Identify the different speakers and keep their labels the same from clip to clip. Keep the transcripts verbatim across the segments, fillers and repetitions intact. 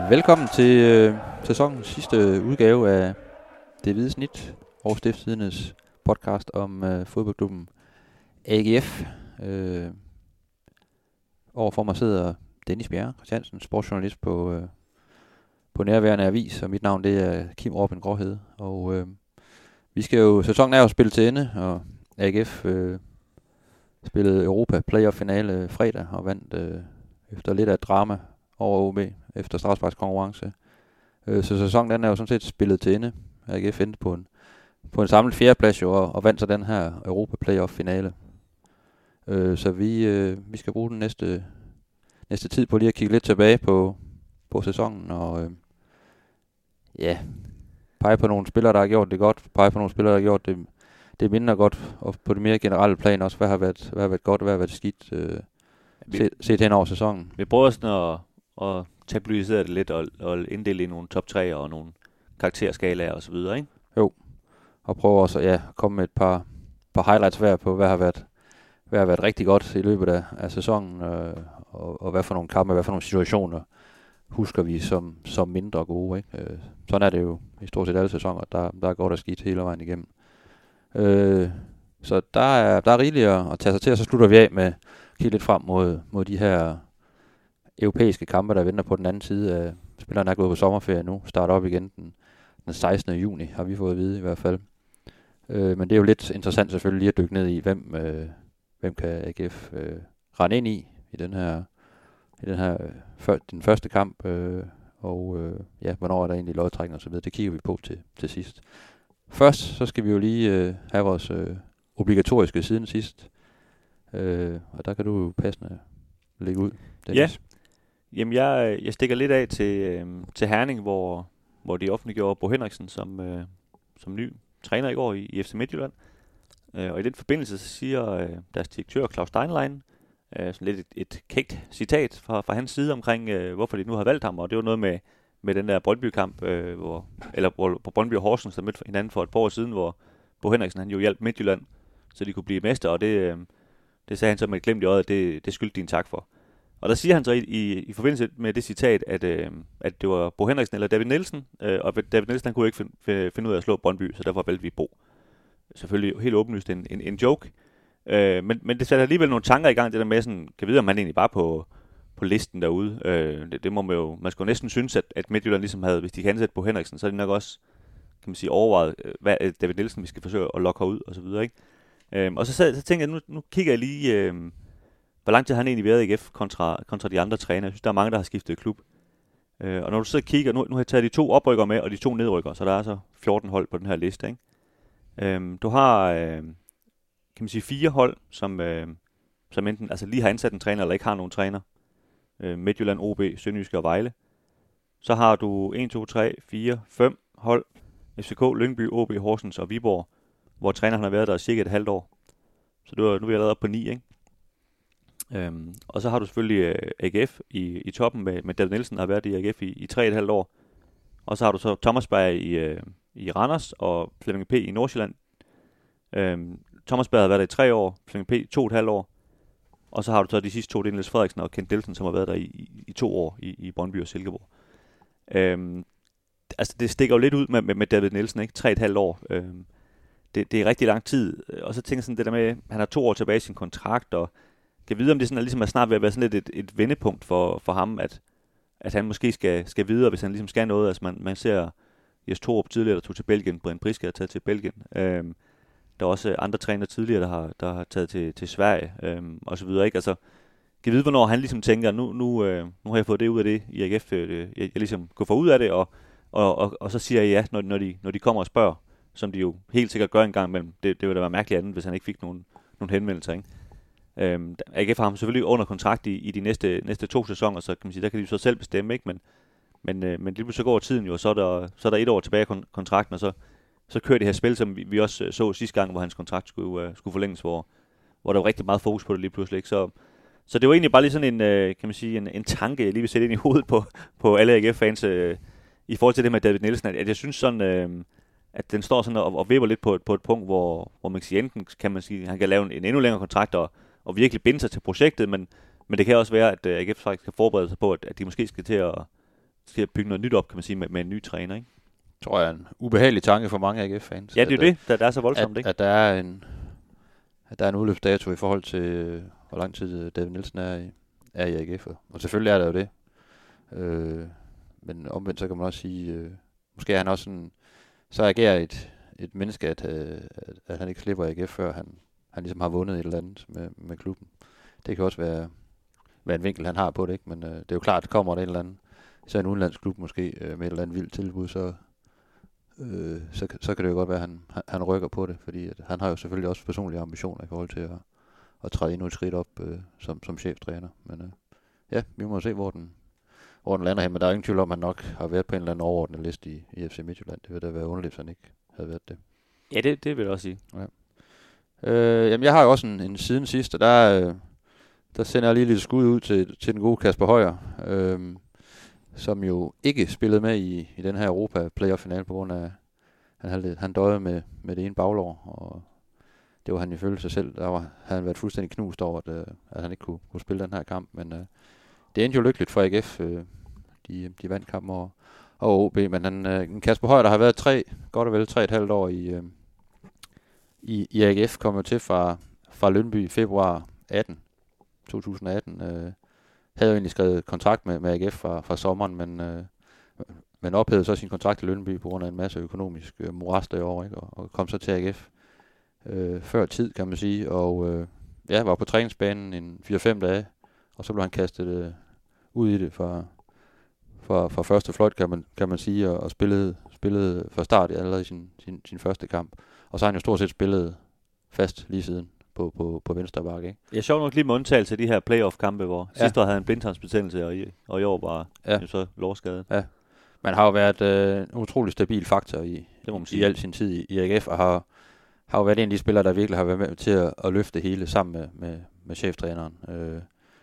Speaker 1: Velkommen til øh, sæsonens sidste udgave af Det Hvide Snit, Aarhus Stiftstidendes podcast om øh, fodboldklubben A G F. Øh, overfor mig sidder Dennis Bjerre Christiansen, sportsjournalist på, øh, på Nærværende Avis, og mit navn det er Kim Robin Gråhede. Og øh, vi skal jo, sæsonen er jo spillet til ende, og A G F øh, spillede Europa Playoff finale fredag og vandt øh, efter lidt af drama over O B efter straffesparkskonkurrence. Øh, så sæsonen den er jo sådan set spillet til ende. A G F endte på en, på en samlet fjerdeplads jo, og, og vandt så den her Europa Playoff finale. Øh, så vi, øh, vi skal bruge den næste, næste tid på lige at kigge lidt tilbage på, på sæsonen, og øh, ja, pege på nogle spillere, der har gjort det godt, pege på nogle spillere, der har gjort det, det mindre godt, og på det mere generelle plan også, hvad har været, hvad har været godt, og hvad har været skidt, øh, vi, set, set hen over sæsonen.
Speaker 2: Vi prøver sådan at, at tabuisere det lidt, og, og inddele i nogle top tre og nogle karakterskalaer og så videre, ikke?
Speaker 1: Jo, og prøve også ja, at komme med et par, par highlights hver på, hvad har været, hvad har været rigtig godt i løbet af, af sæsonen, øh, og, og hvad for nogle kampe, hvad for nogle situationer husker vi som, som mindre gode, ikke? Øh, sådan er det jo i stort set alle sæsoner, der, der er godt og skidt hele vejen igennem. Øh, så der er, der er rigeligt at, at tage sig til, og så slutter vi af med at kigge lidt frem mod, mod de her europæiske kampe, der venter på den anden side af. Spillerne er gået på sommerferie nu, starter op igen den, den sekstende juni, har vi fået at vide i hvert fald. Øh, men det er jo lidt interessant selvfølgelig lige at dykke ned i, hvem, øh, hvem kan A G F øh, rende ind i, i den her, i den her øh, før, den første kamp, øh, og øh, ja, hvornår er der egentlig lodtrækning og så videre. Det kigger vi på til, til sidst. Først så skal vi jo lige øh, have vores øh, obligatoriske siden sidst, øh, og der kan du jo passende lægge ud, Dennis.
Speaker 2: Ja. Jamen, jeg, jeg stikker lidt af til, øh, til Herning, hvor, hvor de offentliggjorde Bo Henriksen som, øh, som ny træner i går i, i F C Midtjylland. Øh, og i den forbindelse så siger øh, deres direktør Claus Steinlein øh, sådan lidt et, et kægt citat fra, fra hans side omkring, øh, hvorfor de nu har valgt ham. Og det var noget med, med den der Brøndby-kamp, øh, hvor, eller hvor, hvor Brøndby og Horsens der mødte hinanden for et par år siden, hvor Bo Henriksen han jo hjalp Midtjylland, så de kunne blive mester. Og det, øh, det sagde han så med et glimt i øjet, det, det skyldte de en tak for. Og der siger han så i, i, i forbindelse med det citat, at, øh, at det var Bo Henriksen eller David Nielsen, øh, og David Nielsen han kunne ikke finde, finde ud af at slå Brøndby, så derfor valgte vi Bo. Selvfølgelig helt åbenlyst en, en, en joke, øh, men, men det satte alligevel nogle tanker i gang, det der med sådan, kan vide, om han egentlig bare på, på listen derude. Øh, det, det må man jo, man skulle næsten synes, at, at Midtjylland ligesom havde, hvis de kan ansætte Bo Henriksen, så er de nok også, kan man sige, overvejet, hvad er David Nielsen, vi skal forsøge at lokke herud, og så videre, ikke? Øh, og så, så, så tænker jeg, nu, nu kigger jeg lige... Øh, Hvor lang tid har han egentlig været i A G F kontra, kontra de andre trænere? Jeg synes, der er mange, der har skiftet klub. Øh, og når du så kigger, nu, nu har jeg taget de to oprykker med, og de to nedrykker, så der er altså fjorten hold på den her liste, ikke? Øh, du har, øh, kan man sige, fire hold, som, øh, som enten altså lige har ansat en træner, eller ikke har nogen træner. Øh, Midtjylland, O B, Sønderjyske og Vejle. Så har du en, to, tre, fire, fem hold. F C K, Lyngby, O B, Horsens og Viborg, hvor træneren har været der cirka et halvt år. Så du er, nu er jeg lavet op på ni, ikke? Øhm, og så har du selvfølgelig øh, A G F i, i toppen med, med David Nielsen, der har været i A G F i, i tre og et halvt år. Og så har du så Thomas Berg i, øh, i Randers og Flemming P. i Nordsjælland. Øhm, Thomas Berg har været der i tre år, Flemming P. to og et halvt år. Og så har du så de sidste to, det er Niels Frederiksen og Kent Nielsen, som har været der i, i, i to år i, i Brøndby og Silkeborg. Øhm, altså det stikker jo lidt ud med, med, med David Nielsen, ikke? Tre og et halvt år. Øhm, det, det er rigtig lang tid. Og så tænker jeg sådan det der med, han har to år tilbage i sin kontrakt, og kan vide, om det sådan er, ligesom er snart ved at være sådan lidt et, et vendepunkt for, for ham, at, at han måske skal, skal videre, hvis han ligesom skal noget. Altså man, man ser Jes Torup tidligere, der tog til Belgien, Brian Priske har taget til Belgien. Øhm, der er også andre træner tidligere, der har, der har taget til, til Sverige, øhm, og så videre, ikke? Altså, kan vide, hvornår han ligesom tænker, nu, nu, øh, nu har jeg fået det ud af det i A G F, øh, jeg, jeg ligesom kunne få ud af det, og, og, og, og så siger jeg ja, når, når, de, når de kommer og spørger, som de jo helt sikkert gør en gang imellem. Det, det ville da være mærkeligt andet, hvis han ikke fik nogen, nogen henvendelser, ikke? Øhm, A G F har ham selvfølgelig under kontrakt i, i de næste, næste to sæsoner, så kan man sige, der kan de så selv bestemme, ikke? Men, men, øh, men lige så går tiden jo, og så er der, så er der et år tilbage af kontrakten, og så, så kører det her spil, som vi, vi også så sidste gang, hvor hans kontrakt skulle, uh, skulle forlænges, hvor, hvor der var rigtig meget fokus på det lige pludselig, ikke? Så, så det var egentlig bare lige sådan en, øh, kan man sige, en, en tanke, jeg lige vil sætte ind i hovedet på, på alle A G F-fans, øh, i forhold til det med David Nielsen, at, at jeg synes sådan, øh, at den står sådan og, og vipper lidt på et, på et punkt, hvor, hvor man kan sige, enten kan man sige, at han kan lave en, en endnu længere kontrakt, og og virkelig binde sig til projektet, men, men det kan også være, at uh, A G F faktisk kan forberede sig på, at, at de måske skal til at, skal bygge noget nyt op, kan man sige, med, med en ny træner, ikke?
Speaker 1: Tror jeg er en ubehagelig tanke for mange A G F-fans.
Speaker 2: Ja, det er jo det, der, der er så voldsomt,
Speaker 1: at,
Speaker 2: ikke?
Speaker 1: At der er en, at der er en udløbsdato i forhold til, øh, hvor lang tid David Nielsen er i, er i A G F. Og selvfølgelig er der jo det. Øh, men omvendt så kan man også sige, øh, måske er han også sådan, så agerer et, et menneske, at, øh, at, at han ikke slipper A G F, før han, han ligesom har vundet et eller andet med, med klubben. Det kan også være, være en vinkel, han har på det, ikke? Men øh, det er jo klart, at kommer der en eller anden, så en udenlandsk klub måske, øh, med et eller andet vildt tilbud, så, øh, så, så kan det jo godt være, at han, han rykker på det, fordi at han har jo selvfølgelig også personlige ambitioner i forhold til at, at træde endnu et skridt op øh, som, som cheftræner. Men øh, ja, vi må se, hvor den, hvor den lander hen, men der er ingen tvivl om, at han nok har været på en eller anden overordnet liste i, i F C Midtjylland. Det vil da være underligt, hvis han ikke havde været det.
Speaker 2: Ja, det, det vil jeg også sige.
Speaker 1: Ja. Øh, jamen, jeg har jo også en, en siden sidste, der, øh, der sender jeg lige lidt skud ud til, til den gode Kasper Højer, øh, som jo ikke spillede med i, i den her Europa playoff-finale på grund af, han, havde, han døjede med, med det ene baglår, og det var han ifølge sig selv, der var, havde han været fuldstændig knust over, at, at han ikke kunne, kunne spille den her kamp, men øh, det endte jo lykkeligt for A G F, øh, de, de vandt kampen over, over O B, men han, øh, Kasper Højer, der har været tre, godt og vel tre et halvt år i, øh, i, i A G F, kom jo til fra, fra Lyngby i februar atten, to tusind atten, øh, havde jo egentlig skrevet kontrakt med, med A G F fra, fra sommeren, men, øh, men ophævede så sin kontrakt i Lyngby på grund af en masse økonomisk øh, moras derovre, ikke? Og, og kom så til A G F øh, før tid, kan man sige, og øh, ja, var på træningsbanen en fire fem dage, og så blev han kastet øh, ud i det fra, fra, fra første fløjt, kan man, kan man sige, og, og spillede, spillede fra start allerede i sin, sin, sin første kamp. Og så har han jo stort set spillet fast lige siden på, på, på venstre bakke, ikke?
Speaker 2: Jeg sjovt nok lige med undtagelse af de her playoff-kampe, hvor ja. sidste år havde han blindtarmsbetændelse, og i, og i år var ja. jo så lårskadet.
Speaker 1: Ja. Man har jo været øh, en utrolig stabil faktor i,
Speaker 2: det må man sige.
Speaker 1: i al sin tid i, i A G F, og har, har jo været en af de spillere, der virkelig har været med til at, at løfte hele sammen med, med, med cheftræneren. Øh,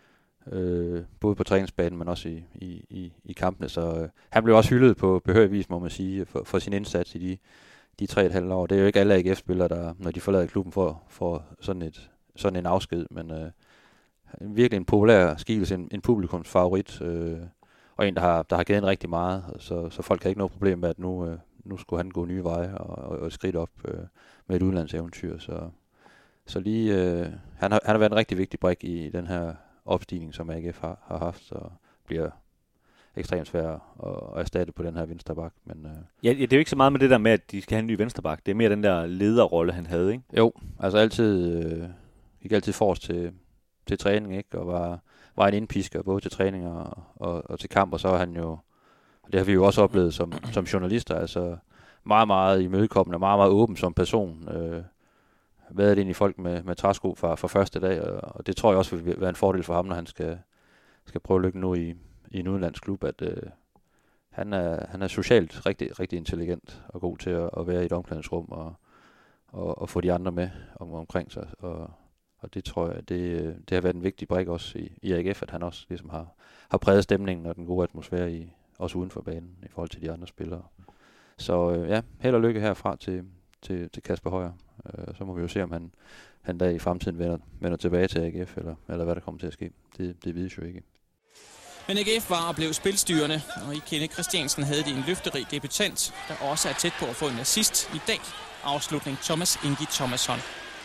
Speaker 1: øh, både på træningsbanen, men også i, i, i, i kampene. Så øh, han blev også hyldet på behørig vis, må man sige, for, for sin indsats i de, de tre et halvt år. Det er jo ikke alle A G F-spillere, der, når de forlader klubben, får, får sådan, et, sådan en afsked, men øh, virkelig en populær skikkelse, en, en publikumsfavorit, øh, og en, der har, der har givet en rigtig meget, så, så folk har ikke noget problem med, at nu, øh, nu skulle han gå nye veje og, og, og et skridt op øh, med et udlandseventyr. Så, så lige, øh, han, har, han har været en rigtig vigtig brik i den her opstigning, som A G F har, har haft, og bliver ekstremt svært at, at erstatte på den her venstreback. Men, øh,
Speaker 2: ja, det er jo ikke så meget med det der med, at de skal have en ny venstreback. Det er mere den der lederrolle, han havde, ikke?
Speaker 1: Jo, altså altid, øh, gik altid forrest til, til træning, ikke? Og var, var en indpisker både til træning og, og, og til kamp, og så er han jo, og det har vi jo også oplevet som, som journalister, altså meget, meget imødekommende, meget, meget åben som person. Øh, været ind i folk med, med træsko fra, fra første dag, og, og det tror jeg også vil være en fordel for ham, når han skal, skal prøve lykken nu i, i en udenlandsk klub, at øh, han, er, han er socialt rigtig, rigtig intelligent og god til at, at være i et omklædningsrum og, og, og få de andre med om, omkring sig. Og, og det tror jeg, det, det har været en vigtig brik også i, i A G F, at han også ligesom har, har præget stemningen og den gode atmosfære i, også uden for banen i forhold til de andre spillere. Så øh, ja, held og lykke herfra til, til, til Kasper Højer. Øh, så må vi jo se, om han, han der i fremtiden vender, vender tilbage til A G F, eller, eller hvad der kommer til at ske. Det, det vides jo ikke.
Speaker 3: Men A G F var og blev spilstyrende, og i Kenneth Christiansen havde de en løfterig debutant, der også er tæt på at få en assist i dag. Afslutning Thomas Ingi Thomasson.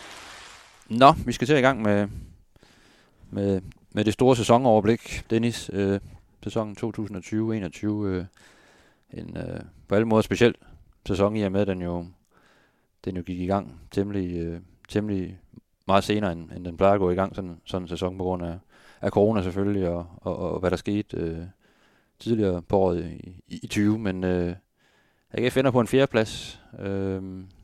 Speaker 1: Nå, vi skal til i gang med, med, med det store sæsonoverblik. Dennis, øh, sæsonen to tusind og tyve enogtyve, øh, en øh, på alle måder speciel sæson, i og med, at den jo, den jo gik i gang temmelig, øh, temmelig meget senere, end, end den plejer at gå i gang, sådan, sådan en sæson på grund af, af corona selvfølgelig, og, og, og hvad der skete øh, tidligere på året i, i, i tyve, men øh, A G F ender på en fjerdeplads, øh,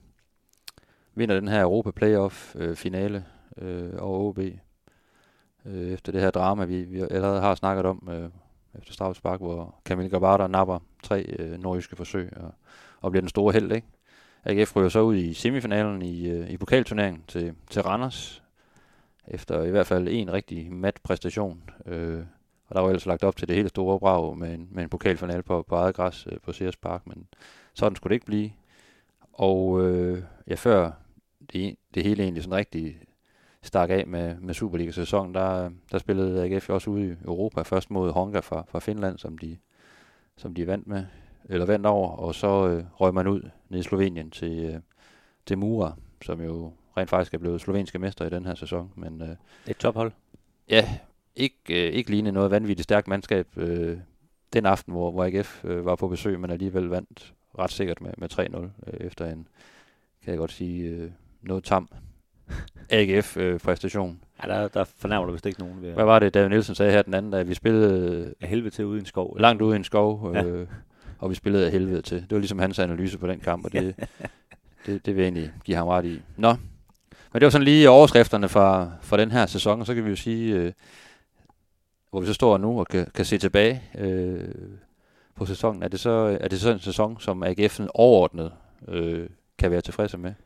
Speaker 1: vinder den her Europa Playoff øh, finale øh, over O B, øh, efter det her drama, vi, vi allerede har snakket om, øh, efter straffespark, hvor Kamil Gabata napper tre øh, nordjyske forsøg, og, og bliver den store held, ikke? A G F ryger så ud i semifinalen i, øh, i pokalturneringen til, til Randers, efter i hvert fald en rigtig mat præstation. Øh, og der var ellers lagt op til det hele store brag med en, med en pokalfinale på, på eget græs øh, på Sears Park, men sådan skulle det ikke blive. Og øh, ja, før det, det hele egentlig sådan rigtig stak af med, med Superliga-sæsonen, der, der spillede A G F også ude i Europa, først mod Honka fra, fra Finland, som de, som de vandt med, eller vandt over, og så øh, røg man ud ned i Slovenien til, øh, til Mura, som jo rent faktisk er blevet slovenske mester i den her sæson. Men, øh,
Speaker 2: et tophold?
Speaker 1: Ja, ikke, øh, ikke lignende noget vanvittigt stærkt mandskab øh, den aften, hvor, hvor A G F øh, var på besøg, men alligevel vandt ret sikkert med, med tre nul øh, efter en, kan jeg godt sige, øh, noget tam A G F-præstation.
Speaker 2: Øh, ja, der, der fornærmer du vist ikke nogen. Ved
Speaker 1: Hvad var det, David Nielsen sagde her den anden dag? Vi spillede
Speaker 2: af helvede til ude i en skov.
Speaker 1: Langt ude i en skov, øh,
Speaker 2: ja.
Speaker 1: Og vi spillede af helvede til. Det var ligesom hans analyse på den kamp, og det, det, det vil jeg egentlig give ham ret i. Nå, men det var sådan lige overskrifterne fra, fra den her sæson, og så kan vi jo sige, øh, hvor vi så står nu og kan, kan se tilbage øh, på sæsonen. Er det, så, er det så en sæson, som A G F'en overordnet øh, kan være tilfredse med?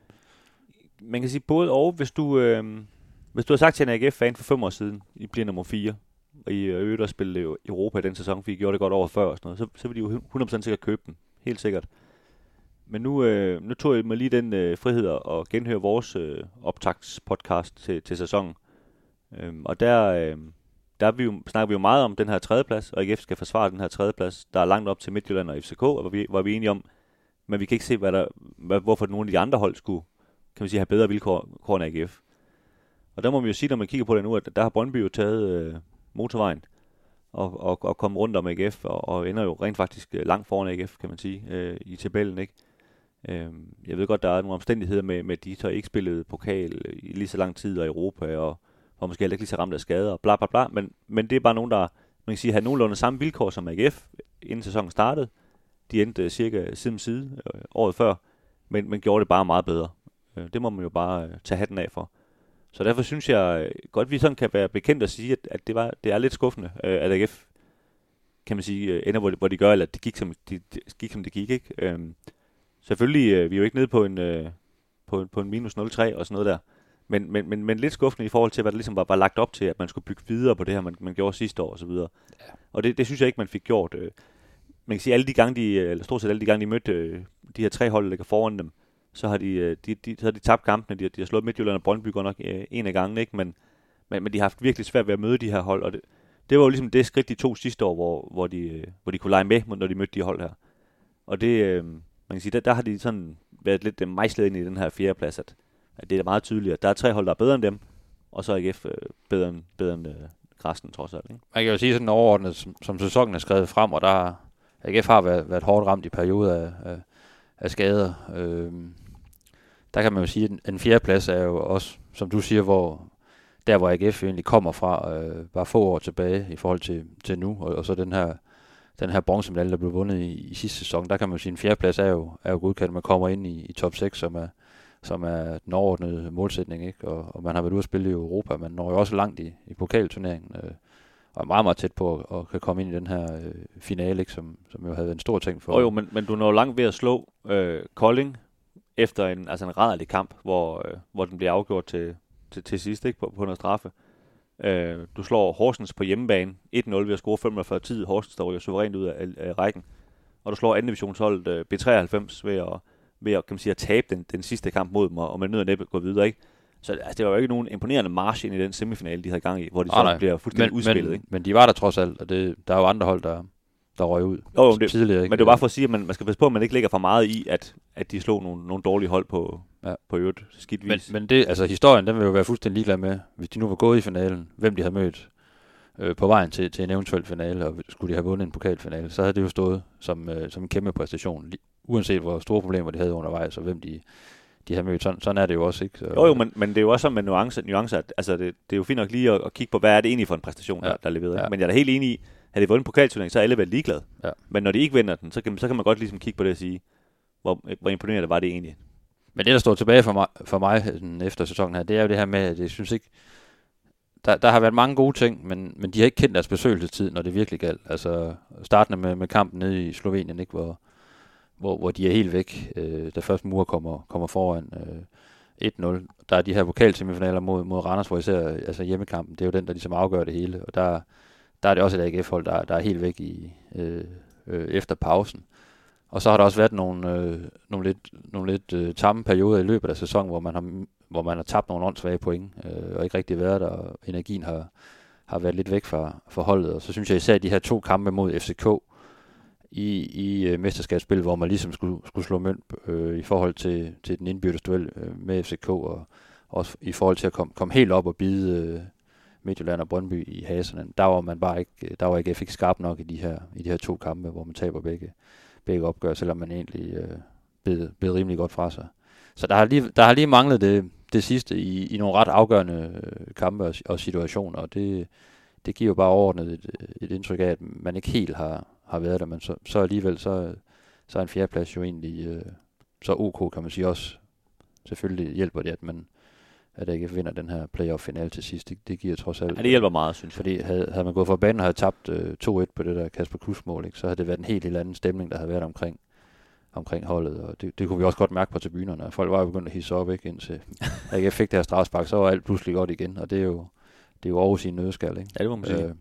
Speaker 2: Man kan sige både og. Hvis du, øh, hvis du har sagt til en A G F-fan for fem år siden, I bliver nummer fire, og I øvrigt også spille Europa i den sæson, for I gjorde det godt over før og sådan noget, så, så vil de jo hundrede procent sikkert købe den. Helt sikkert. Men nu, øh, nu tog jeg mig lige den øh, frihed at genhøre vores øh, optagspodcast til, til sæsonen. Øhm, og der, øh, der vi jo, snakker vi jo meget om den her tredjeplads, og A G F skal forsvare den her tredjeplads, der er langt op til Midtjylland og F C K, og hvor vi, hvor vi er enige om, men vi kan ikke se, hvad der, hvad, hvorfor nogle af de andre hold skulle, kan man sige, have bedre vilkår end A G F. Og der må vi jo sige, når man kigger på det nu, at der har Brøndby jo taget øh, motorvejen og, og, og kommet rundt om A G F, og, og ender jo rent faktisk langt foran A G F, kan man sige, øh, i tabellen, ikke? Øh, jeg ved godt, der er nogle omstændigheder med, med de, der ikke spillede pokal i lige så lang tid og Europa, og, og måske heller ikke lige så ramt af skader, og bla bla bla, men, men det er bare nogen, der, man kan sige, har nogenlunde samme vilkår som A G F, inden sæsonen startede. De endte cirka side om side øh, året før, men, men gjorde det bare meget bedre. Øh, det må man jo bare øh, tage hatten af for. Så derfor synes jeg øh, godt, vi sådan kan være bekendt at sige, at, at det, var, det er lidt skuffende, øh, at A G F, kan man sige, øh, ender hvor de, hvor de gør, eller at det gik som, de, de, gik, som det gik, ikke? Øh, selvfølgelig, øh, vi er jo ikke nede på en, øh, på, på en minus nul komma tre og sådan noget der, men, men, men, men lidt skuffende i forhold til, hvad der ligesom var, var lagt op til, at man skulle bygge videre på det her, man, man gjorde sidste år og så videre. Ja. Og det, det synes jeg ikke, man fik gjort. Øh. Man kan sige, alle de gange, de, eller stort set alle de gange, de mødte øh, de her tre hold, der ligger foran dem, så har de, de, de, så har de tabt kampene. De, de har slået Midtjylland og Brøndby godt nok øh, en af gangene, ikke? Men, men, men de har haft virkelig svært ved at møde de her hold, og det, det var jo ligesom det skridt, de tog sidste år, hvor, hvor, de, hvor de kunne lege med, når de mødte de hold her. Og det, øh, man kan sige, der, der har de sådan været lidt øh, mejslet ind i den her fjerdeplads, at, at det er meget tydeligt, at der er tre hold, der er bedre end dem, og så er A G F øh, bedre end, bedre end øh, resten, trods alt. Ikke?
Speaker 1: Man kan jo sige sådan overordnet, som, som sæsonen er skrevet frem, og der A G F har været, været hårdt ramt i perioder af, af, af skader. Øh, der kan man jo sige, at en, en fjerdeplads er jo også, som du siger, hvor der hvor A G F egentlig kommer fra, øh, bare få år tilbage i forhold til, til nu, og, og så den her den her bronzemedalje, der blev vundet i, i sidste sæson, der kan man jo sige, at en fjerdeplads er jo, er jo godkendt, man kommer ind i, i top seks, som er, som er den overordnede målsætning, ikke? Og, og man har været ude at spille i Europa, man når jo også langt i, i pokalturneringen, øh, og er meget, meget tæt på at, at kan komme ind i den her øh, finale, ikke? Som, som jo havde været en stor ting for.
Speaker 2: Oh, jo, men, men du når langt ved at slå øh, Kolding efter en, altså en rædderlig kamp, hvor, øh, hvor den bliver afgjort til, til, til sidst, ikke? På, på noget straffe. Øh, du slår Horsens på hjemmebane et nul ved at score femogfyrre tid. Horsens, der ryger suverænt ud af, af rækken. Og du slår anden divisionsholdet øh, B treoghalvfems ved at, ved at, kan man sige, at tabe den, den sidste kamp mod dem, og, og man nødt næppe gå videre, ikke? Så altså, det var jo ikke nogen imponerende march ind i den semifinale, de havde gang i, hvor de ah, så bliver fuldstændig
Speaker 1: men,
Speaker 2: udspillet,
Speaker 1: men,
Speaker 2: ikke?
Speaker 1: Men de var der trods alt, og det, der er jo andre hold, der, der røg ud
Speaker 2: jo, jo, det,
Speaker 1: tidligere. Ikke?
Speaker 2: Men det var bare for at sige, at man, man skal passe på, at man ikke lægger for meget i, at, at de slog nogle, nogle dårlige hold på, ja. på øvrigt skidt vis.
Speaker 1: Men, men det, altså, historien, den vil jo være fuldstændig ligeglad med, hvis de nu var gået i finalen, hvem de havde mødt øh, på vejen til, til en eventuel finale, og skulle de have vundet en pokalfinale, så havde det jo stået som, øh, som en kæmpe præstation, uanset hvor store problemer de havde undervejs, og hvem de, de havde mødt. Sådan, sådan er det jo også, ikke? Så,
Speaker 2: jo, jo, men, men det er jo også sådan med nuancer, nuancer at, altså det, det er jo fint nok lige at, at kigge på, hvad er det egentlig for en præstation, ja. der, der er leveret. Ja. Men jeg er da helt enig i, at de vundet en pokalturnering, så er alle vel ligeglade. Ja. Men når de ikke vinder den, så kan, så kan man godt ligesom kigge på det og sige, hvor, hvor imponerende var det egentlig.
Speaker 1: Men det, der står tilbage for mig, for mig den efter sæsonen her, det er jo det her med, at jeg synes ikke, der, der har været mange gode ting, men, men de har ikke kendt deres besøgelsestid, når det virkelig galt. Altså startende med, med kampen nede i Slovenien, ikke, hvor, hvor, hvor de er helt væk, øh, da først Mura kommer, kommer foran øh, et nul. Der er de her pokalsemifinaler mod, mod Randers, hvor især altså hjemmekampen, det er jo den, der ligesom afgør det hele, og der, der er det også et A G F-hold, der, der er helt væk i, øh, øh, efter pausen. Og så har der også været nogle, øh, nogle lidt, nogle lidt øh, tamme perioder i løbet af sæsonen, hvor man har, hvor man har tabt nogle åndssvage point, øh, og ikke rigtig været der, og energien har, har været lidt væk fra, fra holdet. Og så synes jeg især, at de her to kampe mod F C K i, i uh, mesterskabsspil, hvor man ligesom skulle, skulle slå mønt øh, i forhold til, til den indbyrdes duel øh, med F C K, og også i forhold til at komme kom helt op og bide øh, Midtjylland og Brøndby i haserne. Der var man bare ikke, der var ikke F ikke skarp nok i de her, i de her to kampe, hvor man taber begge, begge opgør, selvom man egentlig øh, bed, bed rimelig godt fra sig. Så der har lige, der har lige manglet det, det sidste i, i nogle ret afgørende øh, kampe og, og situationer, og det, det giver jo bare overordnet et, et indtryk af, at man ikke helt har, har været der, men så, så alligevel så, så er en fjerdeplads jo egentlig øh, så ok, kan man sige også. Selvfølgelig hjælper det, at man at A G F vinder den her playoff-finale til sidst. Det, det giver trods alt...
Speaker 2: Ja, det hjælper meget, synes jeg.
Speaker 1: Fordi havde, havde man gået for banen og havde tabt øh, to et på det der Kasper Kuss-mål, ikke, så havde det været en helt, helt anden stemning, der havde været omkring, omkring holdet. Og det, det kunne vi også godt mærke på tribunerne. Folk var jo begyndt at hisse op, ikke, indtil A G F fik det her strafspark, så var alt pludselig godt igen. Og det er jo, det er jo Aarhus i en nødskal, ikke?
Speaker 2: Ja, det må man sige. Øh,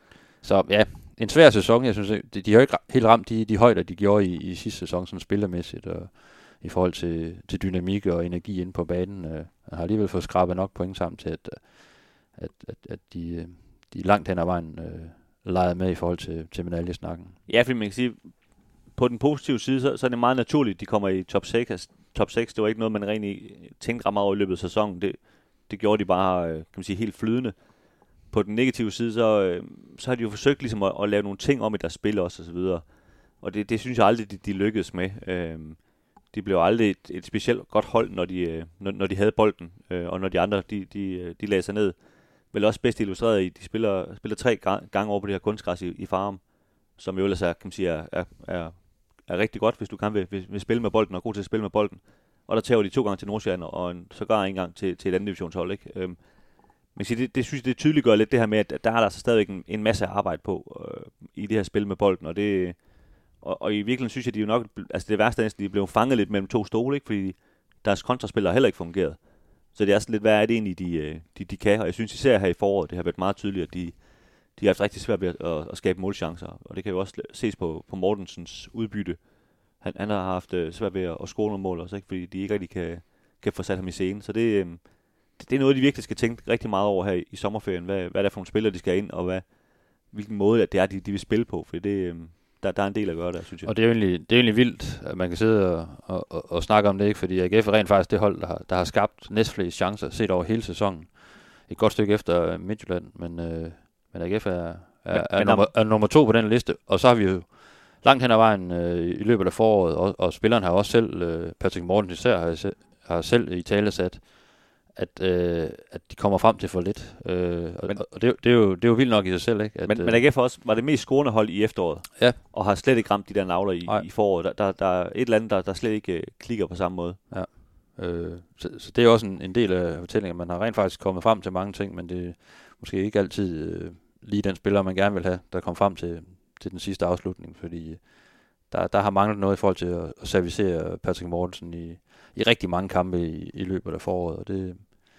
Speaker 1: så ja, en svær sæson. Jeg synes, de, de har jo ikke helt ramt de, de højder, de gjorde i, i sidste sæson, sådan spillermæssigt, og i forhold til, til dynamik og energi inde på banen. Øh, han har alligevel fået skrabet nok point sammen til, at, at, at, at de, de langt hen ad vejen øh, legede med i forhold til, til medaljesnakken.
Speaker 2: Ja, fordi man kan sige, på den positive side, så, så er det meget naturligt, at de kommer i top seks. Top seks, det var ikke noget, man rigtig tænkte ret meget over i løbet af sæsonen. Det, det gjorde de bare, kan man sige, helt flydende. På den negative side, så, så har de jo forsøgt ligesom at, at lave nogle ting om i deres spil også, og så videre. Og det, det synes jeg aldrig, de, de lykkedes med. Øhm, de blev aldrig et, et specielt godt hold, når de, når, når de havde bolden, øh, og når de andre, de, de, de lagde sig ned. Vel også bedst illustreret i, de spiller, spiller tre gange over på det her kunstgræs i, i Farum, som jo ellers er, kan man sige, er, er, er, er rigtig godt, hvis du kan vil, vil, vil spille med bolden, og er god til at spille med bolden. Og der tager de to gange til Nordsjælland, og en, sågar en gang til, til et andet divisionshold, ikke? Øhm, men det, det synes jeg, det tydeliggør lidt det her med, at der er der altså stadigvæk en, en masse arbejde på øh, i det her spil med bolden, og det... Og, og i virkeligheden synes jeg, de er jo nok, altså det værste er næsten, de er blevet fanget lidt mellem to stole, ikke? Fordi deres kontraspillere heller ikke fungeret. Så det er sådan lidt, hvad er det egentlig, de, de, de kan? Og jeg synes især her i foråret, det har været meget tydeligt, at de, de har haft rigtig svært ved at, at, at skabe målchancer. Og det kan jo også ses på, på Mortensens udbytte. Han, han har haft svært ved at, at score nogle mål også, ikke? Fordi de ikke rigtig kan, kan få sat ham i scenen. Så det, det, det er noget, de virkelig skal tænke rigtig meget over her i, i sommerferien. Hvad, hvad er det for nogle spillere, de skal ind, og hvad, hvilken måde det er, de, de vil spille på. For det... Der, der er en del at gøre der, synes jeg.
Speaker 1: Og det er jo egentlig, det er egentlig vildt, at man kan sidde og, og, og, og snakke om det, ikke? Fordi A G F er rent faktisk det hold, der har, der har skabt næstflest chancer, set over hele sæsonen. Et godt stykke efter Midtjylland, men, øh, men A G F er, er, men, er, nummer, er nummer to på den liste. Og så har vi jo langt hen ad vejen øh, i løbet af foråret, og, og spilleren har også selv, øh, Patrick Mortensen især, har, har selv i tale sat, at, øh, at de kommer frem til for lidt. Øh, og
Speaker 2: men,
Speaker 1: og det, det, er jo, det er jo vildt nok i sig selv, ikke? At,
Speaker 2: men, men A G F også var det mest scorende hold i efteråret,
Speaker 1: ja.
Speaker 2: Og har slet ikke ramt de der navler i, i foråret. Der, der, der er et eller andet, der, der slet ikke uh, klikker på samme måde.
Speaker 1: Ja. Øh, så, så det er også en, en del af fortællingen. Man har rent faktisk kommet frem til mange ting, men det er måske ikke altid øh, lige den spiller, man gerne vil have, der kom frem til, til den sidste afslutning, fordi der, der har manglet noget i forhold til at, at servicere Patrick Mortensen i, i rigtig mange kampe i, i løbet af foråret, og det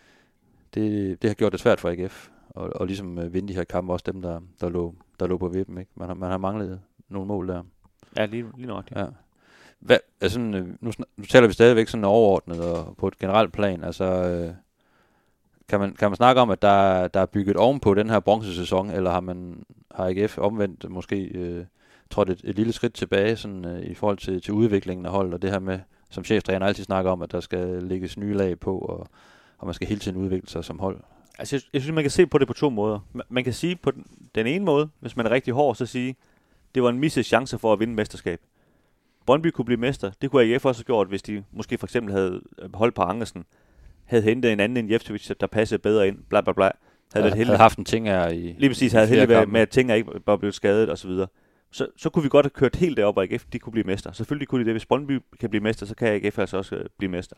Speaker 1: Det, det har gjort det svært for A G F, og, og ligesom uh, vinde de her kampe, også dem, der, der, lå, der lå på vippen, ikke? Man har, man har manglet nogle mål der.
Speaker 2: Ja, lige, lige nok.
Speaker 1: Ja. Hvad, altså, nu, nu taler vi stadigvæk sådan overordnet og på et generelt plan. Altså, øh, kan, man, kan man snakke om, at der, der er bygget ovenpå den her bronzesæson, eller har man har A G F omvendt måske øh, trådt et, et lille skridt tilbage sådan, øh, i forhold til, til udviklingen af holdet, og det her med, som cheftræner altid snakker om, at der skal lægges nye lag på, og og man skal hele tiden udvikle sig som hold.
Speaker 2: Altså, jeg, jeg synes, man kan se på det på to måder. Man, man kan sige på den, den ene måde, hvis man er rigtig hård, så sige, det var en misset chance for at vinde mesterskab. Brøndby kunne blive mester. Det kunne A G F også have gjort, hvis de måske for eksempel havde holdt på Angersen, havde hentet en anden end Jeftovic, der passede bedre ind, bla bla bla.
Speaker 1: Havde, havde, havde haft en Tinger i...
Speaker 2: Lige præcis, havde heldig været med, at Tinger ikke bare blev skadet og så videre. Så, så kunne vi godt have kørt helt derop, og A G F de kunne blive mester. Selvfølgelig kunne de det. Hvis Brøndby kan blive mester, så kan A G F altså også uh, blive mester.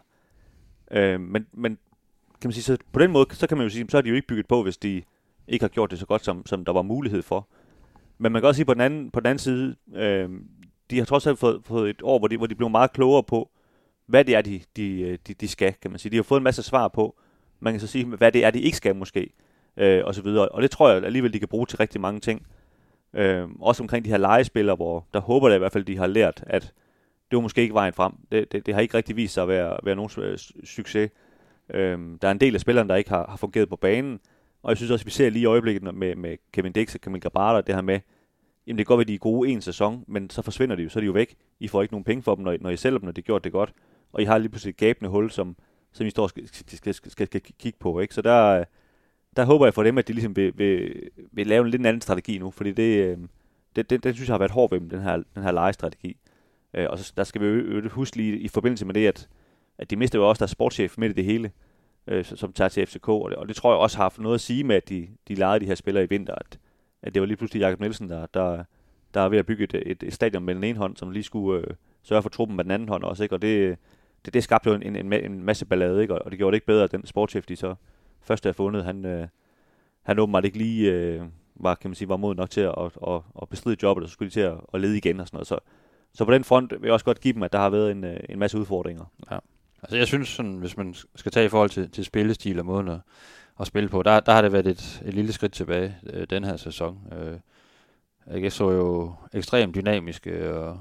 Speaker 2: Øh, men, men kan man sige, så på den måde, så kan man jo sige, så er de jo ikke bygget på, hvis de ikke har gjort det så godt, som, som der var mulighed for. Men man kan også sige på den anden, på den anden side, øh, de har trods alt fået, fået et år, hvor de, hvor de blev meget klogere på, hvad det er, de, de, de, de skal, kan man sige. De har fået en masse svar på, man kan så sige, hvad det er, de ikke skal måske, øh, og så videre. Og det tror jeg alligevel, de kan bruge til rigtig mange ting. Øh, også omkring de her legespillere, hvor der håber jeg i hvert fald, de har lært, at det var måske ikke vejen frem. Det, det, det har ikke rigtig vist sig at være, være nogen øh, succes. Øhm, der er en del af spillerne, der ikke har, har fungeret på banen, og jeg synes også, at vi ser lige i øjeblikket med, med Kevin Dix og Kamil Grabara, det her med, jamen det kan godt være, at de er gode en sæson, men så forsvinder de jo, så er de jo væk. I får ikke nogen penge for dem, når I, når I sælger dem, når de har gjort det godt. Og I har lige pludselig et gabende hul, som, som I står og skal, skal, skal, skal, skal kigge på, ikke? Så der, der håber jeg for dem, at de ligesom vil, vil, vil lave en lidt anden strategi nu, fordi det, det, det, det synes jeg har været hård ved dem, den her, den her legestrategi. Øh, og så der skal vi jo huske lige i forbindelse med det, at, at de mister jo også deres sportschef midt i det hele, øh, som tager til F C K, og det, og det tror jeg også har haft noget at sige med, at de, de lejede de her spillere i vinter, at, at det var lige pludselig Jakob Nielsen, der, der, der er ved at bygge et, et, et stadion med den ene hånd, som lige skulle øh, sørge for truppen med den anden hånd også, ikke? Og det, det, det skabte jo en, en, en masse ballade, ikke? Og det gjorde det ikke bedre, at den sportschef, de så først havde fundet, han, øh, han åbenbart ikke lige øh, var, kan man sige, var mod nok til at, at, at, at bestride jobbet, og så skulle de til at, at lede igen og sådan noget. Så, så på den front vil jeg også godt give dem, at der har været en, en masse udfordringer.
Speaker 1: Ja. Altså jeg synes, sådan, hvis man skal tage i forhold til, til spillestil og måden at, at spille på, der, der har det været et, et lille skridt tilbage øh, den her sæson. Øh, jeg så jo ekstremt dynamisk øh, og,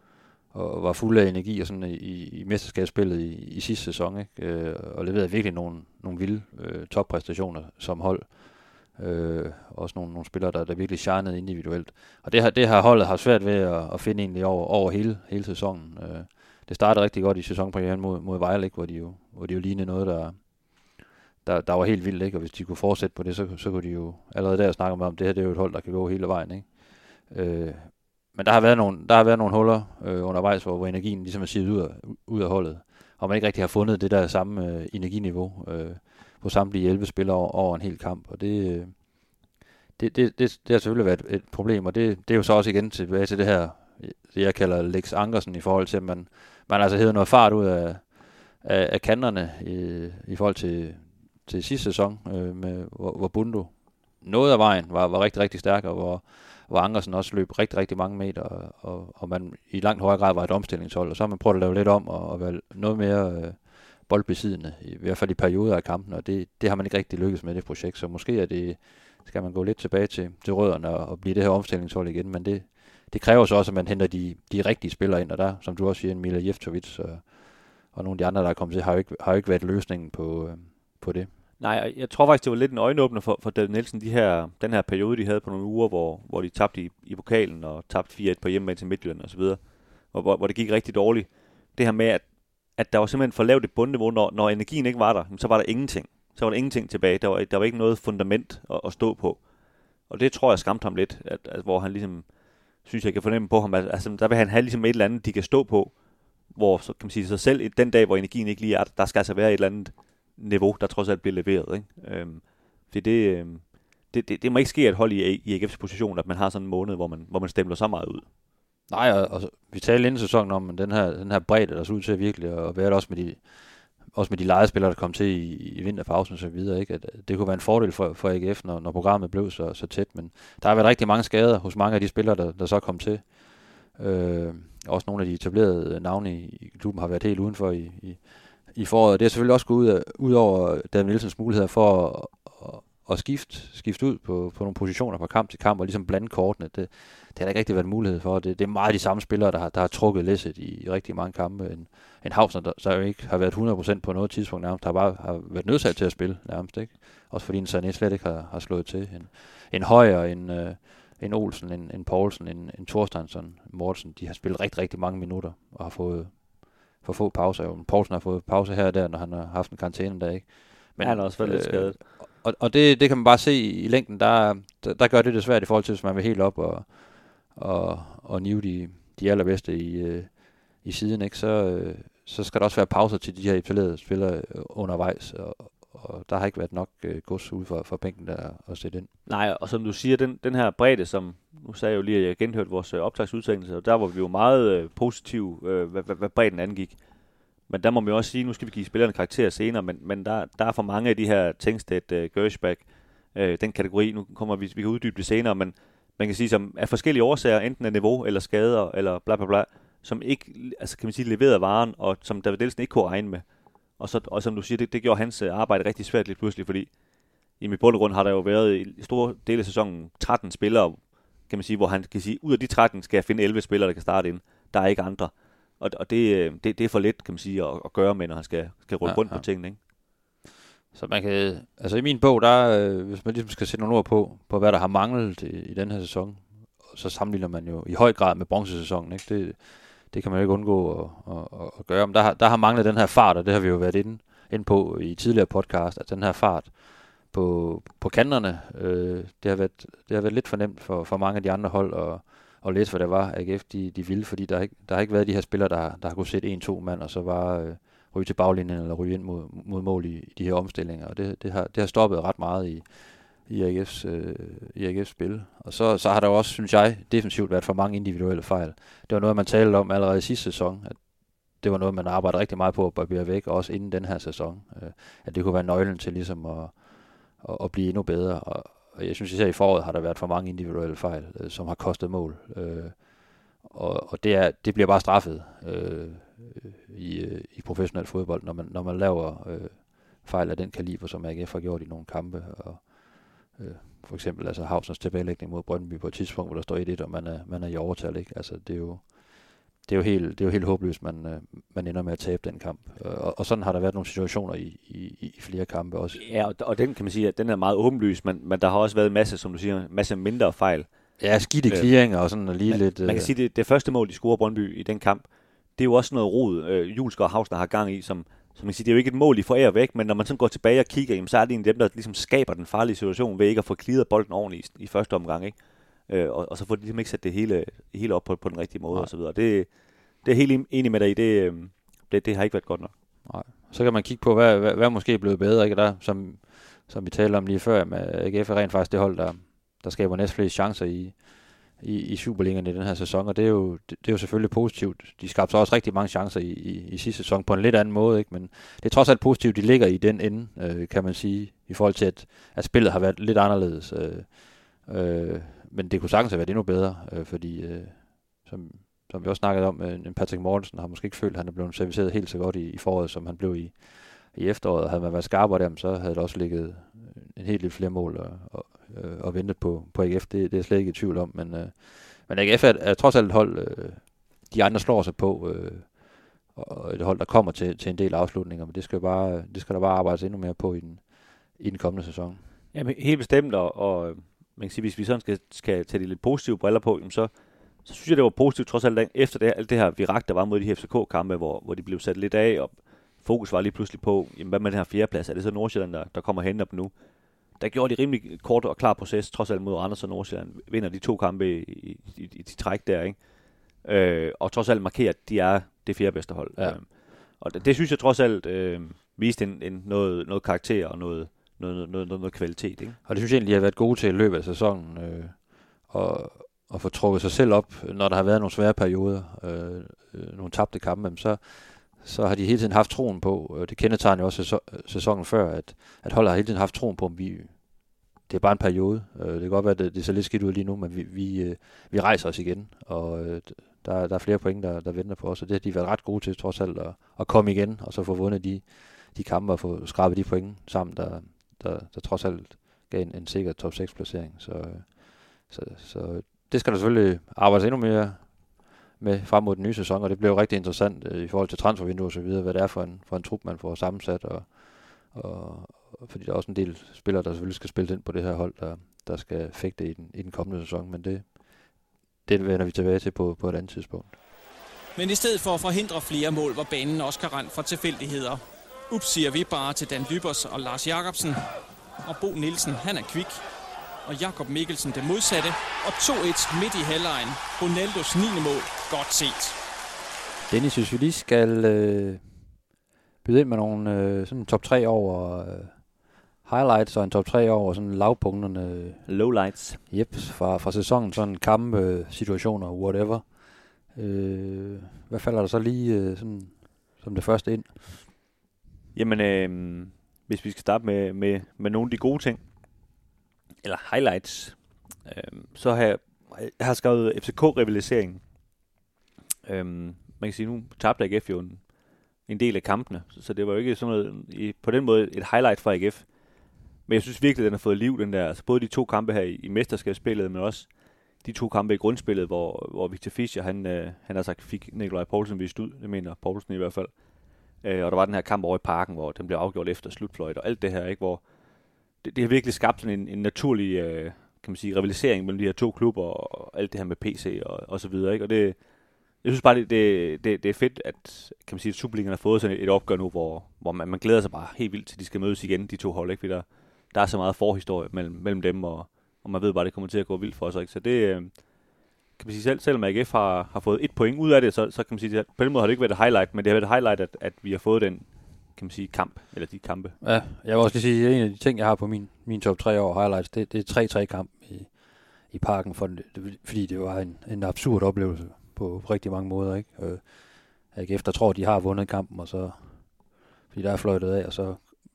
Speaker 1: og var fuld af energi og sådan i, i mesterskabsspillet i, i sidste sæson, ikke? Øh, og leverede virkelig nogle, nogle vilde øh, toppræstationer som hold. Øh, også nogle, nogle spillere, der, der virkelig shinede individuelt. Og det har, det har holdet har svært ved at, at finde egentlig over, over hele, hele sæsonen. Øh, det startede rigtig godt i sæsonpremieren mod, mod Vejle, hvor de jo, hvor de jo lignede noget, der, der, der var helt vildt, ikke? Og hvis de kunne fortsætte på det, så, så kunne de jo allerede der snakke om, det her det er jo et hold, der kan gå hele vejen, ikke? Øh, men der har været nogle, der har været nogle huller øh, undervejs, hvor, hvor energien ligesom er sivet ud af, ud af holdet, og man ikke rigtig har fundet det der samme øh, energiniveau øh, på samtlige elleve spillere over, over en hel kamp, og det, øh, det, det, det, det har selvfølgelig været et, et problem, og det, det er jo så også igen tilbage til det her, det jeg kalder Lex Ankersen, i forhold til, at man, man altså hedder noget fart ud af, af, af kanterne i, i forhold til, til sidste sæson, øh, med, hvor, hvor Bundo noget af vejen var, var rigtig, rigtig stærk, og hvor, hvor Ankersen også løb rigtig, rigtig mange meter, og, og, og man i langt højere grad var et omstillingshold, og så har man prøvet at lave lidt om, og, og være noget mere øh, boldbesiddende, i hvert fald i perioder af kampen, og det, det har man ikke rigtig lykkes med det projekt, så måske er det, skal man gå lidt tilbage til, til rødderne og, og blive det her omstillingshold igen, men det, det kræver så også, at man henter de, de rigtige spillere ind, og der, som du også siger, Mila Jeftovic og, og nogle af de andre, der er kommet til, har jo ikke, har jo ikke været løsningen på, øh, på det.
Speaker 2: Nej, jeg tror faktisk, det var lidt en øjenåbner for, for David Nielsen, de her, den her periode, de havde på nogle uger, hvor, hvor de tabte i, i pokalen og tabte fire et på hjemmebane til Midtjylland og så videre, hvor, hvor, hvor det gik rigtig dårligt. Det her med, at, at der var simpelthen for lavt et bundniveau, når, når energien ikke var der, så var der ingenting. Så var der ingenting tilbage. Der var, der var ikke noget fundament at, at stå på. Og det tror jeg skræmte ham lidt, at, at, hvor han ligesom, synes jeg kan fornemme på ham, at altså, der vil han have ligesom et eller andet, de kan stå på, hvor så kan man sige sig selv, den dag, hvor energien ikke lige er, der skal altså være et eller andet niveau, der trods alt bliver leveret, ikke? Øhm, for det, øhm, det, det, det må ikke ske at holde i, i A G F's position, at man har sådan en måned, hvor man, hvor man stempler så meget ud.
Speaker 1: Nej, og, og vi talte inden sæsonen om den her, den her bredde, der så ud til virkelig at være det også med de, også med de lejespillere, der kom til i, i vinterpausen og så videre, ikke? At det kunne være en fordel for, for A G F, når, når programmet blev så, så tæt, men der har været rigtig mange skader hos mange af de spillere, der, der så kom til. Øh, også nogle af de etablerede navne i, i klubben har været helt udenfor i, i i foråret. Det er selvfølgelig også gået ud, af, ud over David Nielsens muligheder for at, at, at skifte, skifte ud på, på nogle positioner fra kamp til kamp, og ligesom blande kortene. Det, det har der ikke rigtig været mulighed for. Det, det er meget de samme spillere, der har, der har trukket læsset i, i rigtig mange kampe. En, en Hausner, der så jo ikke har været hundrede procent på noget tidspunkt nærmest, har bare har været nødsat til at spille nærmest, ikke? Også fordi en Sané slet ikke har, har slået til. En, en Højer, en, uh, en Olsen, en, en Poulsen, en, en Thorsteinsson, Mortensen, de har spillet rigtig, rigtig mange minutter og har fået for få pauser. Jo. Poulsen har fået pause her og der, når han har haft en karantæne der, ikke?
Speaker 2: Men han har også været øh, lidt skadet.
Speaker 1: Og, og det, det kan man bare se i, i længden, der, der, der gør det det svært i forhold til, hvis man vil helt op og, og, og nive de, de allerbedste i, øh, i siden, ikke? Så, øh, så skal der også være pauser til de her etablerede spillere undervejs, og, og der har ikke været nok øh, gods ude for, for bænken der at sætte ind.
Speaker 2: Nej, og som du siger, den, den her bredde, som nu sagde jeg jo lige, at jeg genhørte vores øh, optagsudsendelse, og der var vi jo meget øh, positive, øh, hvad, hvad, hvad bredden angik. Men der må man jo også sige, nu skal vi give spillerne karakterer senere, men, men der, der er for mange af de her Tengstedt, øh, Gershback, øh, den kategori, nu kommer vi, vi kan uddybe det senere, men man kan sige, som af forskellige årsager, enten af niveau eller skader, eller bla bla bla, som ikke, altså kan man sige, leverede varen, og som David Nielsen ikke kunne regne med. Og, så, og som du siger, det, det gjorde hans arbejde rigtig svært lidt pludselig, fordi i mit bund og grund har der jo været i store dele af sæsonen tretten spillere, kan man sige, hvor han kan sige, ud af de tretten skal jeg finde elleve spillere, der kan starte ind. Der er ikke andre. Og, og det, det, det er for let, kan man sige, at, at gøre med, når han skal, skal rulle ja, rundt ja. på tingene, ikke?
Speaker 1: Så man kan, altså i min bog, der, hvis man ligesom skal sætte nogle ord på, på hvad der har manglet i, i den her sæson, så sammenligner man jo i høj grad med bronzesæsonen, ikke? Det, det kan man jo ikke undgå at, at, at gøre. Men der har, der har manglet den her fart, og det har vi jo været inde, inde på i tidligere podcast, at den her fart på, på kanterne, øh, det, har været, det har været lidt fornemt for, for mange af de andre hold at, at læse, hvad det var, A G F de, de ville, fordi der har, ikke, der har ikke været de her spillere, der, der har kunnet sætte en-to mand, og så bare øh, ryge til baglinjen eller ryge ind mod, mod mål i, i de her omstillinger, og det, det, har, det har stoppet ret meget i, i A G F's, øh, i A G F's spil. Og så, så har der også, synes jeg, defensivt været for mange individuelle fejl. Det var noget, man talte om allerede i sidste sæson, at det var noget, man arbejdede rigtig meget på at barbere væk, også inden den her sæson. Øh, at det kunne være nøglen til ligesom at, at, at blive endnu bedre. Og, og jeg synes især i foråret har der været for mange individuelle fejl, øh, som har kostet mål. Øh, og og det, er, det bliver bare straffet øh, i, i professionel fodbold, når man, når man laver øh, fejl af den kaliber, som A G F har gjort i nogle kampe. Og, øh, for eksempel altså Hausners tilbagelægning mod Brøndby på et tidspunkt, hvor der står et-et, og man er, man er i overtal. Ikke? Altså, det er jo Det er jo helt, det er jo helt håbløst, man, øh, man ender med at tabe den kamp. Og, og sådan har der været nogle situationer i, i, i flere kampe også.
Speaker 2: Ja, og, og den kan man sige, at den er meget åbenlyst, men, men der har også været en masse, som du siger, en masse mindre fejl.
Speaker 1: Ja, skidte clearinger og sådan og lige
Speaker 2: man,
Speaker 1: lidt...
Speaker 2: Man kan øh... sige, det, det første mål, de scorer Brøndby i den kamp, det er jo også noget rod, øh, Julsker og Hausner har gang i, som, som man kan sige, det er jo ikke et mål, de forærer væk, men når man sådan går tilbage og kigger, jamen, så er det en af dem, der ligesom skaber den farlige situation ved ikke at få clearet bolden ordentligt i, i første omgang, ikke? Øh, og, og så får de ligesom ikke sat det hele, hele op på, på den rigtige måde, og så videre. Det Det er helt enig med dig i, det, det, det har ikke været godt nok.
Speaker 1: Nej. Så kan man kigge på, hvad, hvad, hvad er måske blevet bedre, ikke der, som, som vi talte om lige før, med A G F er rent faktisk det hold, der, der skaber næstflest chancer i, i, i Superligaen i den her sæson, og det er, jo, det, det er jo selvfølgelig positivt. De skabte så også rigtig mange chancer i, i, i sidste sæson på en lidt anden måde, ikke? Men det er trods alt positivt, de ligger i den ende, øh, kan man sige, i forhold til, at, at spillet har været lidt anderledes. Øh, øh, men det kunne sagtens have været endnu bedre, øh, fordi øh, som som vi også snakkede om, en Patrick Mortensen har måske ikke følt, at han er blevet serviceret helt så godt i, i foråret, som han blev i, i efteråret. Havde man været skarpere der, så havde der også ligget en helt lidt flere mål og, og, og ventet på, på A G F. Det, det er jeg slet ikke i tvivl om, men, øh, men A G F er, er trods alt et hold, øh, de andre slår sig på, øh, og et hold, der kommer til, til en del afslutninger, men det skal, bare, det skal der bare arbejdes endnu mere på i den, i den kommende sæson.
Speaker 2: Jamen helt bestemt, og, og man kan sige, hvis vi sådan skal, skal tage de lidt positive briller på, jamen så så synes jeg, det var positivt trods alt efter det, alt det her virak, der var mod de her F C K-kampe, hvor, hvor de blev sat lidt af, og fokus var lige pludselig på, jamen, hvad med den her fjerdeplads? Er det så Nordsjælland, der, der kommer hen op nu? Der gjorde de rimelig kort og klar proces, trods alt mod Randers og Nordsjælland. Vinder de to kampe i, i, i, i de træk der, ikke? Øh, og trods alt markerer, at de er det fjerde bedste hold. Ja. Øh, og det, det synes jeg trods alt øh, viste en, en, noget, noget karakter og noget, noget, noget, noget, noget kvalitet, ikke?
Speaker 1: Og det synes jeg egentlig, de har været gode til i løbet af sæsonen, øh, og og få trukket sig selv op, når der har været nogle svære perioder, øh, øh, nogle tabte kampe, så, så har de hele tiden haft troen på, og det kendetegner jo også sæson, sæsonen før, at, at holdet har hele tiden haft troen på, at vi, det er bare en periode. Øh, det kan godt være, at det, det ser lidt skidt ud lige nu, men vi, vi, øh, vi rejser os igen, og øh, der, der er flere point, der, der venter på os, og det har de været ret gode til, trods alt, at, at komme igen, og så få vundet de, de kampe, og få skrabet de point sammen, der, der, der trods alt gav en, en sikker top seks placering. Så, så, så det skal der selvfølgelig arbejdes endnu mere med frem mod den nye sæson, og det bliver jo rigtig interessant øh, i forhold til transfervindue og så videre, hvad det er for en, for en trup, man får sammensat, og, og, og fordi der er også en del spillere, der selvfølgelig skal spille ind på det her hold, der, der skal fægte i den, i den kommende sæson, men det, det vender vi tilbage til på, på et andet tidspunkt.
Speaker 3: Men i stedet for at forhindre flere mål, var banen også garant for tilfældigheder. Ups, siger vi bare til Dan Lybers og Lars Jacobsen, og Bo Nielsen, han er kvik. Og Jakob Mikkelsen det modsatte, og to-et midt i halvlejen. Ronaldos niende mål. Godt set.
Speaker 1: Dennis, synes vi lige skal øh, byde ind med nogle øh, sådan top tre over øh, highlights, og en top tre over sådan lavpunkterne.
Speaker 2: Lowlights.
Speaker 1: Yep, fra, fra sæsonen, sådan kampe, situationer, whatever. Øh, hvad falder der så lige øh, sådan, som det første ind?
Speaker 2: Jamen, øh, hvis vi skal starte med, med, med nogle af de gode ting, eller highlights, øhm, så har jeg, jeg har skrevet F C K-rivaliseringen. Øhm, man kan sige, nu tabte A G F jo en, en del af kampene, så, så det var jo ikke sådan noget, i, på den måde et highlight for A G F. Men jeg synes virkelig, at den har fået liv, den der, altså både de to kampe her i, i mesterskabsspillet, men også de to kampe i grundspillet, hvor, hvor Victor Fischer, han, øh, han har sagt, fik Nikolaj Poulsen vist ud, det mener Poulsen i hvert fald. Øh, og der var den her kamp over i Parken, hvor den blev afgjort efter slutfløjt og alt det her, ikke, hvor det, det har virkelig skabt sådan en, en naturlig, øh, kan man sige, rivalisering mellem de her to klubber, og alt det her med P C og, og så videre, ikke? Og det, jeg synes bare, det, det, det, det er fedt, at, kan man sige, at Superligaen har fået sådan et, et opgør nu, hvor, hvor man, man glæder sig bare helt vildt til, at de skal mødes igen, de to hold, ikke? Fordi der, der er så meget forhistorie mellem, mellem dem, og, og man ved bare, at det kommer til at gå vildt for sig, ikke? Så det, kan man sige, selv, selvom A G F har, har fået et point ud af det, så, så kan man sige, at på den måde har det ikke været et highlight, men det har været et highlight, at, at vi har fået den, kan man sige, kamp, eller de kampe.
Speaker 1: Ja, jeg vil også lige sige, at en af de ting, jeg har på min, min top tre over highlights, det, det er tre tre kamp i, i parken, for det, fordi det var en, en absurd oplevelse på rigtig mange måder, ikke? Øh, A G F, der tror, de har vundet kampen, og så, fordi der er fløjtet af, og så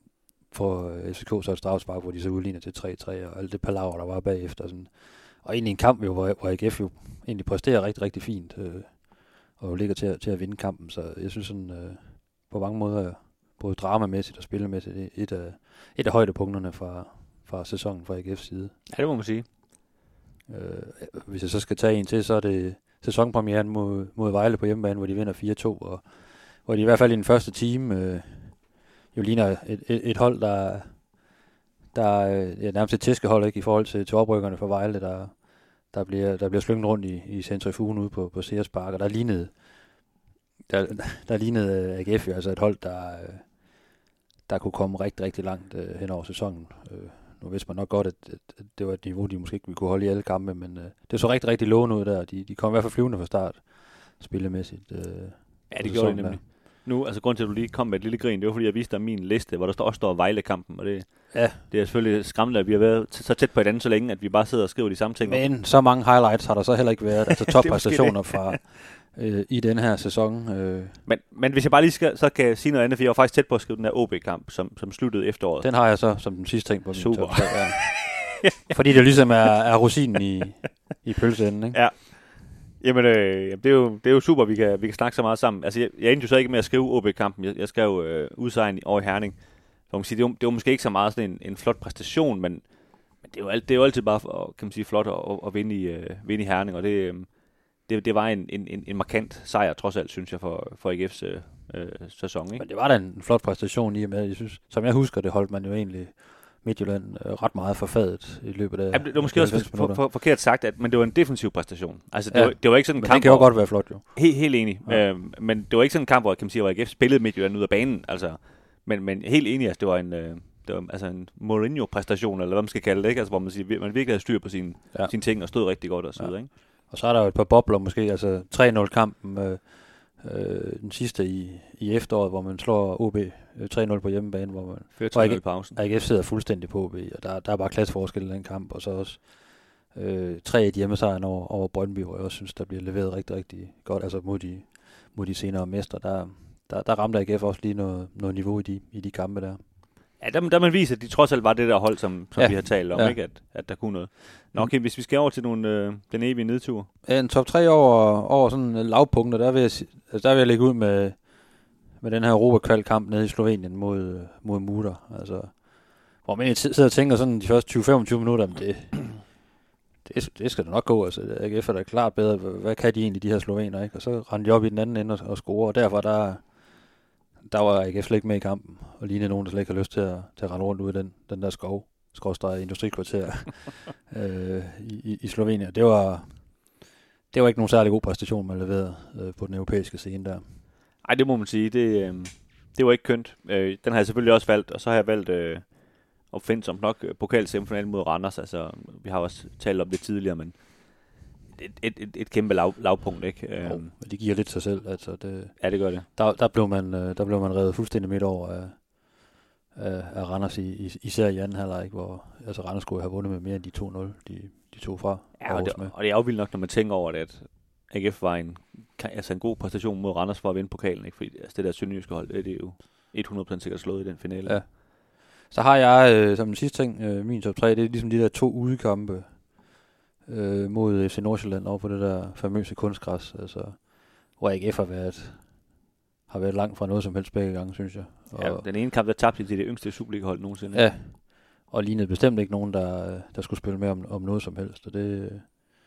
Speaker 1: får F C K så et strafspark, hvor de så udligner til tre tre, og alt det palaver, der var bagefter. Sådan. Og egentlig en kamp, jo, hvor, hvor A G F jo egentlig præsterer rigtig, rigtig fint, øh, og jo ligger til, til at vinde kampen, så jeg synes sådan, øh, på mange måder, både dramamæssigt og spillemæssigt, det er et af, et af højdepunkterne fra, fra sæsonen fra A G F's side.
Speaker 2: Ja, det må man sige.
Speaker 1: Øh, hvis jeg så skal tage en til, så er det sæsonpremieren mod, mod Vejle på hjemmebane, hvor de vinder fire to, og hvor de i hvert fald i den første time øh, jo ligner et, et, et hold, der, der ja, nærmest et tæskehold, ikke, i forhold til, til oprykkerne for Vejle, der, der, bliver, der bliver slynget rundt i, i centrifugen ude på, på Sears Park, og der lignede, der, der lignede A G F jo, altså et hold, der, der kunne komme rigtig, rigtig langt øh, hen over sæsonen. Øh, nu vidste man nok godt, at, at, at det var et niveau, de måske ikke ville kunne holde i alle kampe, men øh, det så rigtig, rigtig lovende ud der. De, de kom i hvert fald flyvende fra start, spillemæssigt. Øh,
Speaker 2: ja, det gjorde de nemlig. Nu, altså grund til, at du lige kom med et lille grin, det var fordi, jeg viste dig min liste, hvor der står, også står Vejle-kampen, og det,
Speaker 1: ja.
Speaker 2: det er selvfølgelig skræmmende, at vi har været t- så tæt på hinanden så længe, at vi bare sidder og skriver de samme ting.
Speaker 1: Men så mange highlights har der så heller ikke været, altså toppræstationer fra øh, i den her sæson. Øh.
Speaker 2: Men, men hvis jeg bare lige skal, så kan jeg sige noget andet, for jeg var faktisk tæt på at skrive den her O B-kamp, som, som sluttede efteråret.
Speaker 1: Den har jeg så som den sidste ting på min
Speaker 2: Super.
Speaker 1: top tre. Ja. Fordi det ligesom er, er rosinen i, i pølseenden, ikke?
Speaker 2: Ja. Jamen, øh, det, er jo, det er jo super, vi kan, vi kan snakke så meget sammen. Altså, jeg, jeg endte jo så ikke med at skrive O B-kampen. Jeg, jeg skrev øh, udsejren over i Herning. Så man kan sige, det, var, det var måske ikke så meget sådan en, en flot præstation, men, men det, er jo alt, det er jo altid bare, for, kan man sige, flot at, at, at vinde, i, øh, vinde i Herning. Og det, øh, det, det var en, en, en markant sejr, trods alt, synes jeg, for, for A G F's øh, øh, sæson. Ikke?
Speaker 1: Men det var da en flot præstation i og med, jeg synes, som jeg husker, det holdt man jo egentlig Midtjylland øh, ret meget forfadet i løbet af...
Speaker 2: Ja, det var måske også for, for, forkert sagt, at, men det var en defensiv præstation. Altså, det,
Speaker 1: ja,
Speaker 2: var, det var ikke sådan en
Speaker 1: men
Speaker 2: kamp...
Speaker 1: det kan jo godt være flot, jo.
Speaker 2: Helt, helt enig. Ja. Øh, men det var ikke sådan en kamp, hvor, kan man sige, hvor A G F spillede Midtjylland ud af banen. Altså, men, men helt enig, altså, det var en, øh, det var, altså, en Mourinho-præstation, eller hvad man skal kalde det, ikke? Altså, hvor man, siger, man virkelig havde styr på sine, ja. sine ting, og stod rigtig godt og så videre,
Speaker 1: ja.
Speaker 2: Ikke?
Speaker 1: Og så er der jo et par bobler måske, altså tre nul-kampen, øh, øh, den sidste i, i efteråret, hvor man slår O B øh, tre nul på hjemmebane, hvor man
Speaker 2: hvor pausen.
Speaker 1: A G F sidder fuldstændig på O B, og der, der er bare klasseforskel i den kamp, og så også øh, tre et hjemmesejren over, over Brøndby, hvor jeg også synes, der bliver leveret rigtig, rigtig godt, altså mod de, mod de senere mestre, der, der, der ramte A G F også lige noget, noget niveau i de, i de kampe der.
Speaker 2: Ja, der, der man viser, at de trods alt var det der hold, som, som
Speaker 1: ja.
Speaker 2: vi har talt om, ja. Ikke? At, at der kunne noget. Nå, okay, hvis vi skal over til nogle, øh, den evige nedtur.
Speaker 1: Ja, en top tre over, over sådan lavpunkter, der vil jeg, altså der vil jeg lægge ud med, med den her Europa-kval-kamp nede i Slovenien mod, mod Mutter. Altså, hvor man sidder og tænker sådan de første tyve til femogtyve minutter, men det, det, det skal da nok gå. Altså, A G F er da klart bedre. Hvad kan de egentlig, de her slovener, ikke? Og så rendte de op i den anden ende og, og score, og derfor der... Der var A G F slet ikke med i kampen, og lignede nogen, der slet ikke har lyst til at, til at rende rundt ud i den, den der skov, skovstreget industrikvarter øh, i, i Slovenien. Det var, det var ikke nogen særlig god præstation, man leverede øh, på den europæiske scene der.
Speaker 2: Nej, det må man sige. Det, øh, det var ikke kønt. Øh, den har jeg selvfølgelig også valgt, og så har jeg valgt øh, opfindsomt nok pokalsemifinalen mod Randers. Altså, vi har også talt om det tidligere, men et, et, et, et kæmpe lav, lavpunkt, ikke?
Speaker 1: Jo, det giver lidt sig selv. Altså det,
Speaker 2: ja, det gør det.
Speaker 1: Der, der, blev man, der blev man revet fuldstændig midt over af, af, af Randers, i, især i anden halvleg, hvor altså Randers skulle have vundet med mere end de to nul, de, de to fra.
Speaker 2: Ja, og det, og det er afvildt nok, når man tænker over det, at A G F var en, altså en god præstation mod Randers for at vinde pokalen, ikke? Fordi altså det der sønderjyske hold, det er jo hundrede procent sikkert slået i den finale.
Speaker 1: Ja. Så har jeg øh, som den sidste ting, øh, min top tre, det er ligesom de der to udekampe, Øh, mod F C Nordsjælland over på det der famøse kunstgræs, altså, hvor A G F har været, har været langt fra noget som helst begge gange, synes jeg. Og
Speaker 2: ja, den ene kamp, der tabte til det yngste Superliga-hold nogensinde.
Speaker 1: Ja, og lignede bestemt ikke nogen, der, der skulle spille med om, om noget som helst. Og det,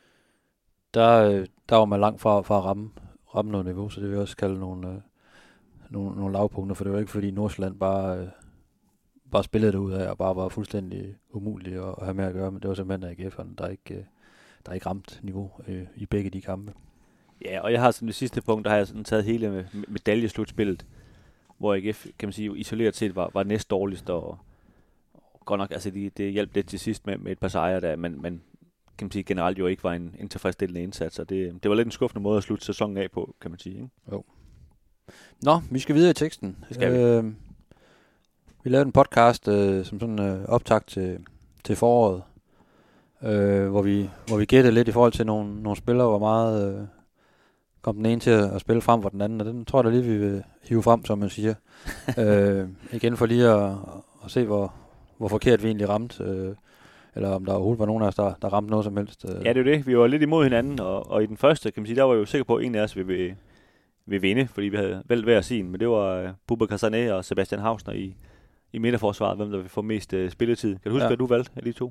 Speaker 1: der, der var man langt fra, fra at ramme, ramme noget niveau, så det vil jeg også kalde nogle, øh, nogle, nogle lavpunkter, for det var ikke fordi Nordsjælland bare, øh, bare spillede det ud af, og bare var fuldstændig umuligt at, at have med at gøre, men det var simpelthen A G F'erne, der ikke, der ikke ramt niveau øh, i begge de kampe.
Speaker 2: Ja, og jeg har sådan det sidste punkt, der har jeg sådan taget hele med medaljeslutspillet, hvor A G F, kan man sige, isoleret set var, var næst dårligst, og, og godt nok, altså de, det hjalp lidt til sidst med, med et par sejre der, men, men kan man sige, generelt jo ikke var en, en tilfredsstillende indsats, og det, det var lidt en skuffende måde at slutte sæsonen af på, kan man sige, ikke?
Speaker 1: Jo. Nå, vi skal videre i teksten.
Speaker 2: Det skal vi.
Speaker 1: Øh, vi lavede en podcast øh, som sådan øh, optakt til, til foråret, øh, hvor vi hvor vi gættede lidt i forhold til nogle, nogle spillere, hvor meget øh, kom den ene til at, at spille frem for den anden, og den tror jeg da lige, vi vil hive frem, som man siger. øh, igen for lige at, at se, hvor, hvor forkert vi egentlig ramte, øh, eller om der overhovedet var nogen af os, der, der ramte noget som helst. Øh.
Speaker 2: Ja, det er jo det. Vi var lidt imod hinanden, og, og i den første, kan man sige, der var jeg jo sikker på, at en af os ville, ville vinde, fordi vi havde valgt hver sin, men det var uh, Boubacar Sané og Sebastian Hausner i, i midterforsvaret, hvem der vil få mest uh, spilletid. Kan du huske, ja. hvad du valgte af de to?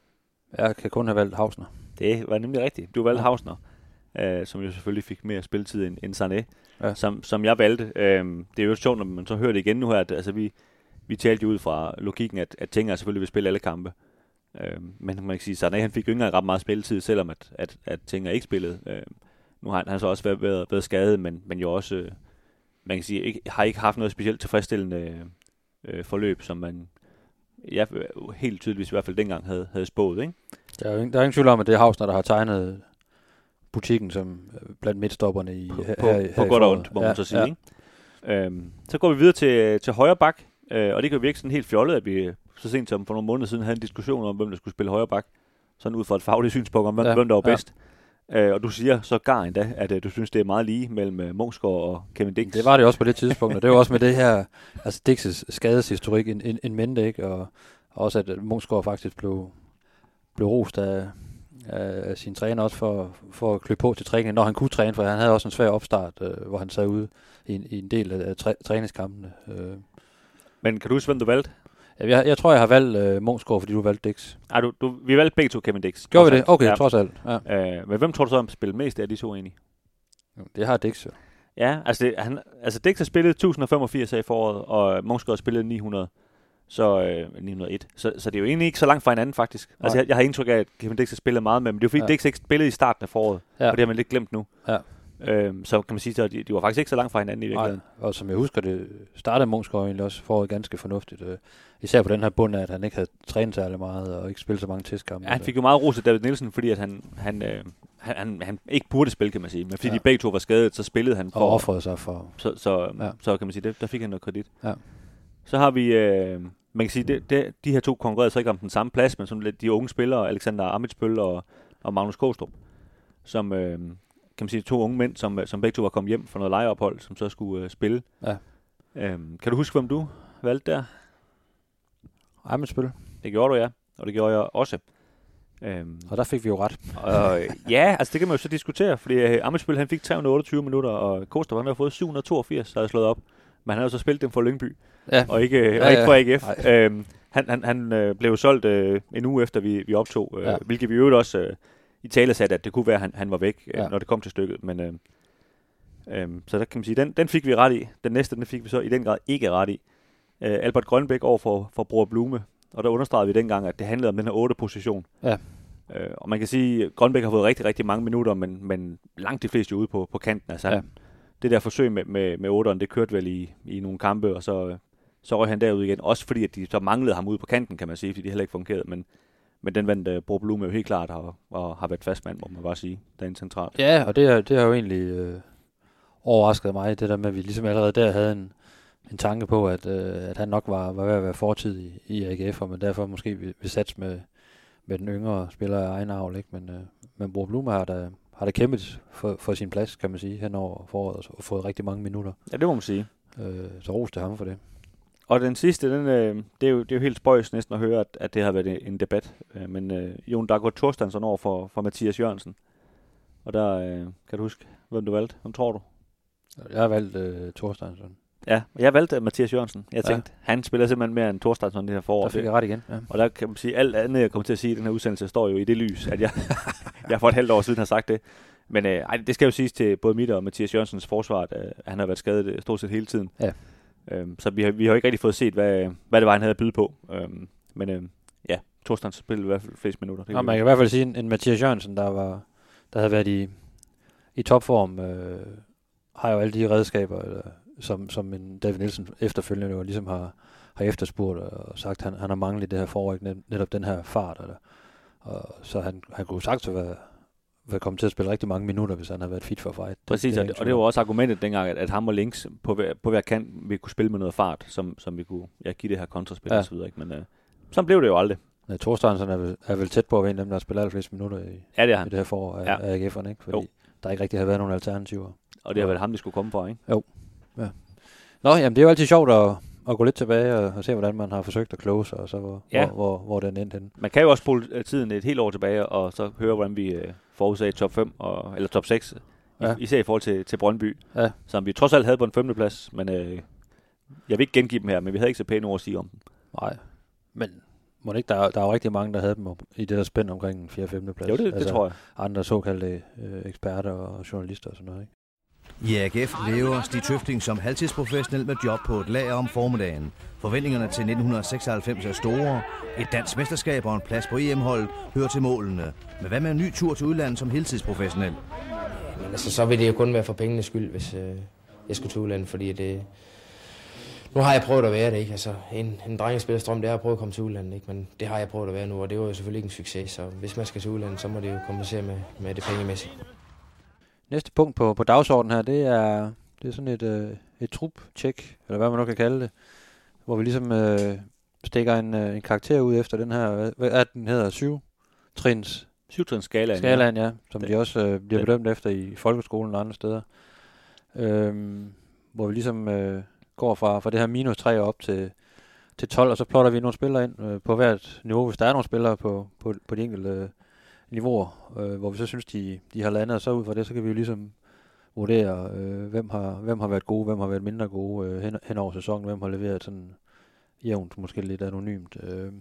Speaker 1: Jeg kan kun have valgt Hausner.
Speaker 2: Det var nemlig rigtigt. Du valgte ja. Hausner, uh, som jo selvfølgelig fik mere spilletid end, end Sané, ja. som, som jeg valgte. Uh, det er jo sjovt, når man så hører det igen nu her, at altså, vi, vi talte jo ud fra logikken, at, at Tinger selvfølgelig vil spille alle kampe. Uh, men man kan sige, Sané han fik jo ikke engang ret meget spilletid, selvom at, at, at Tinger ikke spillede. Uh, nu har han, han så også været, været, været skadet, men, men jo også, uh, man kan sige, ikke, har ikke haft noget specielt tilfredsstillende uh, forløb, som man ja, helt tydeligvis i hvert fald dengang havde, havde spået, ikke?
Speaker 1: Der er, ingen, der er ingen tvivl om, at det er Hausner, der har tegnet butikken som blandt midtstopperne i
Speaker 2: på,
Speaker 1: her,
Speaker 2: på,
Speaker 1: her,
Speaker 2: på
Speaker 1: her
Speaker 2: godt og ondt, må ja, man så sige, ja. Ikke? Um, så går vi videre til, til højre bak, uh, og det kan jo virke sådan helt fjollet, at vi så sent som for nogle måneder siden havde en diskussion om, hvem der skulle spille højre bak, sådan ud fra et fagligt synspunkt om, hvem, ja, hvem der var ja. bedst. Uh, og du siger så gar endda, at uh, du synes, det er meget lige mellem uh, Munksgaard og Kevin Dix.
Speaker 1: Det var det også på det tidspunkt, og det var også med det her, altså Dix' skadeshistorik en, en, en mente, ikke? Og også at Munksgaard faktisk blev, blev rost af, af sin træner også for, for at klø på til træningen, når han kunne træne, for han havde også en svær opstart, uh, hvor han sad ude i en, i en del af træ, træningskampene. Uh.
Speaker 2: Men kan du huske, hvem du valgte?
Speaker 1: Jeg, jeg tror, jeg har valgt uh, Munksgaard, fordi du valgte Dix.
Speaker 2: Ej, du, du, vi valgte begge to Kevin Dix.
Speaker 1: Gjorde vi det? Okay, ja. Trods alt.
Speaker 2: Ja. Uh, men hvem tror du så, om spiller mest af de to egentlig?
Speaker 1: Det har Dix jo.
Speaker 2: Ja, altså, det, han, altså Dix har spillet tusind femogfirs i foråret, og Munksgaard har spillet ni hundrede. Så øh, ni hundrede og en. Så, så det er jo egentlig ikke så langt fra hinanden, faktisk. Nej. Altså, jeg, jeg har indtryk af, at Kevin Dix har spillet meget med, men det er jo fordi, ja. Dix ikke spillede i starten af foråret, ja. Og det har man lidt glemt nu. Ja. Øhm, så kan man sige, at de, de var faktisk ikke så langt fra hinanden i virkeligheden.
Speaker 1: Nej, og som jeg husker, det startede Munksgaard egentlig også foråret ganske fornuftigt. Øh, især på den her bund af, at han ikke havde trænet særlig meget, og ikke spillet så mange testkampe.
Speaker 2: Ja, han fik jo meget ros af David Nielsen, fordi at han, han, øh, han, han, han ikke burde spille, kan man sige. Men fordi ja. de begge to var skadet, så spillede han for...
Speaker 1: Og offrede sig for...
Speaker 2: Så, så, ja. så kan man sige, det, der fik han noget kredit.
Speaker 1: Ja.
Speaker 2: Så har vi... Øh, man kan sige, det, det, de her to konkurrerede så ikke om den samme plads, men sådan lidt de unge spillere, Alexander Amitsbøl og, og Magnus Kåstrup, som, øh, kan man sige, to unge mænd, som, som begge to var kommet hjem for noget lejeophold, som så skulle øh, spille. Ja. Øhm, kan du huske, hvem du valgte der?
Speaker 1: Amitsbøl.
Speaker 2: Det gjorde du, ja. Og det gjorde jeg også.
Speaker 1: Øhm, og der fik vi jo ret.
Speaker 2: Og, ja, altså det kan man jo så diskutere, fordi øh, Amitsbøl han fik tre hundrede og otteogtyve minutter, og Kåstrup han har fået syv hundrede og toogfirs, så havde slået op. Men han har jo så spillet dem for Lyngby, ja. og ikke, ja, og ikke for A G F. Ja. Øhm, han han, han øh, blev solgt øh, en uge efter, vi, vi optog, øh, ja. hvilket vi jo også øh, i tale satte, at det kunne være, at han, han var væk, øh, ja. når det kom til stykket. Men, øh, øh, så der kan man sige, den, den fik vi ret i. Den næste, den fik vi så i den grad ikke ret i. Øh, Albert Grønbæk over for, for Bror Blume, og der understregede vi dengang, at det handlede om den her otte position. Ja. Øh, og man kan sige, at Grønbæk har fået rigtig, rigtig mange minutter, men, men langt de fleste ude på, på kanten. Altså, ja. Det der forsøg med, med, med otteren, det kørte vel i, i nogle kampe, og så, så røg han derud igen. Også fordi, at de så manglede ham ude på kanten, kan man sige, fordi de heller ikke fungerede. Men, men den vandt uh, Bror Blume jo helt klart, og, og har været fastmand, må man bare sige, derinde centralt.
Speaker 1: Ja, og det, det har jo egentlig øh, overrasket mig, det der med, at vi ligesom allerede der havde en, en tanke på, at, øh, at han nok var, var ved at være fortid i, i A G F, men derfor måske vi, vi sats med, med den yngre spiller af egen avl, ikke? Men, øh, men Bror Blume har da... har det kæmpet for, for sin plads, kan man sige, hen over foråret, og fået rigtig mange minutter.
Speaker 2: Ja, det må man sige.
Speaker 1: Øh, så ros til ham for det.
Speaker 2: Og den sidste, den, øh, det, er jo, det er jo helt spøjs næsten at høre, at, at det har været en debat. Øh, men øh, Jon Dagur Thorsteinsson over for, for Mathias Jørgensen. Og der, øh, kan du huske, hvem du valgte? Hvem tror du?
Speaker 1: Jeg har valgt øh, Thorsteinsson.
Speaker 2: Ja, jeg valgte uh, Mathias Jørgensen. Jeg tænkte, ja. han spiller simpelthen mere end Thorsteinsson det her forår.
Speaker 1: Der fik jeg ret igen. Ja.
Speaker 2: Og der kan man sige, alt andet, jeg kommer til at sige i den her udsendelse, står jo i det lys, at jeg, jeg for et halvt år siden har sagt det. Men øh, ej, det skal jo siges til både mit og Mathias Jørgensens forsvar, at øh, han har været skadet stort set hele tiden. Ja. Øhm, så vi har, vi har ikke rigtig fået set, hvad, hvad det var, han havde at byde på. Øhm, men øhm, ja, Thorstrand spillede i hvert fald flest minutter.
Speaker 1: Nå, man kan i hvert fald sige, en, en Mathias Jørgensen, der var der havde været i, i topform, øh, har jo alle de redskaber, eller, som, som en David Nielsen efterfølgende jo ligesom har, har efterspurgt og sagt, han, han har manglet det her forryk, net, netop den her fart. Eller, og, så han, han kunne sagt at være, være kommet til at spille rigtig mange minutter, hvis han havde været fit for fight.
Speaker 2: Præcis, det, det og det var også argumentet dengang, at, at ham og Links på hver, på hver kant vi kunne spille med noget fart, som, som vi kunne ja, give det her kontraspil ja. og så videre. Ikke? Men øh, sådan blev det jo aldrig.
Speaker 1: Ja, Thorstrandsen er vel, er vel tæt på at være en af dem, der har spillet allerflest minutter i,
Speaker 2: ja, det, er
Speaker 1: i det her forår af,
Speaker 2: ja.
Speaker 1: af A G F'erne, ikke? Fordi
Speaker 2: jo.
Speaker 1: der ikke rigtig har været nogen alternativer.
Speaker 2: Og det har været ham, de skulle komme fra, ikke?
Speaker 1: Jo. Ja. Nå, jamen det er jo altid sjovt at, at gå lidt tilbage og, og se, hvordan man har forsøgt at kloge sig, og så hvor, ja. hvor, hvor, hvor den endte henne.
Speaker 2: Man kan jo også spole tiden et helt år tilbage, og så høre, hvordan vi øh, forudsagde top fem, og, eller top seks, ja. i, især i forhold til, til Brøndby, ja. som vi trods alt havde på en femteplads, men øh, jeg vil ikke gengive dem her, men vi havde ikke så pæne ord at sige om dem.
Speaker 1: Nej, men må ikke, der, der er jo rigtig mange, der havde dem i det der spænd omkring en fjerde og femte plads.
Speaker 2: Jo, det, altså, det tror jeg.
Speaker 1: Andre såkaldte øh, eksperter og journalister og sådan noget, ikke?
Speaker 4: I A G F lever Stig Tøfting som halvtidsprofessionel med job på et lager om formiddagen. Forventningerne til nitten seksoghalvfems er store. Et dansk mesterskab og en plads på E M-holdet hører til målene. Men hvad med en ny tur til udlandet som heltidsprofessionel?
Speaker 5: Men altså, så vil det jo kun være for pengenes skyld, hvis øh, jeg skulle til udlandet, fordi det... Nu har jeg prøvet at være det, ikke? Altså, en, en drengespillerstrøm, det har jeg prøvet at komme til udlandet, ikke? Men det har jeg prøvet at være nu, og det var jo selvfølgelig ikke en succes. Så hvis man skal til udlandet, så må det jo kompensere med, med det pengemæssige.
Speaker 1: Næste punkt på, på dagsordenen her, det er, det er sådan et, øh, et trup-check, eller hvad man nu kan kalde det, hvor vi ligesom øh, stikker en, øh, en karakter ud efter den her, hvad, hvad er den hedder, syv-trins?
Speaker 2: Syv-trins skalaen,
Speaker 1: skalaen, ja, som det, de også øh, bliver bedømt efter i folkeskolen og andre steder. Øhm, hvor vi ligesom øh, går fra, fra det her minus tre op til, til tolv, og så plotter vi nogle spillere ind øh, på hvert niveau, hvis der er nogle spillere på, på, på de enkelte øh, niveauer, øh, hvor vi så synes, de, de har landet, og så ud fra det, så kan vi jo ligesom vurdere, øh, hvem, har, hvem har været gode, hvem har været mindre gode øh, hen, hen over sæsonen, hvem har leveret sådan jævnt, måske lidt anonymt. Øh.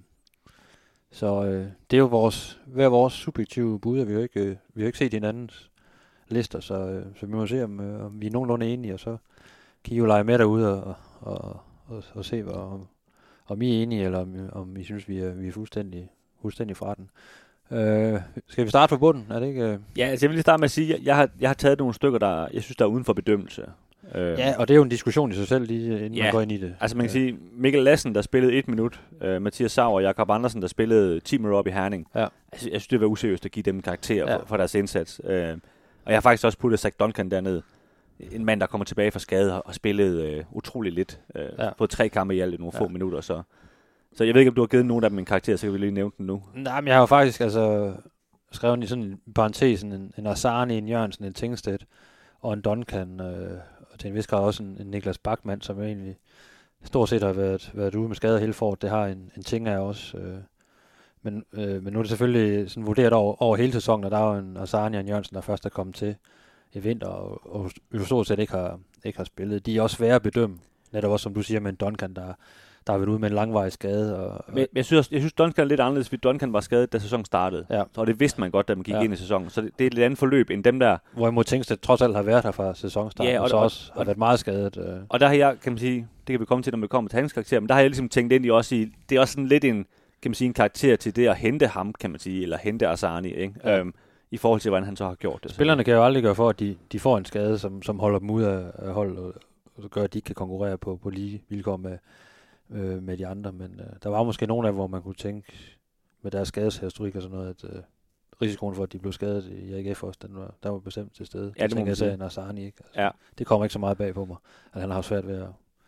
Speaker 1: Så øh, det er jo vores, hver vores subjektive bud, og vi har jo ikke, øh, vi har ikke set hinandens lister, så, øh, så vi må se, om, øh, om vi er nogenlunde enige, og så kan I jo lege med derude og, og, og, og se, hvor, om, om I er enige, eller om, om I synes, vi er, vi er fuldstændig, fuldstændig fra den. Øh, skal vi starte fra bunden? Er det ikke? Øh?
Speaker 2: Ja, altså jeg vil lige starte med at sige, at jeg har, jeg har taget nogle stykker, der jeg synes, der er uden for bedømmelse.
Speaker 1: Øh. Ja, og det er jo en diskussion i sig selv, lige inden ja. man går ind i det.
Speaker 2: Altså man kan ja. sige, Mikkel Lassen, der spillede et minut, øh, Mathias Sauer og Jakob Andersen, der spillede ti minutter op i Herning. Ja. Altså, jeg synes, det var useriøst at give dem karakter ja. for, for deres indsats. Øh, og jeg har faktisk også puttet Zach Duncan derned. En mand, der kommer tilbage fra skade og spillet øh, utrolig lidt. Øh, ja. Fået tre kampe i alt i nogle ja. få minutter, så... Så jeg ved ikke, om du har givet nogen af dem en karakter, så kan vi lige nævne den nu.
Speaker 1: Nej, men jeg har jo faktisk altså skrevet i sådan en parentes, en, en Asani, en Jørgensen, en Tingstedt og en Duncan, øh, og til en vis grad også en, en Niklas Bachmann, som egentlig stort set har været, været ude med skader hele foråret. Det har en, en ting af også. Øh. Men, øh, men nu er det selvfølgelig sådan vurderet over, over hele sæsonen, og der er jo en Asani og en Jørgensen, der først er kommet til i vinter, og, og jo stort set ikke har, ikke har spillet. De er også svære at bedømme, netop også som du siger med en Duncan, der der har været ude med en langvarig skade. Og, og
Speaker 2: Men jeg synes, jeg synes Duncan er lidt anderledes, fordi Duncan var skadet, da sæsonen startede. Ja. Så det vidste man godt, da man gik ja. ind i sæsonen. Så det, det er et lidt andet forløb end dem der.
Speaker 1: Hvorimod Tingstedt trods alt har været her fra sæsonstart, ja, og, og så og, også og, har været meget skadet. Øh.
Speaker 2: Og der har jeg, kan man sige, det kan vi komme til, når vi kommer til hans karakter, men der har jeg ligesom tænkt ind i også i, det er også sådan lidt en, kan man sige, en karakter til det at hente ham, kan man sige, eller hente Asani, ikke? Ja. Øhm, i forhold til, hvordan han så har gjort det.
Speaker 1: Spillerne kan jo aldrig gøre for, at de, de får en skade, som, som holder dem ud af, af hold, og, og så gør, at de ikke kan konkurrere på, på lige vilkår med Øh, med de andre, men øh, der var måske nogle af, hvor man kunne tænke med deres skadeshistorik og sådan noget, at øh, risikoen for, at de blev skadet i A G F også, den var, der var bestemt til stede.
Speaker 2: Ja, det
Speaker 1: tænker jeg sagde, en Asani, ikke? Altså,
Speaker 2: ja.
Speaker 1: Det kommer ikke så meget bag på mig, at han har svært ved at,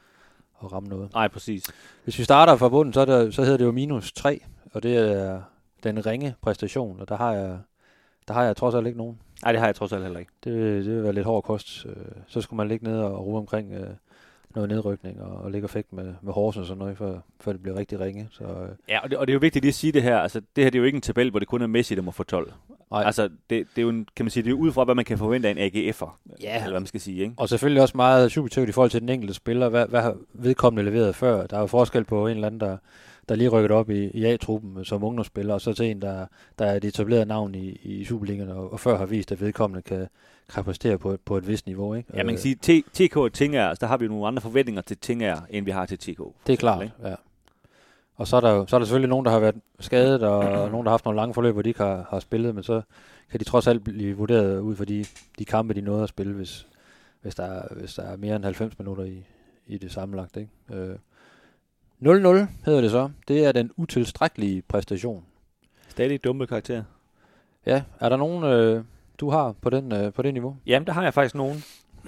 Speaker 1: at ramme noget.
Speaker 2: Nej, præcis.
Speaker 1: Hvis vi starter fra bunden, så, der, så hedder det jo minus tre, og det er den ringe præstation, og der har jeg, der har jeg trods alt ikke nogen.
Speaker 2: Nej, det har jeg trods alt heller ikke.
Speaker 1: Det, det vil være lidt hård kost. Så skulle man ligge ned og ruge omkring øh, noget nedrykning og, og ligge og fægte med, med Horsens og sådan noget, før, før det bliver rigtig ringe. Så, øh.
Speaker 2: Ja, og det, og det er jo vigtigt lige at sige det her. Altså, det her det er jo ikke en tabel, hvor det kun er Messi, der må få tolv. Nej. Altså, det, det er jo en, kan man sige, det er ud fra, hvad man kan forvente af en A G F'er. Ja. Eller hvad man skal sige, ikke?
Speaker 1: Og selvfølgelig også meget subjektivt i forhold til den enkelte spiller. Hvad, hvad har vedkommende leveret før? Der er jo forskel på en eller anden, der,
Speaker 6: der lige rykket op i, i A-truppen som ungdomsspiller, og så til en, der, der er et etableret navn i, i Superligaen, og, og før har vist, at vedkommende kan, kan præstere på, på et vist niveau. Ikke?
Speaker 2: Ja, man kan sige, T K og Tingager, altså, der har vi nogle andre forventninger til Tingager, end vi har til T K.
Speaker 6: Det er klart, ja. Og så er, der jo, så er der selvfølgelig nogen, der har været skadet, og nogen, der har haft nogle lange forløb, hvor de ikke har, har spillet, men så kan de trods alt blive vurderet ud for de, de kampe, de nåede at spille, hvis, hvis, der, er, hvis der er mere end halvfems minutter i, i det sammenlagt. Ikke? Øh, nul nul hedder det så. Det er den utilstrækkelige præstation.
Speaker 2: Stadig dumme karakter.
Speaker 6: Ja, er der nogen, øh, du har på, den, øh, på det niveau?
Speaker 2: Jamen, der har jeg faktisk nogen.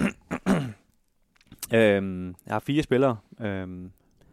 Speaker 2: øhm, jeg har fire spillere. Øhm,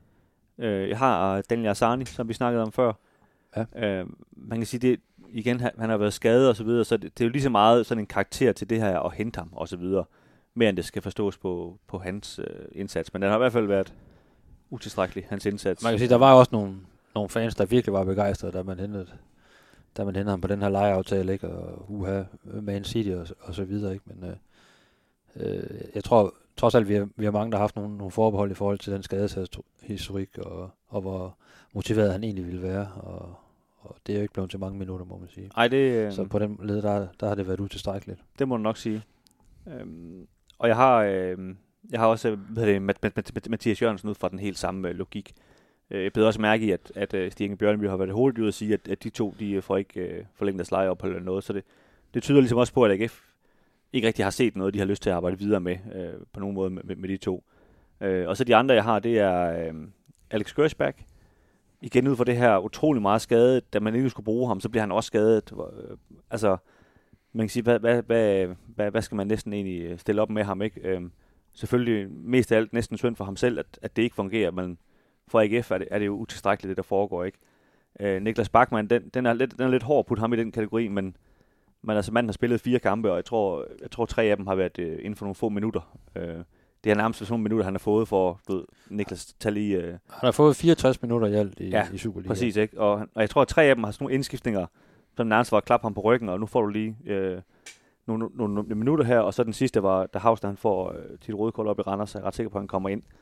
Speaker 2: øh, jeg har Daniel Arzani, som vi snakkede om før.
Speaker 6: Ja.
Speaker 2: Øhm, man kan sige, det igen, han, han har været skadet og så videre, så det, det er jo lige så meget sådan en karakter til det her at hente ham og så videre, mere end det skal forstås på, på hans øh, indsats. Men den har i hvert fald været utilstrækkelig, hans indsats.
Speaker 6: Man kan sige, der var også nogle, nogle fans, der virkelig var begejstrede, da man hentede, da man hentede ham på den her lejeaftale, ikke? Og uha, Man City og, og så videre, ikke? Men øh, øh, jeg tror trods alt, vi har, vi har mange, der har haft nogle, nogle forbehold i forhold til den skadeshistorik, og, og hvor motiveret han egentlig ville være, og, og det er jo ikke blevet til mange minutter, må man sige.
Speaker 2: Ej, det, øh,
Speaker 6: så på den led, der, der har det været utilstrækkeligt.
Speaker 2: Det må du nok sige. Øhm, og jeg har, øh, jeg har også hvad det, Mat- Mat- Mat- Mathias Jørgensen ud fra den helt samme øh, logik. Øh, jeg blev også mærke i, at, at uh, Stig Inge Bjørneby har været hurtigt ud at sige, at, at de to de får ikke øh, forlænget deres lejeophold eller noget. Så det, det tyder ligesom også på, at A G F ikke rigtig har set noget, de har lyst til at arbejde videre med øh, på nogen måde med, med, med de to. Øh, og så de andre, jeg har, det er øh, Alex Gersbach. Igen ud fra det her utrolig meget skadet. Da man ikke skulle bruge ham, så bliver han også skadet. Øh, altså, man kan sige, hvad, hvad, hvad, hvad, hvad skal man næsten egentlig stille op med ham, ikke? Øh, selvfølgelig mest af alt næsten synd for ham selv, at, at det ikke fungerer, men for A G F er det, er det jo utilstrækkeligt, det der foregår, ikke? Øh, Niklas Bachmann, den, den, er lidt, den er lidt hård at putte ham i den kategori, men, men altså manden har spillet fire kampe, og jeg tror, jeg tror tre af dem har været øh, inden for nogle få minutter. Øh, det er nærmest sådan nogle minutter, han har fået for, du ved, Niklas tal i... Øh,
Speaker 6: han har fået fireogtres minutter i alt i,
Speaker 2: ja,
Speaker 6: i Superliga.
Speaker 2: Præcis, ikke? Og, og jeg tror, at tre af dem har sådan nogle indskiftninger, som nærmest var at klappe ham på ryggen, og nu får du lige øh, nogle, nogle, nogle minutter her, og så den sidste var, da Hausner han får øh, sit røde kort op i Randers, så jeg er ret sikker på, at han kommer ind.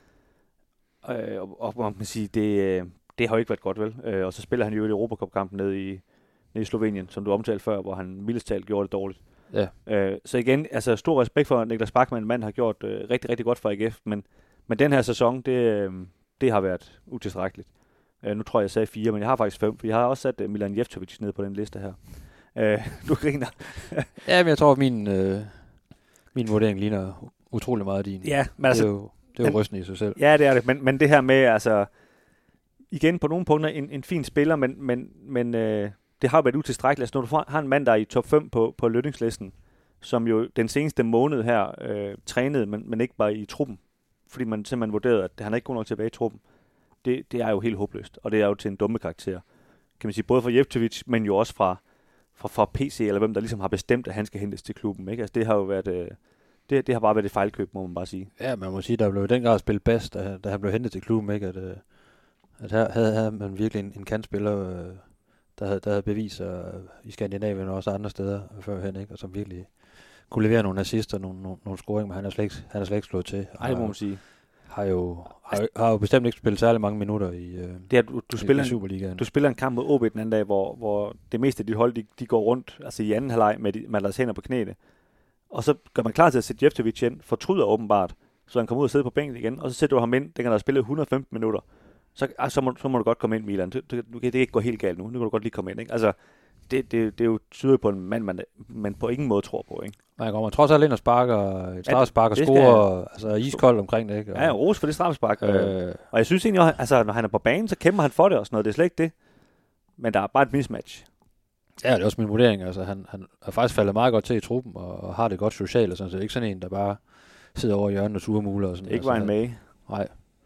Speaker 2: Øh, og, og man kan sige, det, øh, det har jo ikke været godt, vel? Øh, og så spiller han jo i Europacup-kampen nede i, nede i Slovenien, som du omtalte før, hvor han mildest talt gjorde det dårligt.
Speaker 6: Ja.
Speaker 2: Øh, så igen, altså stor respekt for Niklas Bachmann, mand har gjort øh, rigtig, rigtig godt for A G F, men, men den her sæson, det, øh, det har været utilstrækkeligt. Øh, nu tror jeg, jeg sagde fire, men jeg har faktisk fem, for jeg har også sat uh, Milan Jevtovic ned på den liste her. Øh, du griner.
Speaker 6: Ja, men jeg tror, at min, øh, min vurdering ligner utrolig meget din.
Speaker 2: Ja, men altså...
Speaker 6: Det er jo, det er jo rystende i sig selv.
Speaker 2: Ja, det er det, men, men det her med, altså... Igen, på nogle punkter, en, en fin spiller, men, men, men øh, det har været utilstrækkeligt. Altså, når du har en mand, der er i top fem på, på lønningslisten, som jo den seneste måned her øh, trænede, men, men ikke bare i truppen, fordi man simpelthen vurderede, at han er ikke god nok tilbage i truppen, det, det er jo helt håbløst, og det er jo til en dumme karakter. Kan man sige, både fra Jevtovic, men jo også fra, fra, fra P C, eller hvem der ligesom har bestemt, at han skal hentes til klubben. Ikke? Altså, det har jo været... Øh, det, det har bare været et fejlkøb, må man bare sige.
Speaker 6: Ja, man må sige, der blev i den grad spillet bedst, da, da han blev hentet til klubben, ikke? At, øh, at her havde, havde man virkelig en, en kantspiller, øh, der, havde, der havde beviser øh, i Skandinavien og også andre steder førhen, ikke? Og som virkelig kunne levere nogle assister, nogle, nogle, nogle scoringer, men han er slet ikke, han er slet ikke slået til.
Speaker 2: Ej, det må man sige.
Speaker 6: Har jo, har, har jo bestemt ikke spillet særlig mange minutter i, øh,
Speaker 2: det er, du, du spiller
Speaker 6: i Superligaen.
Speaker 2: Du spiller en kamp mod O B den anden dag, hvor, hvor det meste af dit hold, de, de går rundt, altså i anden halvleg med, de, med deres hænder på knæene. Og så gør man klar til at sætte Jevtovic ind, fortryder åbenbart, så han kommer ud og sidder på bænken igen, og så sætter du ham ind, dengang der har spillet et hundrede og femten minutter. Så, altså, så, må, så må du godt komme ind, Milan. Du, du, det kan ikke gå helt galt nu. Nu kan du godt lige komme ind, ikke? Altså, det, det, det er jo tydeligt på en mand, man, man på ingen måde tror på, ikke?
Speaker 6: Man kommer trods alt ind og sparker, et straffespark og
Speaker 2: det
Speaker 6: scorer, altså iskold omkring det, ikke?
Speaker 2: Og, ja, ros for det straffespark.
Speaker 6: Øh,
Speaker 2: og jeg synes egentlig, altså, når han er på banen, så kæmper han for det og sådan noget. Det er slet ikke det. Men der er bare et mismatch.
Speaker 6: Ja, det er også min vurdering. Altså, han, han er faktisk faldet meget godt til i truppen, og, og har det godt socialt, og sådan, så det er ikke sådan en, der bare sidder over i hjørnet og surmuler og sådan.
Speaker 2: Det er ikke
Speaker 6: altså,
Speaker 2: Ryan May.
Speaker 6: Nej.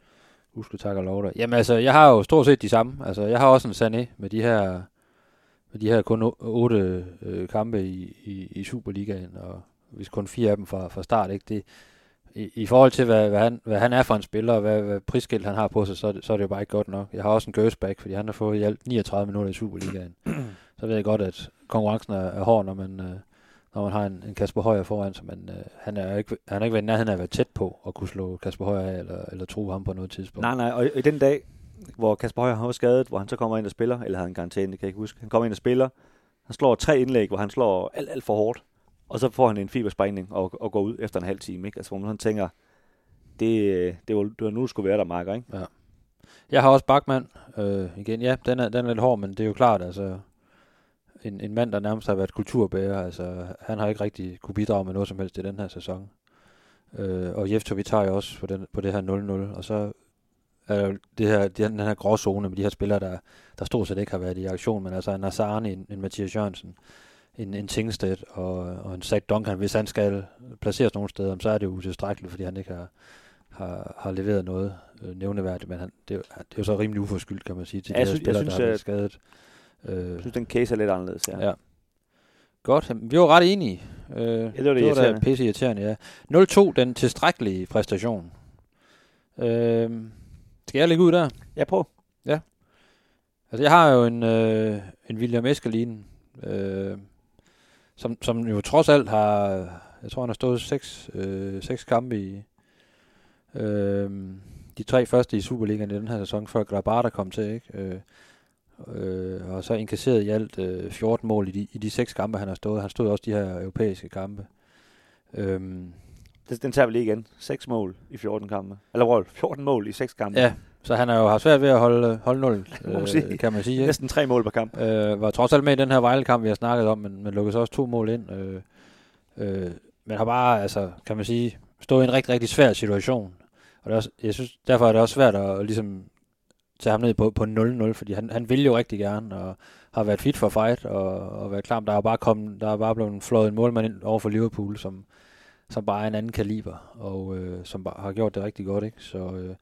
Speaker 6: Husk, tak og lov dig. Jamen altså, jeg har jo stort set de samme. Altså, jeg har også en Sané med de her, med de her kun otte øh, kampe i, i, i Superligaen, og hvis kun fire af dem fra, fra start, ikke? Det, i, I forhold til, hvad, hvad, han, hvad han er for en spiller, og hvad, hvad prisskilt han har på sig, så er, det, så er det jo bare ikke godt nok. Jeg har også en Gersbach, fordi han har fået i alt niogtredive minutter i Superligaen. Så ved jeg godt, at konkurrencen er, er hård, når man, øh, når man har en, en Kasper Højer foran sig, men øh, han er ikke, han er ikke været nærheden af at være tæt på at kunne slå Kasper Højer af, eller, eller tro ham på noget tidspunkt.
Speaker 2: Nej, nej, og i den dag, hvor Kasper Højer har været skadet, hvor han så kommer ind og spiller, eller havde en karantæne, det kan jeg ikke huske. Han kommer ind og spiller, han slår tre indlæg, hvor han slår alt, alt for hårdt, og så får han en fibersprængning og, og går ud efter en halv time, ikke? Altså, hvor man sådan tænker, det, det, var, det var nu, du skulle være der, Marker, ikke?
Speaker 6: Ja. Jeg har også Bachmann, øh, igen, ja, den er, den er lidt hård, men det er jo klart, altså, en, en mand, der nærmest har været kulturbærer, altså, han har ikke rigtig kunne bidrage med noget som helst i den her sæson. Øh, og Jeftovic tager jo også på, den, på det her nul nul, og så er jo det her, den her gråzone med de her spillere, der, der stort set ikke har været i aktion, men altså en Nazarne, en, en Mathias Jørgensen, en, en Tingstedt og, og en Zach Duncan, hvis han skal placeres nogle steder, så er det jo utilstrækkeligt, fordi han ikke har, har, har leveret noget øh, nævneværdigt, men han, det, det er jo så rimelig uforskyldt, kan man sige, til ja, de her spillere, synes, der har været skadet.
Speaker 2: Jeg øh, synes, den case er lidt anderledes, ja. ja.
Speaker 6: Godt, vi var ret enige. Øh, ja,
Speaker 2: det var det, det var da
Speaker 6: pisse irriterende, ja. nul to, den tilstrækkelige præstation. Øh, skal jeg lægge ud der?
Speaker 2: Ja, på.
Speaker 6: Ja. Altså, jeg har jo en, øh, en William Eskelin, øh, som, som jo trods alt har, jeg tror, han har stået seks, øh, seks kampe i øh, de tre første i Superligaen i den her sæson, før Grabara kom til, ikke? Øh, øh, og så inkasseret i alt øh, fjorten mål i de, i de seks kampe, han har stået. Han stod også de her europæiske kampe. Øh,
Speaker 2: Den tager vi lige igen. seks mål i fjorten kampe. Eller Rolf, fjorten mål i seks kampe.
Speaker 6: Ja, så han har jo haft svært ved at holde, holde nul, øh, kan man sige. Ikke?
Speaker 2: Næsten tre mål per kamp.
Speaker 6: Øh, var trods alt med i den her Vejle-kamp, vi har snakket om, men, men lukkede så også to mål ind. Øh, øh, men har bare, altså, kan man sige, stået i en rigtig, rigtig svær situation. Og det er også, jeg synes, derfor er det også svært at, at ligesom tage ham ned på, på nul nul, fordi han, han vil jo rigtig gerne, og har været fit for fight, og, og været klar. Der er bare kommet, der er bare blevet flået en målmand ind over for Liverpool, som som bare er en anden kaliber, og øh, som bare har gjort det rigtig godt, ikke? Så, øh,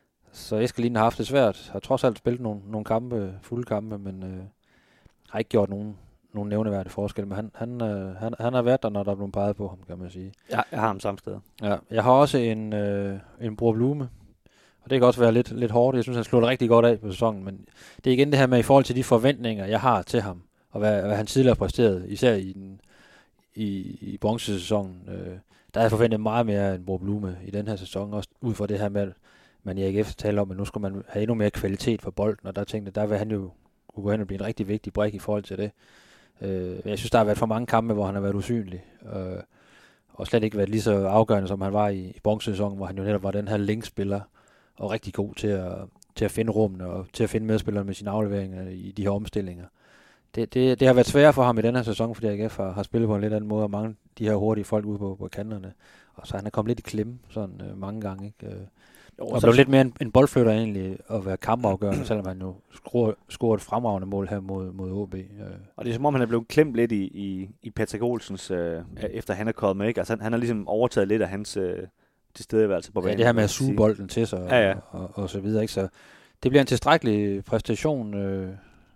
Speaker 6: så Eskelin har haft det svært, har trods alt spillet nogle, nogle kampe, fulde kampe, men øh, har ikke gjort nogen, nogen nævneværdige forskel, men han, han, øh, han, han har været der, når der er blevet peget på ham, kan man sige.
Speaker 2: Ja, jeg har ham samme sted.
Speaker 6: Ja, jeg har også en, øh, en Bror Blume, og det kan også være lidt, lidt hårdt. Jeg synes, han slår det rigtig godt af på sæsonen, men det er igen det her med, i forhold til de forventninger, jeg har til ham, og hvad, hvad han tidligere har præsteret, især i den i, i bronzesæsonen, øh, der er jeg forventet meget mere end Bror Blume i den her sæson, også ud fra det her med, at man i A G F taler om, at nu skal man have endnu mere kvalitet for bolden, og der tænkte der vil han jo kunne gå hen og blive en rigtig vigtig brik i forhold til det. Øh, jeg synes, der har været for mange kampe, hvor han har været usynlig, øh, og slet ikke været lige så afgørende, som han var i, i bronzesæsonen, hvor han jo netop var den her linkspiller, og rigtig god til at, til at finde rummene, og til at finde medspillerne med sine afleveringer i de her omstillinger. Det, det, det har været svært for ham i den her sæson, fordi A G F har, har spillet på en lidt anden måde, og mange de her hurtige folk ude på, på kanterne. Og så han er kommet lidt i klemme sådan øh, mange gange, ikke? Øh, jo, og blev lidt mere en, en boldflytter egentlig, at være kampafgørende, selvom han jo scorer, scorer et fremragende mål her mod, mod O B. Øh.
Speaker 2: Og det er som om, han er blevet klemt lidt i, i, i Patrick Olsens, øh, efter han er kommet med, ikke? Altså han, han har ligesom overtaget lidt af hans øh, tilstedeværelse på banen.
Speaker 6: Ja, det her med at suge bolden til sig,
Speaker 2: ja, ja.
Speaker 6: Og, og, og så videre, ikke? Så det bliver en tilstrækkelig præstation, øh,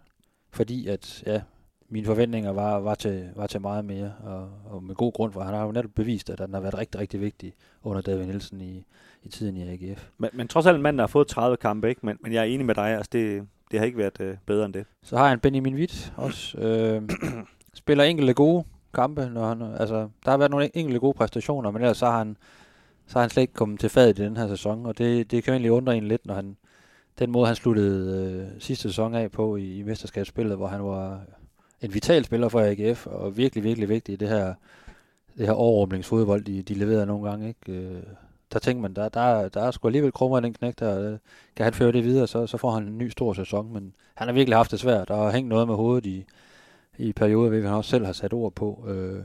Speaker 6: fordi at, ja, mine forventninger var, var, til, var til meget mere, og, og med god grund, for han har jo netop bevist, at han har været rigtig, rigtig vigtig under David Nielsen i, i tiden i A G F.
Speaker 2: Men, men trods alt en mand, der har fået tredive kampe, ikke? Men, men jeg er enig med dig, altså det, det har ikke været øh, bedre end det.
Speaker 6: Så har jeg en Benjamin Witt også. Øh, spiller enkelte gode kampe, når han, altså der har været nogle enkelte gode præstationer, men ellers så har han, så har han slet ikke kommet til fadet i den her sæson, og det, det kan jo egentlig undre en lidt, når han, den måde han sluttede øh, sidste sæson af på i, i mesterskabsspillet, hvor han var en vital spiller for A G F, og virkelig, virkelig vigtig i det her, det her overrumlingsfodbold, de, de leverede nogle gange, ikke? Øh, der tænker man, der, der, der er sgu alligevel krummer i den knæk der. Kan han føre det videre, så, så får han en ny stor sæson, men han har virkelig haft det svært. Der har hængt noget med hovedet i, i perioder, hvilket han også selv har sat ord på, øh,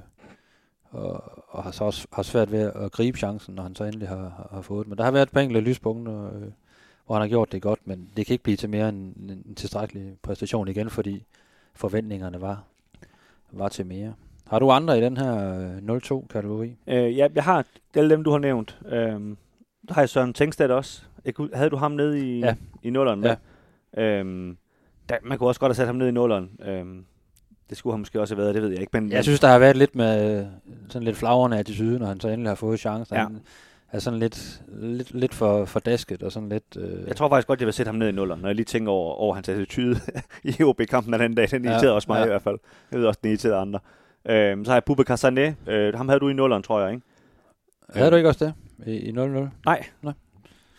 Speaker 6: og, og har så også har svært ved at gribe chancen, når han så endelig har, har fået det. Men der har været et par enkelte lyspunkter, øh, hvor han har gjort det godt, men det kan ikke blive til mere end en, en tilstrækkelig præstation igen, fordi forventningerne var, var til mere. Har du andre i den her øh, nul to-kategori?
Speaker 2: Øh, ja, jeg har alle dem, du har nævnt. Øh, der har jeg Søren Tingstedt også. Jeg kunne, havde du ham nede i,
Speaker 6: ja.
Speaker 2: i nulleren?
Speaker 6: Ja.
Speaker 2: Øh, der, man kunne også godt have sat ham ned i nulleren. Øh, det skulle han måske også have været, det ved jeg ikke. Men,
Speaker 6: jeg synes, der har været lidt med sådan lidt flagrende attitude, når han så endelig har fået chancen.
Speaker 2: Ja.
Speaker 6: Han er sådan lidt, lidt, lidt for, for dasket og sådan lidt... Øh...
Speaker 2: Jeg tror faktisk godt, jeg vil sætte ham ned i nulleren, når jeg lige tænker over, over hans attitude i O B-kampen den dag. Den irriterede ja, også mig ja. i hvert fald. Jeg ved også, den irriterede andre. Øh, så har jeg Boubacar Sané. Øh, ham havde du i nulleren, tror jeg, ikke?
Speaker 6: Havde øh, du ikke også det? I, i nul nul?
Speaker 2: Nej.
Speaker 6: Nej.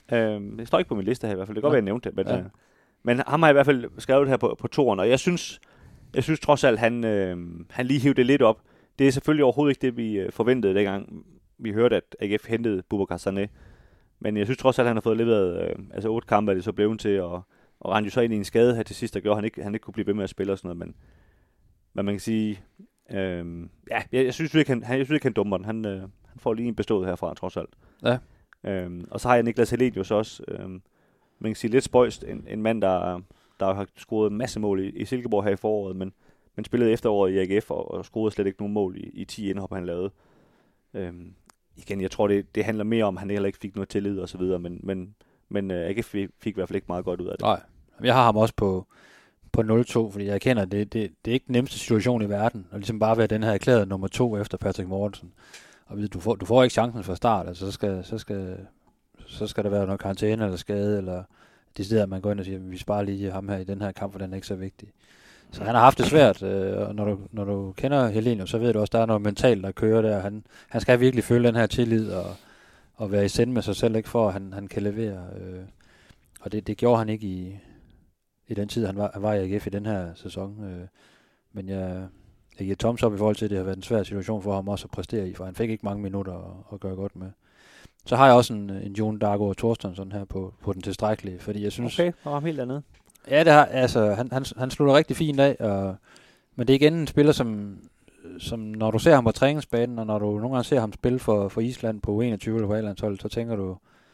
Speaker 2: Øh, det står ikke på min liste her i hvert fald. Det kan godt være, jeg nævnte det. Men,
Speaker 6: Ja.
Speaker 2: øh, men ham har jeg i hvert fald skrevet her på, på toeren, og jeg synes, jeg synes trods alt, han, øh, han lige hivede det lidt op. Det er selvfølgelig overhovedet ikke det, vi øh, forventede dengang. Vi hørte, at A G F hentede Boubacar Sané. Men jeg synes trods alt, at han har fået leveret øh, altså otte kampe, er det så blevet til, og, og rendte jo så ind i en skade her til sidst, der gjorde, han ikke, han ikke kunne blive ved med at spille og sådan noget. Men, men man kan sige, øh, ja, jeg, jeg synes ikke, han, jeg synes ikke, han dummer den. Han, øh, han får lige en bestået herfra, trods alt.
Speaker 6: Ja.
Speaker 2: Øh, og så har jeg Niklas Helenius også, øh, man kan sige lidt spøjst, en, en mand, der, der har scoret en masse mål i, i Silkeborg her i foråret, men, men spillede efteråret i A G F, og, og scorede slet ikke nogen mål i, i ti indhop, han lavede. Øh, igen, jeg tror, det, det handler mere om, at han heller ikke fik noget tillid og så videre, men, men, men uh, A G F fik, fik i hvert fald ikke meget godt ud af det.
Speaker 6: Nej, jeg har ham også på, på nul to, fordi jeg kender, det, det, det er ikke den nemmeste situation i verden, og ligesom bare være den her erklærede nummer to efter Patrick Mortensen. Og du får, du får ikke chancen fra start, altså så skal, så skal, så skal der være noget karantæne eller skade, eller det steder, at man går ind og siger, vi sparer lige ham her i den her kamp, for den er ikke så vigtig. Så han har haft det svært, øh, og når du, når du kender Helenius, så ved du også, at der er noget mentalt, der kører der. Han, han skal virkelig føle den her tillid, og, og være i send med sig selv, ikke for at han, han kan levere. Øh, og det, det gjorde han ikke i, i den tid, han var, han var i A G F i den her sæson. Øh, men jeg, jeg giver thumbs up i forhold til, at det har været en svær situation for ham også at præstere i, for han fik ikke mange minutter at, at gøre godt med. Så har jeg også en, en Jon Dagur Torstensson her på, på den tilstrækkelige, fordi jeg synes...
Speaker 2: Okay, og ham helt andet.
Speaker 6: Ja, det har, altså, han, han, han slutter rigtig fint af, og, men det er igen en spiller, som, som når du ser ham på træningsbanen, og når du nogle gange ser ham spille for, for Island på U enogtyve eller på A-landshold, så tænker du,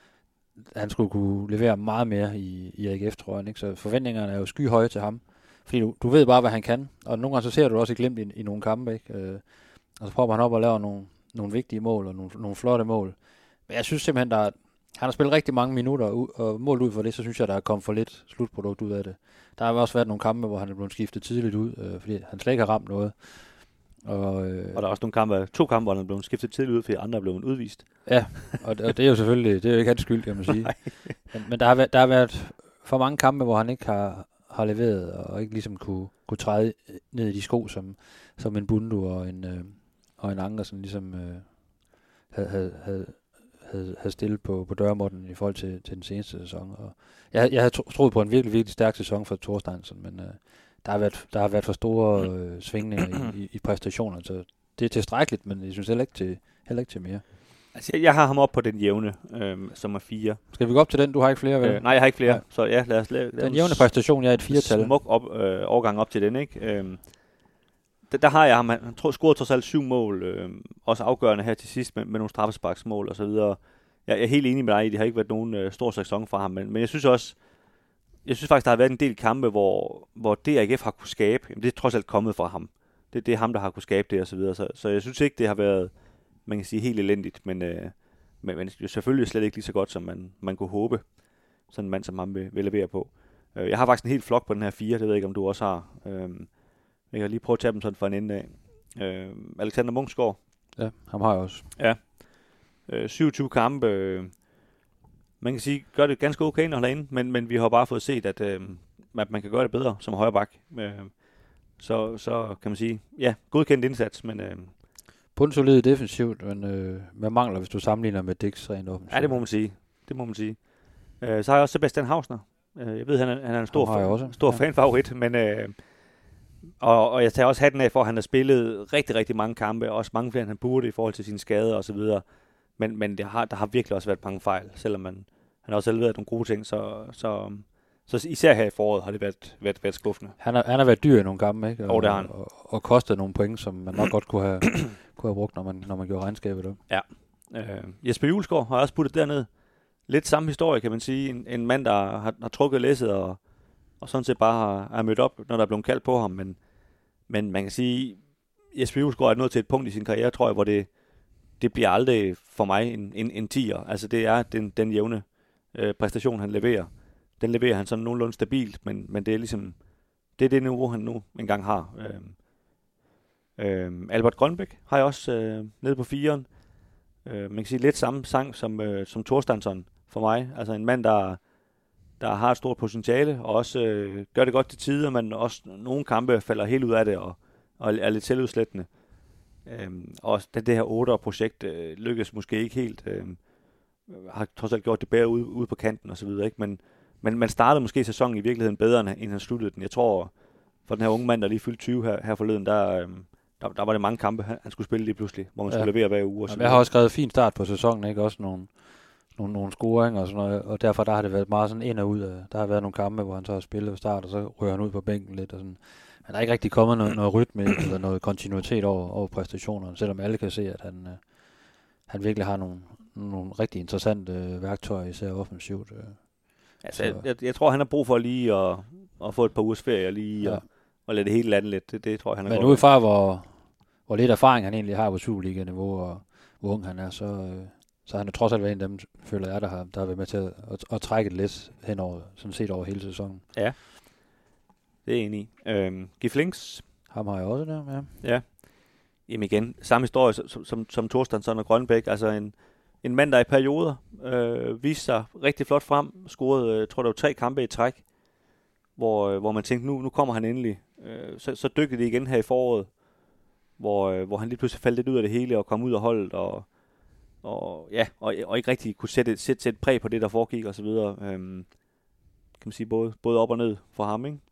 Speaker 6: at han skulle kunne levere meget mere i, i A G F, tror jeg. Ikke? Så forventningerne er jo skyhøje til ham, fordi du, du ved bare, hvad han kan, og nogle gange så ser du også et glimt i, i nogle kampe, ikke? Øh, og så prøver han op og laver nogle, nogle vigtige mål, og nogle, nogle flotte mål. Men jeg synes simpelthen, der er, han har spillet rigtig mange minutter, og, og målt ud for det, så synes jeg, der er kommet for lidt slutprodukt ud af det. Der har også været nogle kampe, hvor han er blevet skiftet tidligt ud, øh, fordi han slet ikke har ramt noget. Og, øh,
Speaker 2: og der er også nogle kampe, to kampe, hvor han er blevet skiftet tidligt ud, fordi andre er blevet udvist.
Speaker 6: Ja, og, og det er jo selvfølgelig, det er jo ikke hans skyld, kan man sige. men, men der har, været, der har været for mange kampe, hvor han ikke har, har leveret, og ikke ligesom kunne, kunne træde ned i de sko, som, som en Bundu og en, øh, og en Ankersen ligesom øh, havde, havde, havde havde, havde stillet på, på dørmåtten i forhold til, til den seneste sæson. Og jeg, jeg havde tro, troet på en virkelig, virkelig stærk sæson for Torstensson, men øh, der, har været, der har været for store øh, svingninger i, i, i præstationerne, så det er tilstrækkeligt, men jeg synes heller ikke til, heller ikke til mere.
Speaker 2: Altså, jeg, jeg har ham op på den jævne, øh, som er fire.
Speaker 6: Skal vi gå op til den? Du har ikke flere, vel?
Speaker 2: Øh, nej, jeg har ikke flere,
Speaker 6: nej.
Speaker 2: Så ja, lad os lave
Speaker 6: den jævne præstation, jeg er et firetal.
Speaker 2: Smuk op, øh, overgang op til den, ikke? Øh, der, der har jeg ham, han tror, scoret trods alt syv mål, øh, også afgørende her til sidst med, med nogle straffesparksmål og så videre. Jeg, jeg er helt enig med dig i, det har ikke været nogen øh, stor sæson for ham, men, men jeg synes også, jeg synes faktisk, der har været en del kampe, hvor, hvor det A G F har kunne skabe, jamen, det er trods alt kommet fra ham. Det, det er ham, der har kunne skabe det og så videre, så, så jeg synes ikke, det har været, man kan sige, helt elendigt, men, øh, men, men selvfølgelig slet ikke lige så godt, som man, man kunne håbe, sådan en mand som ham vil, vil levere på. Øh, jeg har faktisk en helt flok på den her fire, det ved jeg ikke, om du også har. Øh, jeg kan lige prøve at tage dem sådan for en ende af. Øh, Alexander Munksgaard.
Speaker 6: Ja, ham har jeg også.
Speaker 2: Ja. Øh, syvogtyve kampe. Øh, man kan sige, gør det ganske okay, når han er inde, men, men vi har bare fået set, at, øh, at man kan gøre det bedre som højre bak. Øh, så, så kan man sige, ja, godkendt indsats, men... Øh,
Speaker 6: Bundsolid defensivt, men øh, med mangler, hvis du sammenligner med Dix rent offensivt.
Speaker 2: Ja, det må man sige. Det må man sige. Øh, så har jeg også Sebastian Hausner. Øh, jeg ved, han er, han er en stor, fa- stor ja. fanfavorit, men... Øh, og, og jeg tager også hatten af for, at han har spillet rigtig, rigtig mange kampe, også mange flere, end han burde i forhold til sine skader og så videre. Men, men det har, der har virkelig også været mange fejl, selvom man, han har også selv været nogle gode ting, så, så, så især her i foråret har det været, været, været skuffende.
Speaker 6: Han har, han har været dyr i nogle kampe, ikke? Og,
Speaker 2: og, det har han.
Speaker 6: og, og kostet nogle point, som man nok godt kunne have, kunne have brugt, når man, når man gjorde regnskabet op.
Speaker 2: Ja. Øh, Jesper Julesgaard har også puttet derned. Lidt samme historie, kan man sige. En, en mand, der har, har trukket læsset og, og sådan set bare har, har mødt op, når der er blevet kaldt på ham, men Men man kan sige, Jesper Julesgaard er nået til et punkt i sin karriere, tror jeg, hvor det, det bliver aldrig for mig en, en, en tier. Altså det er den, den jævne øh, præstation, han leverer. Den leverer han sådan nogenlunde stabilt, men, men det er ligesom, det er det niveau, han nu engang har. Øh, øh, Albert Grønbæk har jeg også øh, nede på firen. Øh, man kan sige lidt samme sang som, øh, som Torstensson for mig. Altså en mand, der... der har et stort potentiale, og også øh, gør det godt til tider, men også nogle kampe falder helt ud af det, og, og er lidt selvudslættende. Øhm, og det, det her otte-projekt øh, lykkes måske ikke helt. Øhm, har trods alt gjort det bedre ude, ude på kanten og så videre, ikke? Men, men man startede måske sæsonen i virkeligheden bedre, end han sluttede den. Jeg tror, for den her unge mand, der lige fyldte tyve her, her forleden, der, øhm, der, der var det mange kampe, han, han skulle spille lige pludselig, hvor man ja. skulle levere hver uge. Og så
Speaker 6: jeg har også skrevet fin start på sæsonen, ikke? Også nogle, nogle, nogle scoringer og sådan noget, og derfor der har det været meget sådan ind og ud af. Der har været nogle kampe, hvor han så har spillet ved start, og så rører han ud på bænken lidt og sådan. Men der er ikke rigtig kommet noget, noget rytme eller noget kontinuitet over, over præstationerne, selvom alle kan se, at han, øh, han virkelig har nogle, nogle rigtig interessante øh, værktøjer, især offensivt. Øh.
Speaker 2: Altså, jeg, jeg, jeg tror, han har brug for lige at, at få et par ugers ferie lige ja. og, og lade det hele lande lidt. Det, det tror jeg, han er.
Speaker 6: Men udefra, hvor, hvor lidt erfaring han egentlig har på Superliga-niveau, og hvor ung han er, så, øh, så han er trods alt været en af dem, føler jeg, der har, der har været med til at, at, at trække det lidt henover, sådan set over hele sæsonen.
Speaker 2: Ja. Det er jeg enig i. Øhm, Giflings.
Speaker 6: Ham har jeg også der, ja.
Speaker 2: Ja. Jamen igen, samme historie som, som, som Torstensson og Grønbæk. Altså en, en mand, der i perioder øh, viste sig rigtig flot frem. Scorede, jeg tror, der var tre kampe i træk, hvor, øh, hvor man tænkte, nu, nu kommer han endelig. Øh, så, så dykkede det igen her i foråret, hvor, øh, hvor han lige pludselig faldt lidt ud af det hele og kom ud af holdet og, og, ja, og, og ikke rigtig kunne sætte, sætte, sætte præg på det, der foregik og så videre. Øhm, kan man sige, både, både op og ned for ham, ikke?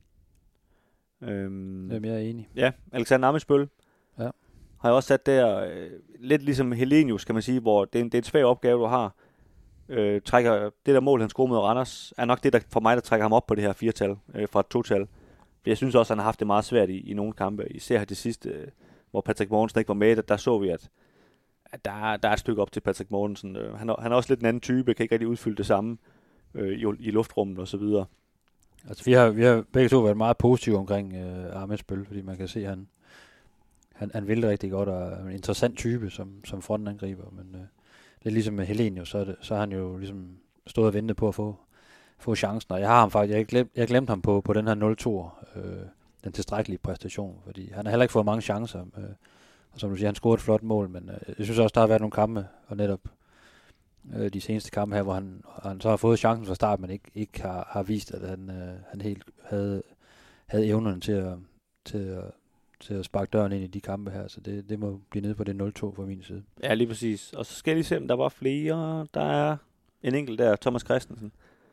Speaker 6: Øhm, Jamen, jeg er enig.
Speaker 2: Ja, Alexander Ammitzbøll
Speaker 6: ja.
Speaker 2: har jeg også sat der, øh, lidt ligesom Helenius, kan man sige, hvor det er en, det er en svær opgave, du har. Øh, trækker, det der mål, han scorer mod Randers, er nok det, der for mig, der trækker ham op på det her fire-tal, øh, fra et to-tal. For jeg synes også, han har haft det meget svært i, i nogle kampe. Især det sidste, øh, hvor Patrick Mortensen ikke var med, der, der så vi, at, at der, der er et stykke op til Patrick Mortensen. Øh, han, han er også lidt en anden type, kan ikke rigtig udfylde det samme øh, i, i luftrummet og så videre.
Speaker 6: Altså, vi har, vi har begge to været meget positive omkring øh, Ammitzbøll, fordi man kan se, at han, han, han vil det rigtig godt, og er en interessant type som, som frontangriber, men øh, lidt ligesom med Helenius, så, så har han jo ligesom stået og ventet på at få, få chancen, og jeg har ham faktisk, jeg glemte jeg glemt ham på, på den her nul-to, øh, den tilstrækkelige præstation, fordi han har heller ikke fået mange chancer, øh, og som du siger, han scorede et flot mål, men øh, jeg synes også, der har været nogle kampe, og netop øh, de seneste kampe her, hvor han, han så har fået chancen fra start, men ikke, ikke har, har vist, at han, øh, han helt havde, havde evnerne til at, til, at, til at sparke døren ind i de kampe her, så det, det må blive nede på det nul-to fra min side.
Speaker 2: Ja, lige præcis. Og så skal jeg lige se, om der var flere. Der er en enkelt der, Thomas Christensen.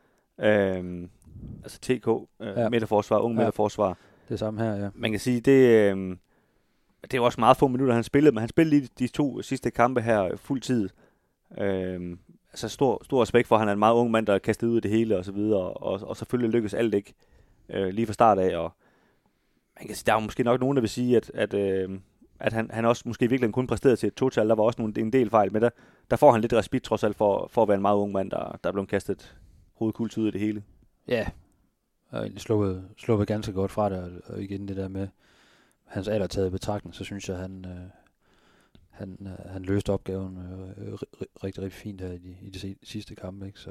Speaker 2: Øhm, altså T K, øh, ja. midterforsvar, ung ja. midterforsvar.
Speaker 6: Det samme her, ja.
Speaker 2: Man kan sige, det, øh, det er jo også meget få minutter, han spillede, men han spillede lige de to sidste kampe her fuld tid. Øhm, altså stor, stor respekt for, at han er en meget ung mand, der er kastet ud af det hele og så videre, og, og selvfølgelig lykkes alt ikke øh, lige fra start af, og man kan sige, der er måske nok nogen, der vil sige, at, at, øh, at han, han også måske virkelig kun præsterede til et total. Der var også nogle, en del fejl, men der, der får han lidt respit trods alt for, for at være en meget ung mand, der, der er blevet kastet hovedkult ud af det hele.
Speaker 6: Ja, og egentlig sluppet, sluppet ganske godt fra det, og igen det der med hans alder taget i betragtning, så synes jeg, han, øh, han, øh, han løste opgaven øh, rigtig, rigtig, rigtig fint her i de, i de sidste kampe, ikke? Så,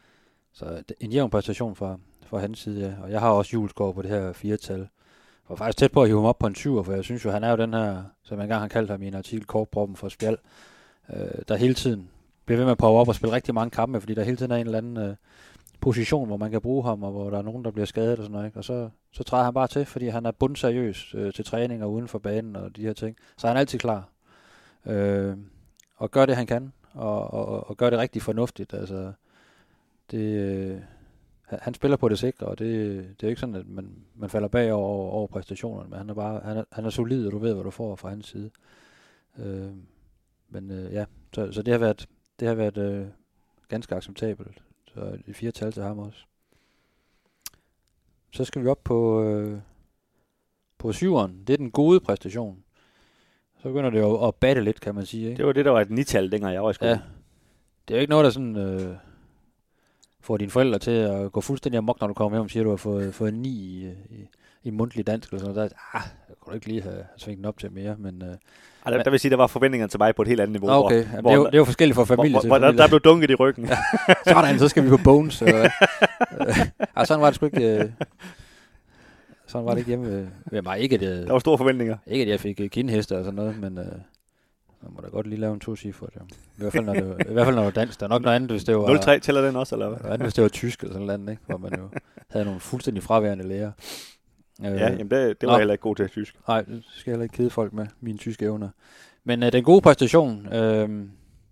Speaker 6: så en jævn præstation fra, fra hans side, ja. Og jeg har også Julesgaard på det her fire-tal. Og faktisk tæt på at hive ham op på en syver, for jeg synes jo, han er jo den her, som jeg engang har kaldt ham i en artikel, korkproppen for spjald, øh, der hele tiden bliver ved med at power op og spille rigtig mange kampe, fordi der hele tiden er en eller anden øh, position, hvor man kan bruge ham, og hvor der er nogen, der bliver skadet og sådan noget, ikke? Og så, så træder han bare til, fordi han er bundseriøs øh, til træning og uden for banen og de her ting. Så han er altid klar. Øh, og gør det, han kan, og, og, og gør det rigtig fornuftigt. Altså, det... Øh, han spiller på det sikre, og det, det er ikke sådan, at man, man falder bagover over, over præstationerne, men han er bare han er, han er solid, og du ved, hvad du får fra hans side. Øh, men øh, ja, så, så det har været, det har været øh, ganske acceptabelt. Så de fire tal til ham også. Så skal vi op på, øh, på syveren. Det er den gode præstation. Så begynder det jo at batte lidt, kan man sige. Ikke?
Speaker 2: Det var det, der var et ni-tal, dengang jeg var i skole.
Speaker 6: Ja. Det er jo ikke noget, der sådan... Øh, får dine forældre til at gå fuldstændig amok, når du kommer hjem og siger, at du har fået, fået en ni i, i, i mundtlig dansk, eller sådan noget. Der er, ah, jeg kunne ikke lige have svinget den op til mere, men... Øh,
Speaker 2: Ej, der, der vil sige, der var forventningerne til mig på et helt andet niveau.
Speaker 6: Okay, hvor, hvor, det, er jo, det er jo forskelligt fra familie
Speaker 2: hvor,
Speaker 6: til
Speaker 2: hvor,
Speaker 6: familie.
Speaker 2: Der, der blev dunket i ryggen.
Speaker 6: Ja. Sådan, så skal vi på Bones. Og, øh, ah, sådan var det sgu ikke... Øh, sådan var det ikke hjemme ved mig. Ikke, at jeg,
Speaker 2: der var store forventninger.
Speaker 6: Ikke, at jeg fik kindhester og sådan noget, men... Øh, man må da godt lige lave en to-cifret, ja. I hvert fald, når det, i hvert fald, når det var dansk. Der er nok noget andet, hvis det var...
Speaker 2: nul tre tæller den også, eller hvad?
Speaker 6: Noget andet, hvis det var tysk eller sådan noget, ikke? Hvor man jo havde nogle fuldstændig fraværende lærer.
Speaker 2: Ja, øh, jamen det, det var jeg heller ikke god til tysk.
Speaker 6: Nej, det skal jeg heller ikke kede folk med mine tyske evner. Men øh, den gode præstation, øh,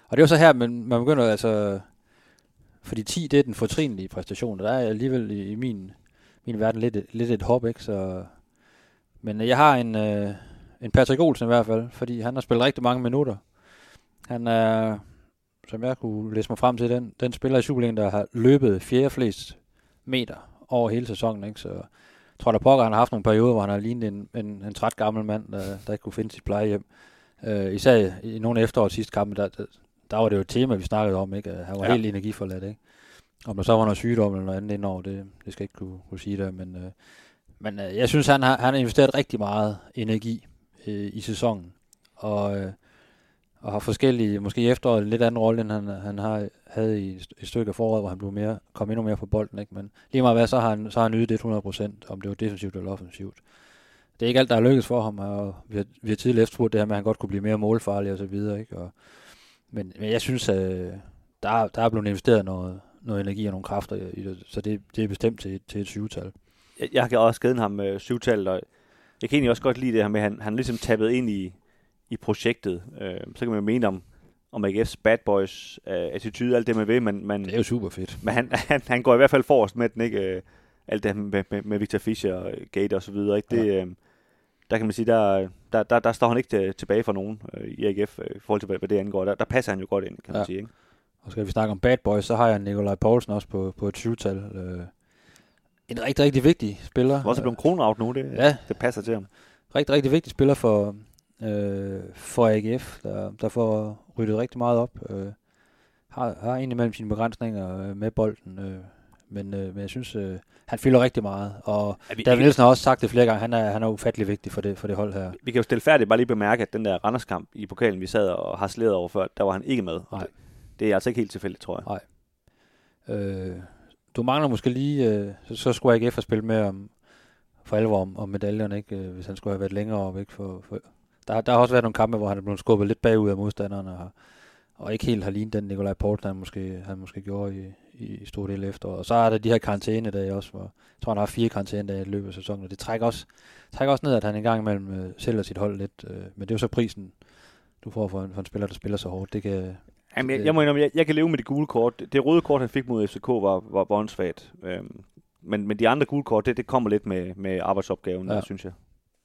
Speaker 6: Og det er jo så her, man, man begynder altså... Fordi ti, det er den fortrinlige præstation, og der er alligevel i, i min, min verden lidt, lidt et hop, ikke? Så, men jeg har en, øh, en Patrick Olsen i hvert fald, fordi han har spillet rigtig mange minutter. Han er, som jeg kunne læse mig frem til, den, den spiller i Superligaen, der har løbet fjerde flest meter over hele sæsonen, ikke? Så jeg tror, der pokker, han har haft nogle perioder, hvor han har lignet en, en, en træt gammel mand, der, der ikke kunne finde sit plejehjem. Øh, især i nogle efterårs sidste kampe, der, der, der var det jo et tema, vi snakkede om, ikke? Han var ja. helt energiforladt, ikke? Om der så var noget sygdom eller noget andet indover, det, det skal jeg ikke kunne, kunne sige der, men, øh, men øh, jeg synes, han har, han har investeret rigtig meget energi øh, i sæsonen, og, øh, og har forskellige, måske i efteråret, en lidt anden rolle, end han, han har, havde i et stykke af foråret, hvor han blev mere, kom endnu mere på bolden, ikke? Men lige meget hvad, så har han, så har han ydet hundrede procent, om det var defensivt eller offensivt. Det er ikke alt, der er lykkedes for ham, og vi har, vi har tidligere efterspurgt det her med, at han godt kunne blive mere målfarlig og så videre, ikke? Og, men, men jeg synes, at der, der er blevet investeret noget, noget energi og nogle kræfter i det, så det, det er bestemt til, til et syvtal.
Speaker 2: Jeg, jeg har også givet ham øh, syvtal, og jeg kan egentlig også godt lide det her med, at han, han ligesom tappet ind i, i projektet. Øh, så kan man jo mene om, om A G F's bad boys øh, attitude, alt det man vil, men, men
Speaker 6: det er jo super fedt.
Speaker 2: Men han, han, han går i hvert fald forrest med den, ikke? Øh, alt det med, med, med Victor Fischer, Gate og så videre, ikke? Det, ja. øh, der kan man sige, der, der, der, der står han ikke tilbage for nogen øh, i A G F, øh, i forhold til hvad, hvad det angår. Der, der passer han jo godt ind, kan man ja. sige, ikke?
Speaker 6: Og skal vi snakke om bad boys, så har jeg Nikolaj Poulsen også på, på et syvtal. Øh, en rigtig, rigtig vigtig spiller.
Speaker 2: Han er også blevet kroneout nu, det, ja. det passer til ham.
Speaker 6: Rigtig, rigtig vigtig spiller for, øh, for A G F, der, der får ryddet rigtig meget op. Øh, har, har egentlig mellem sine begrænsninger med bolden, øh, men, øh, men jeg synes, øh, han fylder rigtig meget. Og David Nielsen har også sagt det flere gange, han er, han er ufattelig vigtig for det, for det hold her. Vi kan jo stilfærdigt bare lige bemærke, at den der Randerskamp i pokalen, vi sad og har slædet over før, der var han ikke med. Nej. Det er altså ikke helt tilfældigt, tror jeg. Nej. Øh, du mangler måske lige, øh, så, så skulle A G F have spillet med om, for alvor om, om medaljerne, ikke? Øh, hvis han skulle have været længere op. Ikke? For, for, der, der har også været nogle kampe, hvor han er blevet skubbet lidt bagud af modstanderne, og, og ikke helt har lignet den Nikolaj Poulsen, han måske, han måske gjorde i, i stor del efter. Og så er der de her karantænedage også, hvor jeg tror, han har fire karantænedage i løbet af sæsonen, og det trækker også, trækker også ned, at han en gang imellem øh, sælger sit hold lidt. Øh, men det er jo så prisen, du får for en, for en spiller, der spiller så hårdt. Det kan... Jamen, jeg, jeg må indrømme, jeg, jeg kan leve med det gule kort. Det, det røde kort, han fik mod F C K, var, var båndsvagt. Øhm, men, men de andre gule kort, det, det kommer lidt med, med arbejdsopgaven, ja. Der, synes jeg.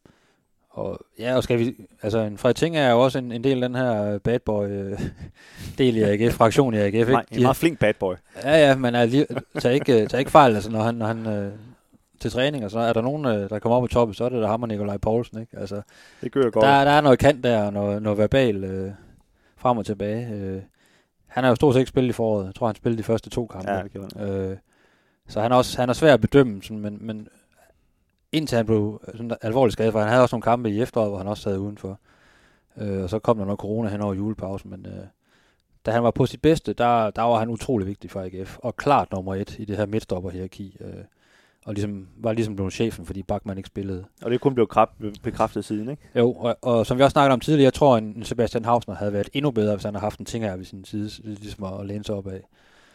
Speaker 6: Og ja, og skal vi... Altså, en Frederik Ting er jo også en, en del af den her bad boy-del i A G F, fraktion i A G F. Nej, en meget flink bad boy. Ja, ja, men altså, tag, ikke, tag ikke fejl, altså, når han... Når han øh, til træning, og så er der nogen, der kommer op på toppen, så er det der ham og Nikolaj Poulsen, ikke? Altså, det gør jeg godt. Der, der er noget kant der, og noget, noget verbal øh, frem og tilbage. Øh, han har jo stort set ikke spillet i foråret. Jeg tror, han spillede de første to kampe. Ja, det gjorde han. Øh, så han er også han er svær at bedømme, sådan, men, men indtil han blev sådan alvorligt skadet, for han havde også nogle kampe i efteråret, hvor han også sad udenfor. Øh, og så kom der noget corona hen over julepausen, men øh, da han var på sit bedste, der, der var han utrolig vigtig for A G F, og klart nummer et i det her midtstopper-hierarki. Øh, og ligesom, var ligesom blevet chefen, fordi Bachmann ikke spillede. Og det er kun blevet bekræftet siden, ikke? Jo, og, og som vi også snakkede om tidligere, jeg tror, en Sebastian Hausner havde været endnu bedre, hvis han havde haft en ting her ved sin side, ligesom at læne sig op af.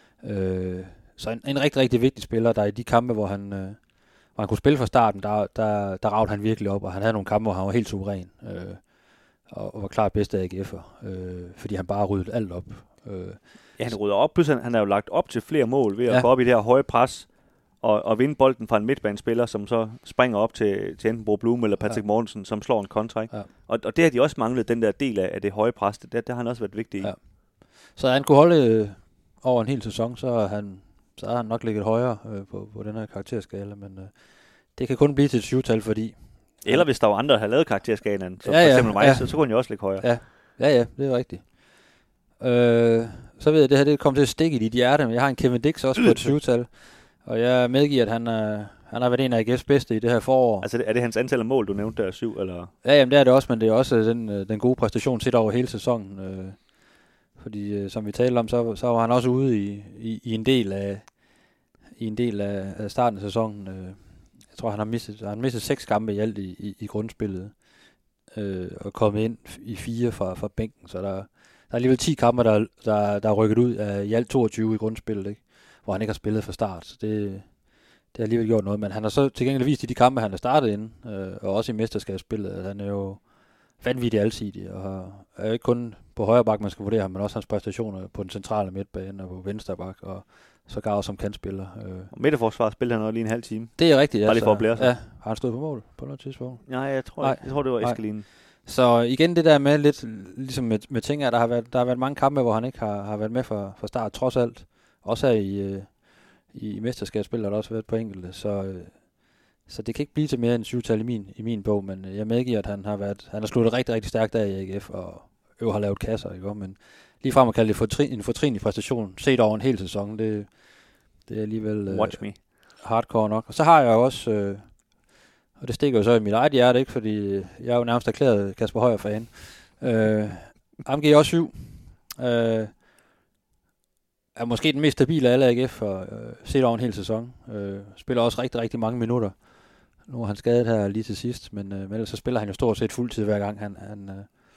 Speaker 6: Øh, så en, en rigtig, rigtig vigtig spiller, der i de kampe, hvor han, øh, hvor han kunne spille fra starten, der, der, der ragte han virkelig op, og han havde nogle kampe, hvor han var helt suveræn, øh, og, og var klart bedste A G F'er, øh, fordi han bare ryddede alt op. Øh, ja, han rydder op, pludselig han har jo lagt op til flere mål ved at ja. gå op i det her høje pres, Og, og vinde bolden fra en midtbanespiller, som så springer op til, til enten Bro Blume eller Patrick ja. Mortensen, som slår en kontra. Ja. Og, og det har de også manglet, den der del af, af det høje pres. Det, det har han også været vigtig i. Ja. Så han kunne holde øh, over en hel sæson, så har han, så har han nok ligget højere øh, på, på den her karakterskala. Men øh, det kan kun blive til et syvtal, fordi... Eller hvis der var andre, der havde lavet karakterskalaen, så ja, for eksempel ja, mig, ja. så, så kunne han jo også ligge højere. Ja, ja, ja det er rigtigt. Øh, så ved jeg, det her det kommer til at stikke i dit hjerte, men jeg har en Kevin Dix også på et syvtal. Og jeg medgiver, at han, øh, han har været en af A G F's bedste i det her forår. Altså er det hans antal af mål, du nævnte der, syv? Eller? Ja, jamen det er det også, men det er også den, den gode præstation set over hele sæsonen. Øh, fordi øh, som vi talte om, så, så var han også ude i, i, i en del af i en del af, af starten af sæsonen. Øh, jeg tror, han har mistet, han har mistet seks kampe i alt i, i, i grundspillet. Øh, og kommet ind i fire fra, fra bænken. Så der, der er alligevel ti kampe, der, der, der er rykket ud af i alt toogtyve i grundspillet, ikke? Hvor han ikke har spillet fra start. Så det, det har alligevel gjort noget. Men han har så til gengæld vist i de kampe, han har startet inden, øh, og også i mesterskabsspillet, at han er jo vanvittigt alsidig, og er ikke kun på højre bak, man skal vurdere ham, men også hans præstationer på den centrale midtbane og på venstre bak, og sågar også som kantspiller.
Speaker 2: Og midterforsvar spillede han også lige en halv time.
Speaker 6: Det er rigtigt,
Speaker 2: bare lige for at blære sig.
Speaker 6: Ja, har han stået på mål på noget tidspunkt?
Speaker 2: Nej, jeg tror, jeg, jeg tror det var Eskelinen.
Speaker 6: Så igen det der med lidt, ligesom med, med ting, at der har været, der har været mange kampe, hvor han ikke har, har været med fra, fra start, trods alt. Også her i, øh, i, i mesterskabsspil har der også været på enkelte, så, øh, så det kan ikke blive til mere end syvtal i min, i min bog, men jeg medgiver, at han har været, han har sluttet rigtig, rigtig stærkt der i A G F, og øver har lavet kasser, ikke? Men lige frem at kalde det fortrin, en fortrinlig præstation, set over en hel sæson, det, det er alligevel øh,
Speaker 2: Watch me.
Speaker 6: hardcore nok. Og så har jeg jo også... Øh, Og det stikker jo så i mit eget hjerte, ikke? Fordi jeg er jo nærmest erklæret Kasper Højer-fan. Øh, ham giver også syv. Øh, er måske den mest stabile af alle A G F, og øh, set over en hel sæson. Øh, spiller også rigtig, rigtig mange minutter. Nu er han skadet her lige til sidst, men, øh, men ellers så spiller han jo stort set fuldtid hver gang han, han,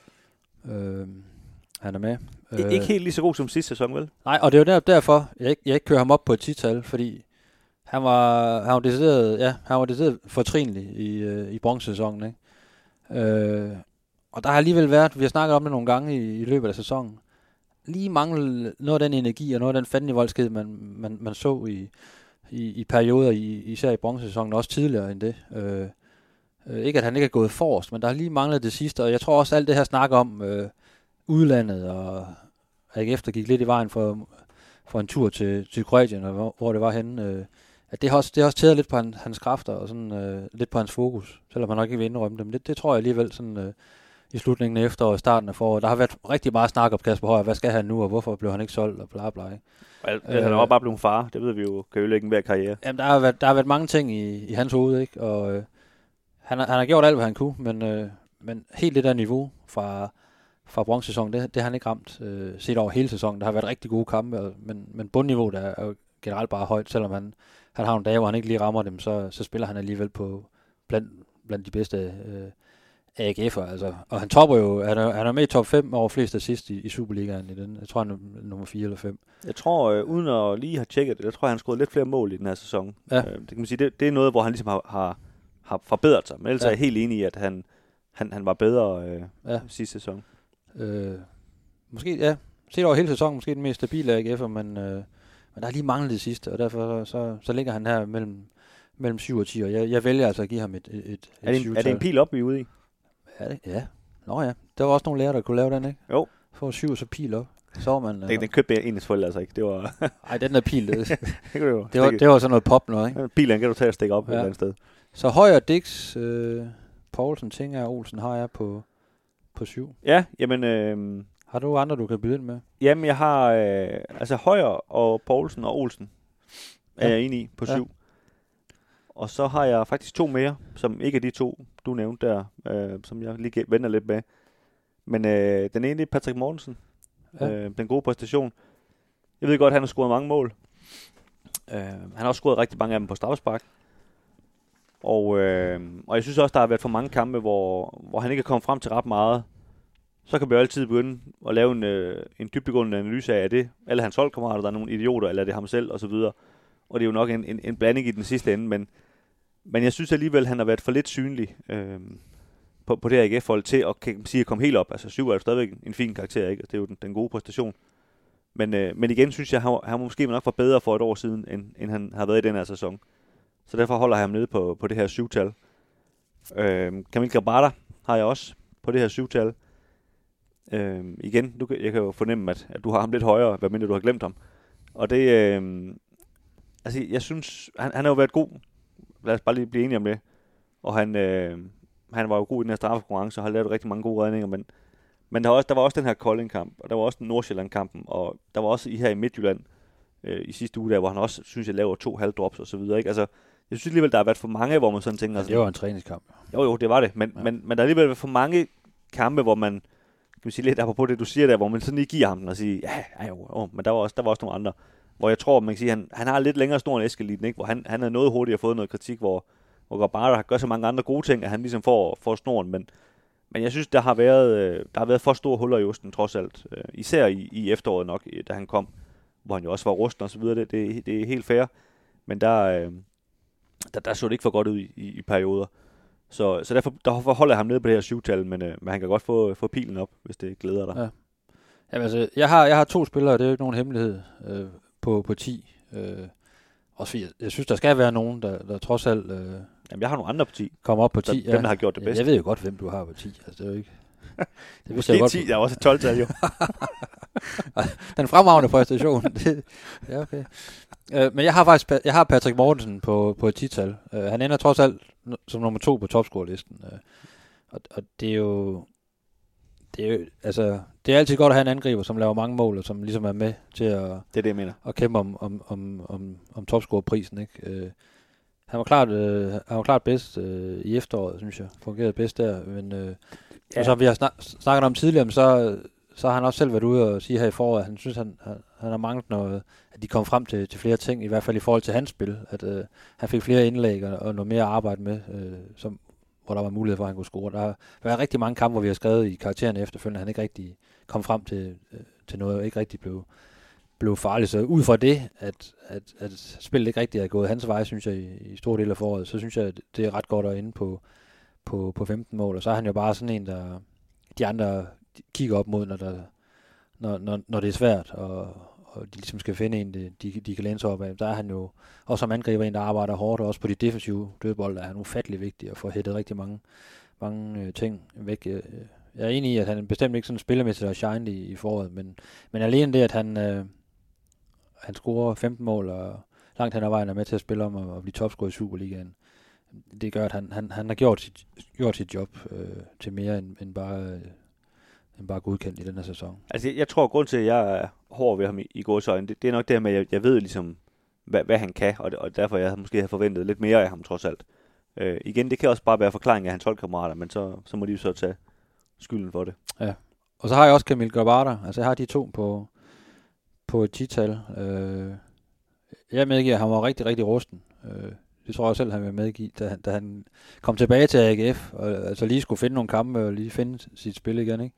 Speaker 6: øh, øh, han er med.
Speaker 2: Øh, ikke helt lige så god som sidste sæson, vel?
Speaker 6: Nej, og det er jo der, derfor, jeg ikke, jeg ikke kører ham op på et ti-tal, fordi Han var, han var decideret, ja, han var decideret fortrinlig i, øh, i bronzesæsonen, ikke? Øh, og der har alligevel været, vi har snakket om det nogle gange i, i løbet af sæsonen, lige manglet noget af den energi og noget af den fandenivoldsked, man, man, man så i, i, i perioder, i, især i bronzesæsonen, også tidligere end det. Øh, øh, ikke at han ikke er gået forrest, men der har lige manglet det sidste, og jeg tror også alt det her snak om øh, udlandet, og A G F, der gik lidt i vejen for, for en tur til, til Kroatien, og hvor, hvor det var henne, øh, at det har også, det har også taget lidt på hans, hans kræfter og sådan øh, lidt på hans fokus, selvom man nok ikke vil indrømme det. Men det, det tror jeg alligevel sådan øh, i slutningen af efteråret og starten af foråret. Der har været rigtig meget snak om Kasper Højer. Hvad skal han nu, og hvorfor blev han ikke solgt, og bla bla. Ikke?
Speaker 2: Well, øh, han er også bare blevet far. Det ved vi jo, kan ødelægge en hver karriere.
Speaker 6: Jamen, der har været, der har været mange ting i, i hans hoved, ikke? Og øh, han, har, han har gjort alt, hvad han kunne, men, øh, men helt det der niveau fra, fra bronzesæsonen, det, det har han ikke ramt øh, set over hele sæsonen. Der har været rigtig gode kampe, og, men, men bundniveauet er, er jo generelt bare højt, selvom han Han har nogle dage, hvor han ikke lige rammer dem, så, så spiller han alligevel på blandt, blandt de bedste øh, A G F'er. Altså. Og han topper jo, han er, han er med i top fem over flest assist i, i Superligaen i den. Jeg tror, han er nummer fire eller fem.
Speaker 2: Jeg tror, øh, uden at lige have tjekket det, jeg tror, han har scoret lidt flere mål i den her sæson.
Speaker 6: Ja.
Speaker 2: Øh, det kan man sige, det, det er noget, hvor han ligesom har, har, har forbedret sig. Men ellers ja. er jeg helt enig i, at han, han, han var bedre øh, ja. sidste sæson.
Speaker 6: Øh, måske, ja. Set over hele sæsonen, måske den mest stabile A G F'er, men... Øh, Men der er lige manglet det sidste, og derfor så, så, så ligger han her mellem, mellem syv og ti, og jeg, jeg vælger altså at give ham et, et, et
Speaker 2: er, det en, er det en pil op, vi er ude i?
Speaker 6: Er det? Ja. Nå ja. Der var også nogle lærere, der kunne lave den, ikke?
Speaker 2: Jo.
Speaker 6: For syv og så pil op. Så var man...
Speaker 2: Den, øh, den købte jeg ens forældre altså ikke. Det var...
Speaker 6: Ej, den der pil, det, det,
Speaker 2: det, var,
Speaker 6: det, var, det var sådan noget pop noget, ikke?
Speaker 2: Pilen kan du tage og stikke op ja. et eller andet sted.
Speaker 6: Så Højer, Dix, øh, Poulsen, Tinger og Olsen har jeg på, på syv.
Speaker 2: Ja, jamen... Øh,
Speaker 6: har du andre, du kan byde ind med?
Speaker 2: Jamen, jeg har øh, altså Højer og Poulsen og Olsen er ja. jeg enig i på syv. Ja. Og så har jeg faktisk to mere, som ikke er de to, du nævnte der, øh, som jeg lige vender lidt med. Men øh, den ene er Patrick Mortensen. Ja. Øh, den gode præstation. Jeg ved godt, at han har scoret mange mål. Øh, han har også scoret rigtig mange af dem på straffespark. Og, øh, og jeg synes også, der har været for mange kampe, hvor, hvor han ikke er kommet frem til ret meget. Så kan vi jo altid begynde at lave en, øh, en dybdegående analyse af, er det alle hans holdkammerater, der er nogle idioter, eller er det ham selv, og så videre. Og det er jo nok en, en, en blanding i den sidste ende, men, men jeg synes alligevel, han har været for lidt synlig øh, på, på det her A G F-hold til at, kan sige, at komme helt op. Altså syv er jo stadigvæk en fin karakter, ikke? Det er jo den, den gode præstation. Men, øh, men igen synes jeg, at han, han måske nok var bedre for et år siden, end, end han har været i den her sæson. Så derfor holder jeg ham nede på, på det her syvtal. Øh, Kamil Grabara har jeg også på det her syvtal. Øh, igen, du, jeg kan jo fornemme, at, at du har ham lidt højere, hvad mindre du har glemt ham. Og det, øh, altså jeg synes, han, han har jo været god. Lad os bare lige blive enige om det. Og han, øh, han var jo god i den her straffekonkurrence, og har lavet rigtig mange gode redninger, men, men der, var også, der var også den her Kolding-kamp, og der var også den Nordsjælland-kampen, og der var også i her i Midtjylland øh, i sidste uge, der, hvor han også, synes jeg, laver to halvdrops og så videre, ikke? Altså, jeg synes alligevel, der har været for mange, hvor man sådan tænker...
Speaker 6: Ja, det var en træningskamp.
Speaker 2: Jo, jo, det var det, men, ja. men, men der har alligevel været for mange kampe, hvor man, kan man sige lidt apropos det, du siger der, hvor man sådan lige giver ham den og siger, ja, ja jo, jo, men der var, også, der var også nogle andre, hvor jeg tror, man kan sige, han, han har lidt længere snor end Eskelinen, ikke? Hvor han, han er noget hurtigere fået noget kritik, hvor, hvor Grabara gør så mange andre gode ting, at han ligesom får, får snoren, men, men jeg synes, der har været, der har været for store huller i osten, trods alt, især i, i efteråret nok, da han kom, hvor han jo også var rusten og så videre, det, det, det er helt fair, men der, der, der så det ikke for godt ud i, i, i perioder. Så, så derfor, derfor holder jeg ham nede på det her syvtal, men, øh, men han kan godt få, få pilen op, hvis det glæder dig.
Speaker 6: Ja. Jamen, altså, jeg har, jeg har to spillere, det er jo ikke nogen hemmelighed, øh, på, på ti. Øh, også fordi jeg, jeg synes, der skal være nogen, der, der trods alt øh,
Speaker 2: Jamen, jeg har nogle andre på ti.
Speaker 6: kommer op på ti.
Speaker 2: Der, dem, der har gjort det bedst.
Speaker 6: Jeg ved jo godt, hvem du har på ti. Altså, det er jo ikke...
Speaker 2: Det Måske jeg godt. ti, der er også et tolv-tal jo.
Speaker 6: Den fremragende præstation. det, ja, okay. Øh, men jeg har faktisk jeg har Patrick Mortensen på, på et ti-tal. Øh, han ender trods alt som nummer to på topscore-listen. Øh, og, og det er jo... Det er jo, altså, det er altid godt at have en angriber, som laver mange mål, og som ligesom er med til at,
Speaker 2: det er det, jeg mener.
Speaker 6: at kæmpe om, om, om, om, om topscore-prisen, ikke? Øh, han var klart, øh, han var klart bedst øh, i efteråret, synes jeg. Fungerede bedst der, men øh, ja. Som vi har snak, snakket om tidligere, så, så har han også selv været ude og sige her i foråret, at han synes, han, han, han har manglet noget, at de kom frem til, til flere ting, i hvert fald i forhold til hans spil, at øh, han fik flere indlæg og, og noget mere arbejde med, øh, som hvor der var mulighed for, at han kunne score. Der har været rigtig mange kampe, hvor vi har skrevet i karaktererne efterfølgende, at han ikke rigtig kom frem til, øh, til noget, og ikke rigtig blev, blev farlig. Så ud fra det, at, at, at spillet ikke rigtig er gået hans vej, synes jeg, i, i store dele af foråret, så synes jeg, at det er ret godt at inde på, på, på femten mål. Og så er han jo bare sådan en, der de andre kigger op mod, når, der, når, når, når det er svært, og, og de ligesom skal finde en, de, de kan læne sig op af. Der er han jo også som angriber en, der arbejder hårdt, og også på de defensive dødbolde er han ufattelig vigtig at få hættet rigtig mange, mange øh, ting væk. Jeg er enig i, at han bestemt ikke sådan spillermæssigt har shined i, i foråret, men, men alene det, at han, øh, han scorer femten mål, og langt hen ad vejen er med til at spille om at, at blive topscorer i Superligaen, det gør, at han, han, han har gjort sit, gjort sit job øh, til mere end, end bare... Øh, end bare godkendt i den her sæson.
Speaker 2: Altså, jeg, jeg tror, at grund til, at jeg er hård ved ham i, i gåseøjne, det, det er nok det med, at jeg, jeg ved ligesom, hvad, hvad han kan, og, det, og derfor jeg måske har forventet lidt mere af ham, trods alt. Øh, igen, det kan også bare være forklaring af hans holdkammerater, men så, så må de jo så tage skylden for det.
Speaker 6: Ja, og så har jeg også Kamil Grabada. Altså, jeg har de to på, på et ti-tal. Øh, jeg medgiver, at han var rigtig, rigtig rusten. Øh, det tror jeg selv, han vil medgive, da han, da han kom tilbage til A G F, og altså lige skulle finde nogle kampe, og lige finde sit spil igen, ikke?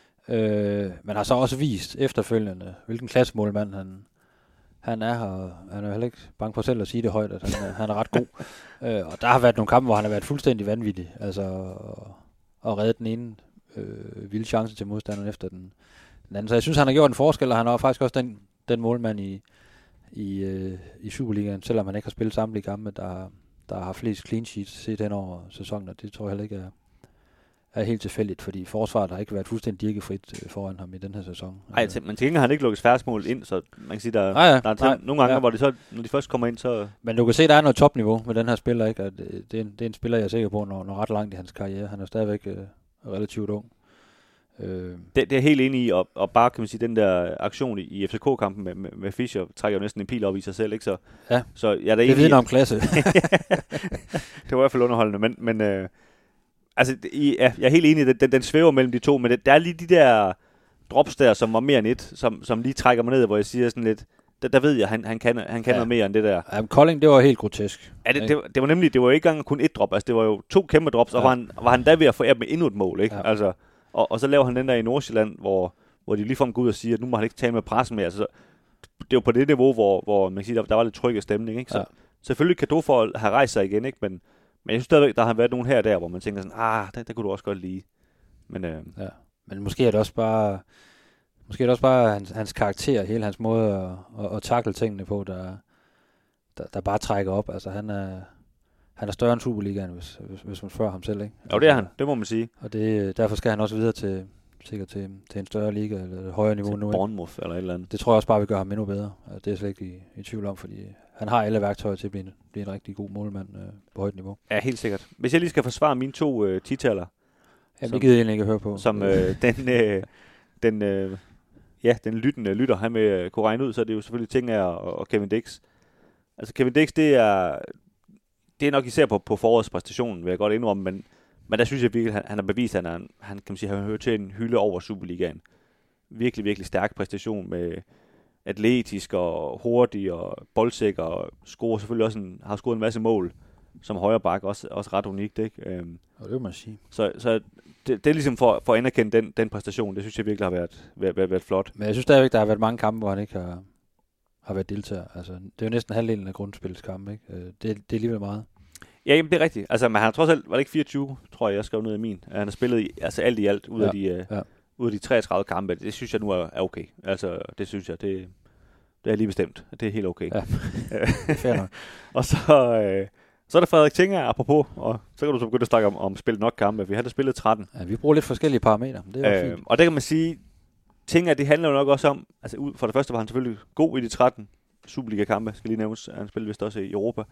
Speaker 6: Øh, men har så også vist efterfølgende, hvilken klassemålmand han, han er, og han er heller ikke bange for selv at sige det højt, at han, han er ret god. øh, og der har været nogle kampe, hvor han har været fuldstændig vanvittig, altså og, og reddet den ene øh, vilde chance til modstanderen efter den, den anden. Så jeg synes, han har gjort en forskel, og han er faktisk også den, den målmand i, i, øh, i Superligaen, selvom han ikke har spillet samtlige kampe, der, der har flest clean sheets set hen over sæsonen, og det tror jeg heller ikke er er helt tilfældigt, fordi forsvaret har ikke været fuldstændig dirkefrit foran ham i den her sæson.
Speaker 2: Nej, altså, men til gengæld har han ikke lukket færdsmål ind, så man kan sige, der,
Speaker 6: nej, ja,
Speaker 2: der er
Speaker 6: nej,
Speaker 2: nogle gange,
Speaker 6: ja.
Speaker 2: hvor de så, når de først kommer ind, så...
Speaker 6: Men du kan se, der er noget topniveau med den her spiller, ikke? At det, er en, det er en spiller, jeg er sikker på, når, når ret langt i hans karriere. Han er stadigvæk øh, relativt ung. Øh.
Speaker 2: Det, det er jeg helt enig i, og, og bare kan man sige, den der aktion i, i F C K-kampen med, med, med Fischer trækker jo næsten en pil op i sig selv, ikke? Så,
Speaker 6: ja,
Speaker 2: så jeg er da
Speaker 6: det vidner om klasse.
Speaker 2: Det var i hvert fald underholdende, men... men øh, altså, I, ja, jeg er helt enig, den, den, den svæver mellem de to, men det, der er lige de der drops der, som var mere end et, som, som lige trækker mig ned, hvor jeg siger sådan lidt, der, der ved jeg, han, han kan, han kan ja. noget mere end det der.
Speaker 6: Ja, Kolding, det var helt grotesk.
Speaker 2: Ja, det, det, det var nemlig, det var jo ikke engang kun et drop, altså det var jo to kæmpe drops, ja. og var han, var han da ved at få med endnu et mål, ikke? Ja. Altså, og, og så laver han den der i Nordsjælland, hvor, hvor de ligefrem går ud og siger, at nu må han ikke tale med pressen mere. Altså, det var på det niveau, hvor, hvor man kan sige, der, der var lidt tryg af stemning, ikke? Så ja. Selvfølgelig kan du for at have rejst sig igen, ikke? Men Men jeg synes stadigvæk, der har været nogen her og der, hvor man tænker sådan, ah, der, der kunne du også godt lide. Men, øh,
Speaker 6: ja. Men måske er det også bare, måske er det også bare hans, hans karakter, hele hans måde at, at, at takle tingene på, der, der, der bare trækker op. Altså han er, han er større end Superligaen, hvis, hvis, hvis man spørger ham selv, ikke?
Speaker 2: Jo, det er han, det må man sige.
Speaker 6: Og det, derfor skal han også videre til, sikkert til, til en større liga, eller et højere niveau
Speaker 2: til
Speaker 6: nu.
Speaker 2: Bournemouth eller et eller andet.
Speaker 6: Det tror jeg også bare vil gøre ham endnu bedre. Altså, det er jeg slet ikke i, i tvivl om, fordi han har alle værktøjer til at blive en, blive en rigtig god målmand øh, på højt niveau.
Speaker 2: Ja, helt sikkert. Hvis jeg lige skal forsvare mine to øh, ti-taller.
Speaker 6: Jamen, det gider jeg egentlig ikke at høre på.
Speaker 2: Som øh, den, øh, den, øh, ja, den lyttende lytter, han vil øh, kunne regne ud, så er det jo selvfølgelig Tinger og, og Kevin Dix. Altså Kevin Dix, det er, det er nok især på, på forårets præstationen, vil jeg godt indrømme, men, men der synes jeg virkelig, han, han har bevist, at han, han kan man sige, han hører til en hylde over Superligaen. Virkelig, virkelig stærk præstation med atletisk og hurtig og boldsikker og scorer selvfølgelig også en, har scoret en masse mål som højre bak, også, også ret unikt, ikke? Øhm,
Speaker 6: og det må man sige.
Speaker 2: Så, så det, det er ligesom for, for at anerkende den, den præstation, det synes jeg virkelig har været, været, været, været flot.
Speaker 6: Men jeg synes stadigvæk, der har været mange kampe, hvor han ikke har, har været deltager. Altså, det er jo næsten halvdelen af grundspillets kampe, ikke? Det, det er alligevel meget.
Speaker 2: Ja, jamen, det er rigtigt. Altså, men han har trods alt, var det ikke fireogtyve, tror jeg, jeg skrev ned i min. Han har spillet i, altså alt i alt ud, ja. af de, uh, ja. ud af de treogtredive kampe. Det synes jeg nu er, er okay. Altså, det synes jeg, det, det er lige bestemt. Det er helt okay.
Speaker 6: Ja. Fair nok.
Speaker 2: Og så, øh, så er der Frederik Tinger, apropos, og så kan du så begynde at snakke om, om spillet nok kampe. Vi har da spillet tretten.
Speaker 6: Ja, vi bruger lidt forskellige parametre. Det er øh, fint.
Speaker 2: Og der kan man sige, Tinger, det handler jo nok også om, altså for det første var han selvfølgelig god i de tretten Superliga-kampe, skal lige nævnes. Han spillede vist også i Europa.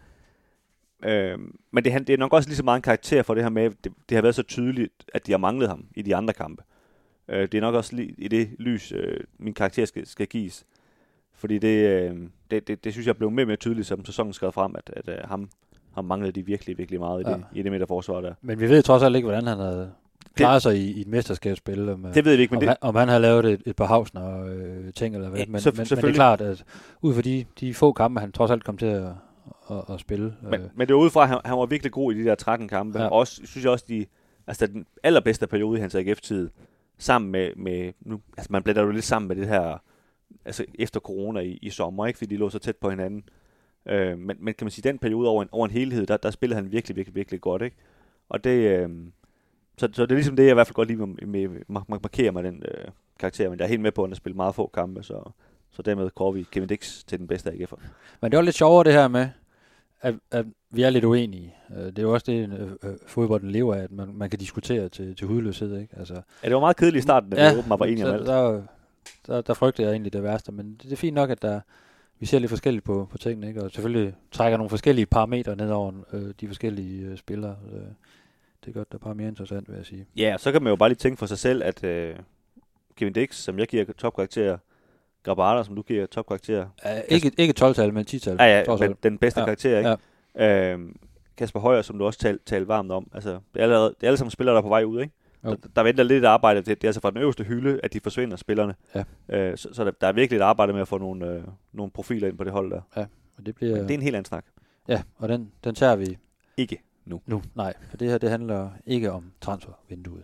Speaker 2: Øh, men det, det er nok også lige så meget en karakter for det her med, det, det har været så tydeligt, at de har manglet ham i de andre kampe. Øh, det er nok også lige i det lys, øh, min karakter skal, skal gives. Fordi det, øh, det, det, det synes jeg blev mere og mere tydeligt, som sæsonen skrev frem, at, at, at ham, ham manglede de virkelig, virkelig meget i, ja. det, i det midterforsvar der.
Speaker 6: Men vi ved trods alt ikke, hvordan han havde klaret sig i, i et mesterskabsspil. Om,
Speaker 2: det ved vi ikke, men
Speaker 6: om,
Speaker 2: det...
Speaker 6: han, om han havde lavet et, et par havsner øh, ting eller hvad.
Speaker 2: Ja,
Speaker 6: men,
Speaker 2: så,
Speaker 6: men, men det er klart, at ud fra de, de få kampe, han trods alt kom til at, at, at spille.
Speaker 2: Men, øh. men det er udefra, at han, han var virkelig god i de der tretten kampe. Ja. Og også, synes jeg også, de, altså den allerbedste periode i hans A G F-tid, sammen med, med nu, altså man blætter jo lidt sammen med det her, altså efter corona i, i sommer, ikke, fordi de lå så tæt på hinanden. Øh, men, men kan man sige, den periode over en, over en helhed, der, der spillede han virkelig, virkelig, virkelig godt, ikke? Og det, øh, så, så det er ligesom det, jeg i hvert fald godt lide med, med, med markere med den øh, karakter, men jeg er helt med på, at han har spillet meget få kampe, så, så dermed går vi Kevin Dix til den bedste A G F'er. Men
Speaker 6: det er jo lidt sjovere det her med, at, at vi er lidt uenige. Det er jo også det, øh, fodbolden lever af, at man, man kan diskutere til, til hudløshed, ikke? Altså,
Speaker 2: ja, det var meget kedeligt i starten, at
Speaker 6: ja,
Speaker 2: vi åbenbart var enige om alt.
Speaker 6: Der, der, der frygtede jeg egentlig det værste, men det, det er fint nok, at der, vi ser lidt forskelligt på, på tingene, ikke? Og selvfølgelig trækker nogle forskellige parametre ned over øh, de forskellige øh, spillere. Øh, det gør det bare mere interessant, vil jeg sige.
Speaker 2: Ja, så kan man jo bare lige tænke for sig selv, at øh, Kevin Dix, som jeg giver topkarakterer, Grabara, som du giver topkarakterer.
Speaker 6: Uh, ikke, ikke tolv-tal, men ti-tal.
Speaker 2: Ja, ja, men den bedste ja. karakter, ikke?
Speaker 6: Ja.
Speaker 2: Øhm, Kasper Højer, som du også talte tal varmt om. Altså, det er, allerede, det er alle sammen spillere, der er på vej ud, ikke? Der, der venter lidt arbejde. Det, det er altså fra den øverste hylde, at de forsvinder, spillerne. Ja. Øh, så så der, der er virkelig et arbejde med at få nogle, øh, nogle profiler ind på det hold der.
Speaker 6: Ja, og det bliver...
Speaker 2: Men det er en helt anden snak.
Speaker 6: Ja, og den, den tager vi...
Speaker 2: Ikke nu.
Speaker 6: Nu, nej. For det her, det handler ikke om transfervinduet.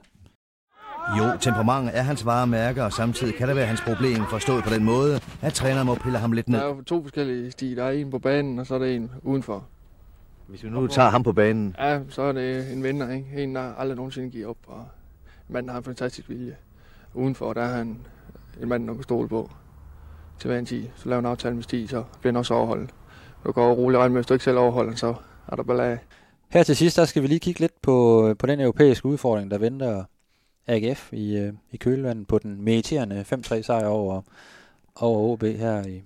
Speaker 4: Jo, temperament er hans varemærke, og samtidig kan det være hans problem forstået på den måde, at træneren må pille ham lidt ned.
Speaker 7: Der er jo to forskellige stier. Der er en på banen, og så er der en udenfor.
Speaker 4: Hvis vi nu tager ham på banen...
Speaker 7: Ja, så er det en vinder, ikke? En, der aldrig nogensinde giver op, og manden har en fantastisk vilje. Udenfor, der er han en mand, der kan stole på til hver en tid. Så laver en aftale med Stig, så bliver han også overholdt. Du går roligt regne med, hvis du ikke selv overholder den, så er der ballade.
Speaker 6: Her til sidst, der skal vi lige kigge lidt på, på den europæiske udfordring, der venter A G F i, i kølvandet på den meriterende fem tre sejr over, over O B her i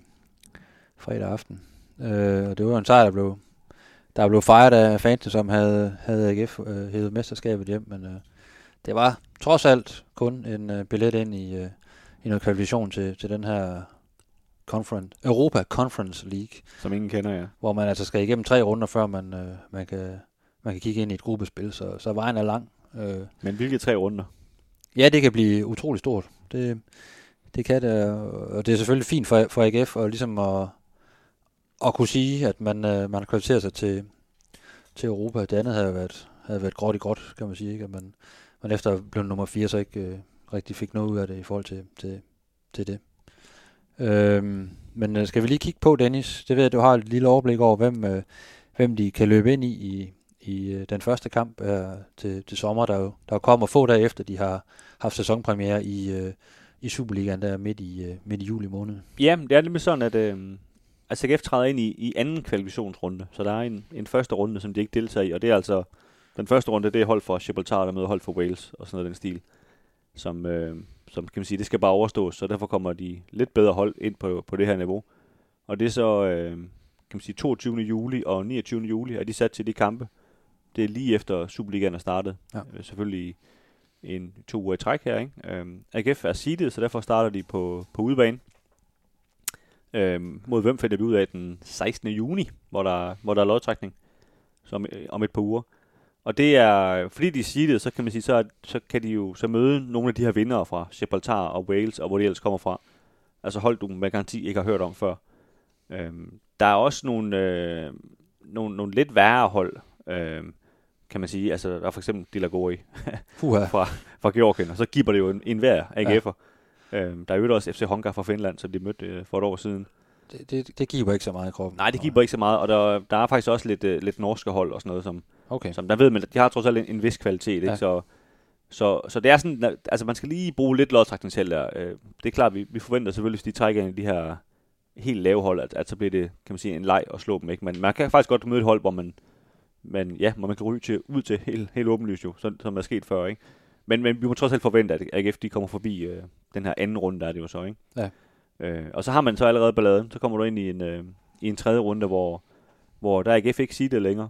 Speaker 6: fredag aften. Øh, og det var en sejr, der blev, der blev fejret af fansene, som havde, havde A G F øh, hævet mesterskabet hjem, men øh, det var trods alt kun en øh, billet ind i, øh, i noget kvalifikation til, til den her Conference, Europa Conference League.
Speaker 2: Som ingen kender, ja.
Speaker 6: Hvor man altså skal igennem tre runder, før man, øh, man, kan, man kan kigge ind i et gruppespil, så, så vejen er lang. Øh.
Speaker 2: Men hvilke tre runder?
Speaker 6: Ja, det kan blive utrolig stort. Det, det kan det, og det er selvfølgelig fint for, for A G F, og ligesom at, at kunne sige, at man, øh, man kvalificerer sig til, til Europa. Det andet havde været, havde været gråt i gråt, kan man sige, ikke? At man, man efter blev nummer fire, så ikke øh, rigtig fik noget ud af det i forhold til, til, til det. Øhm, men øh, skal vi lige kigge på, Dennis? Det ved jeg, du har et lille overblik over, hvem, øh, hvem de kan løbe ind i i, i øh, den første kamp øh, til, til sommer, der jo der kommer få dage efter, de har haft sæsonpremiere i, øh, i Superligaen der midt i, øh, midt i juli måned.
Speaker 2: Ja, det er nemlig sådan, at øh, altså A G F træder ind i, i anden kvalifikationsrunde, så der er en, en første runde, som de ikke deltager i, og det er altså, den første runde, det er hold for Gibraltar, der møder hold for Wales, og sådan noget den stil, som, øh, som kan man sige, det skal bare overstås, så derfor kommer de lidt bedre hold ind på, på det her niveau. Og det er så, øh, kan man sige, toogtyvende juli og niogtyvende juli, er de sat til de kampe. Det er lige efter Superligaen er startet. Ja. Øh, selvfølgelig en to uger i træk her, ikke? Øh, A G F er seedet, så derfor starter de på, på udebane. Øh, mod hvem finder vi ud af den sekstende juni, hvor der, hvor der er lodtrækning som, øh, om et par uger. Og det er, fordi de er seedet, så kan man sige, så, så kan de jo så møde nogle af de her vindere fra Gibraltar og Wales, og hvor de ellers kommer fra. Altså hold du med garanti ikke har hørt om før. Øhm, der er også nogle, øh, nogle, nogle lidt værre hold, øh, kan man sige. Altså der er for eksempel Dilagori fra, fra Georgien, og så giver det jo en, en hver A G F'er. Ja. Øhm, der er jo også F C Honka fra Finland, som de mødte øh, for et år siden.
Speaker 6: det, det, det giver ikke så meget i kroppen.
Speaker 2: Nej, det giver ikke så meget, og der, der er faktisk også lidt, uh, lidt norske hold og sådan noget, som,
Speaker 6: okay.
Speaker 2: som der ved man, de har trods alt en, en vis kvalitet, ja. Ikke? Så, så, så det er sådan, altså man skal lige bruge lidt lodtrækning selv der. Uh, det er klart, vi, vi forventer selvfølgelig, hvis de trækker ind i de her helt lave hold, at, at så bliver det, kan man sige, en leg at slå dem, ikke? Men man kan faktisk godt møde et hold, hvor man, man, ja, hvor man kan ryge til, ud til helt, helt åbenlyst jo, som, som er sket før, ikke? Men, men vi må trods alt forvente, at A G F de kommer forbi øh, den her anden runde, der er det jo så, ikke?
Speaker 6: Ja.
Speaker 2: Øh, og så har man så allerede balladen, så kommer du ind i en, øh, i en tredje runde, hvor, hvor der er A G F ikke seedet længere.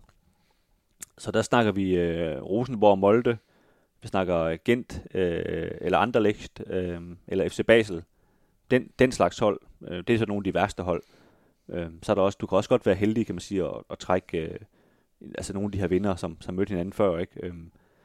Speaker 2: Så der snakker vi øh, Rosenborg og Molde, vi snakker Gent, øh, eller Anderlecht, øh, eller F C Basel. Den, den slags hold, øh, det er så nogle af de værste hold. Øh, så er der også, du kan også godt være heldig, kan man sige, at, at trække øh, altså nogle af de her vinder, som, som mødte hinanden før, ikke? Øh,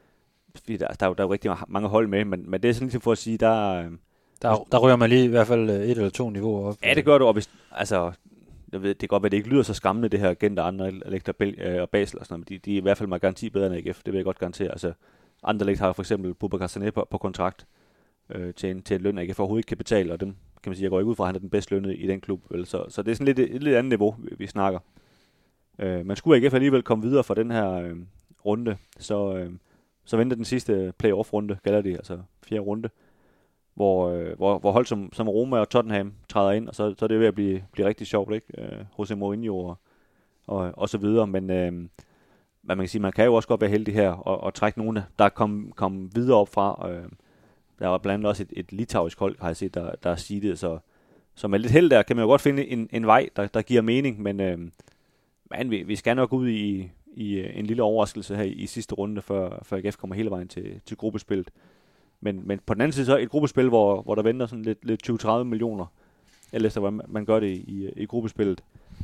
Speaker 2: der, der, er jo, der er jo rigtig mange hold med, men, men det er sådan ligesom for at sige, der... Øh,
Speaker 6: der, der rører man lige i hvert fald et eller to niveauer op.
Speaker 2: Ja, det gør du, og hvis, altså, jeg ved, det kan godt være, det ikke lyder så skræmmende, det her Gent og Anderlecht og Basel og sådan noget, men de, de er i hvert fald med garanti bedre end A G F, det vil jeg godt garantere. Altså, Anderlecht har for eksempel Boubacar Sané på, på kontrakt øh, til, en, til en løn, A G F overhovedet ikke kan betale, og dem kan man sige, jeg går ikke ud fra, at han er den bedste lønnet i den klub, vel? Så, så det er sådan lidt et lidt andet niveau, vi, vi snakker. Øh, man skulle A G F alligevel komme videre fra den her øh, runde, så, øh, så venter den sidste playoff-runde, kalder de, altså fjerde runde, hvor, øh, hvor, hvor hold som, som Roma og Tottenham træder ind, og så, så er det ved at blive, blive rigtig sjovt, ikke? Øh, Jose Mourinho og, og, og så videre, men øh, man kan sige, man kan jo også godt være heldig her og, og trække nogen, der er kommet kom videre op fra. Øh, der var blandt andet også et, et litauisk hold, har jeg set, der, der er seedet, så, så med lidt held der kan man jo godt finde en, en vej, der, der giver mening, men, øh, men vi, vi skal nok ud i, i en lille overraskelse her i, i sidste runde, før, før A G F kommer hele vejen til, til gruppespillet. Men, men på den anden side så et gruppespil, hvor, hvor der venter sådan lidt, lidt tyve til tredive millioner, ellers der, man, man gør det i, i gruppespillet.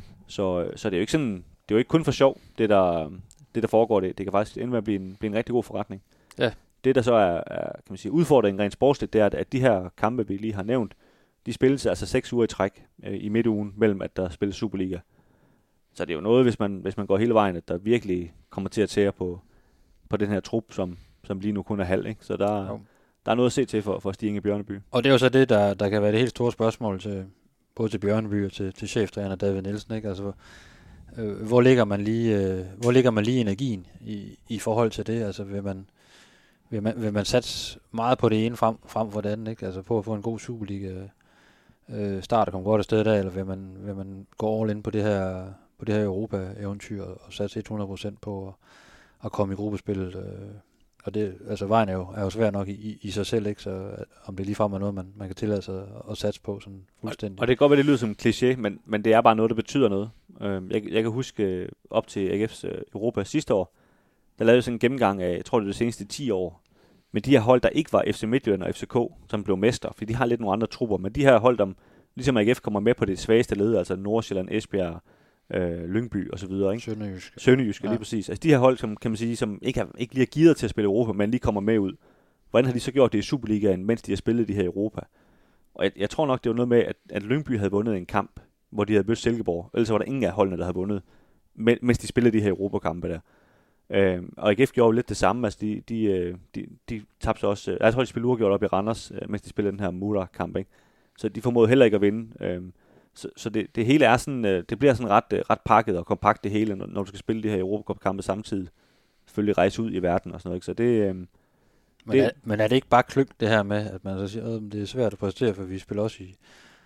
Speaker 2: Så, så det er jo ikke sådan, det er jo ikke kun for sjov, det der, det der foregår det. Det kan faktisk ende med at blive en, blive en rigtig god forretning.
Speaker 6: Ja.
Speaker 2: Det der så er, er kan man sige, udfordringen rent sportsligt, det er, at, at de her kampe, vi lige har nævnt, de spilles altså seks uger i træk øh, i midtugen, mellem at der spilles Superliga. Så det er jo noget, hvis man, hvis man går hele vejen, at der virkelig kommer til at tære på, på den her trup, som, som lige nu kun er halv, ikke? Så der,
Speaker 6: jo.
Speaker 2: der er noget at se til for, for Stig i Bjørneby.
Speaker 6: Og det er jo så det, der, der kan være det helt store spørgsmål til både til Bjørneby og til, til cheftræner David Nielsen, ikke? Altså, øh, hvor ligger man lige, øh, hvor ligger man lige energien i, i forhold til det? Altså, vil man, vil man, vil man satse meget på det ene frem, frem for det andet, ikke? Altså på at få en god Superliga øh, start og komme godt afsted der, eller vil man, vil man gå all in på det her, på det her Europa-eventyr og, og satse hundrede procent på at, at komme i gruppespillet? Øh, og det, altså vejen er jo, er jo svær nok i, i sig selv, ikke? Så om det ligefrem er noget, man, man kan tillade sig at, at satse på sådan fuldstændig.
Speaker 2: Og, og det kan godt være, det lyder som en kliché, men, men det er bare noget, der betyder noget. Øh, jeg, jeg kan huske op til A G F's uh, Europa sidste år, der lavede sådan en gennemgang af, jeg tror det var de seneste ti år, med de her hold, der ikke var F C Midtjylland og F C K, som blev mester, for de har lidt nogle andre trupper, men de her hold, der ligesom A G F kommer med på det svageste led, altså Nordsjælland, Esbjerg, øh, Lyngby og så videre, ikke?
Speaker 6: Sønderjysk.
Speaker 2: Sønderjysk, ja.
Speaker 6: Ja.
Speaker 2: Lige præcis. Altså de her hold, som kan man sige, som ikke, har, ikke lige er gearet til at spille Europa, men lige kommer med ud. Hvordan har de så gjort det i Superligaen, mens de har spillet de her Europa? Og jeg, jeg tror nok, det var noget med, at, at Lyngby havde vundet en kamp, hvor de havde mødt Silkeborg. Ellers var der ingen af holdene, der havde vundet, mens de spillede de her Europakampe der. Øh, og A G F gjorde lidt det samme. Altså de, de, de, de tabte så også. Jeg tror, de spillede uafgjort op i Randers, mens de spillede den her Mura-kamp, ikke? Så de formåede heller ikke at vinde. Øh, så så det, det hele er sådan, det bliver sådan ret, ret pakket og kompakt det hele, når, når du skal spille de her Europacup-kampe samtidig. Selvfølgelig rejse ud i verden og sådan noget, ikke? Så det... Øh,
Speaker 6: Men,
Speaker 2: det
Speaker 6: er, men er det ikke bare kløgt det her med, at man så siger, at det er svært at præstere, for vi spiller også i,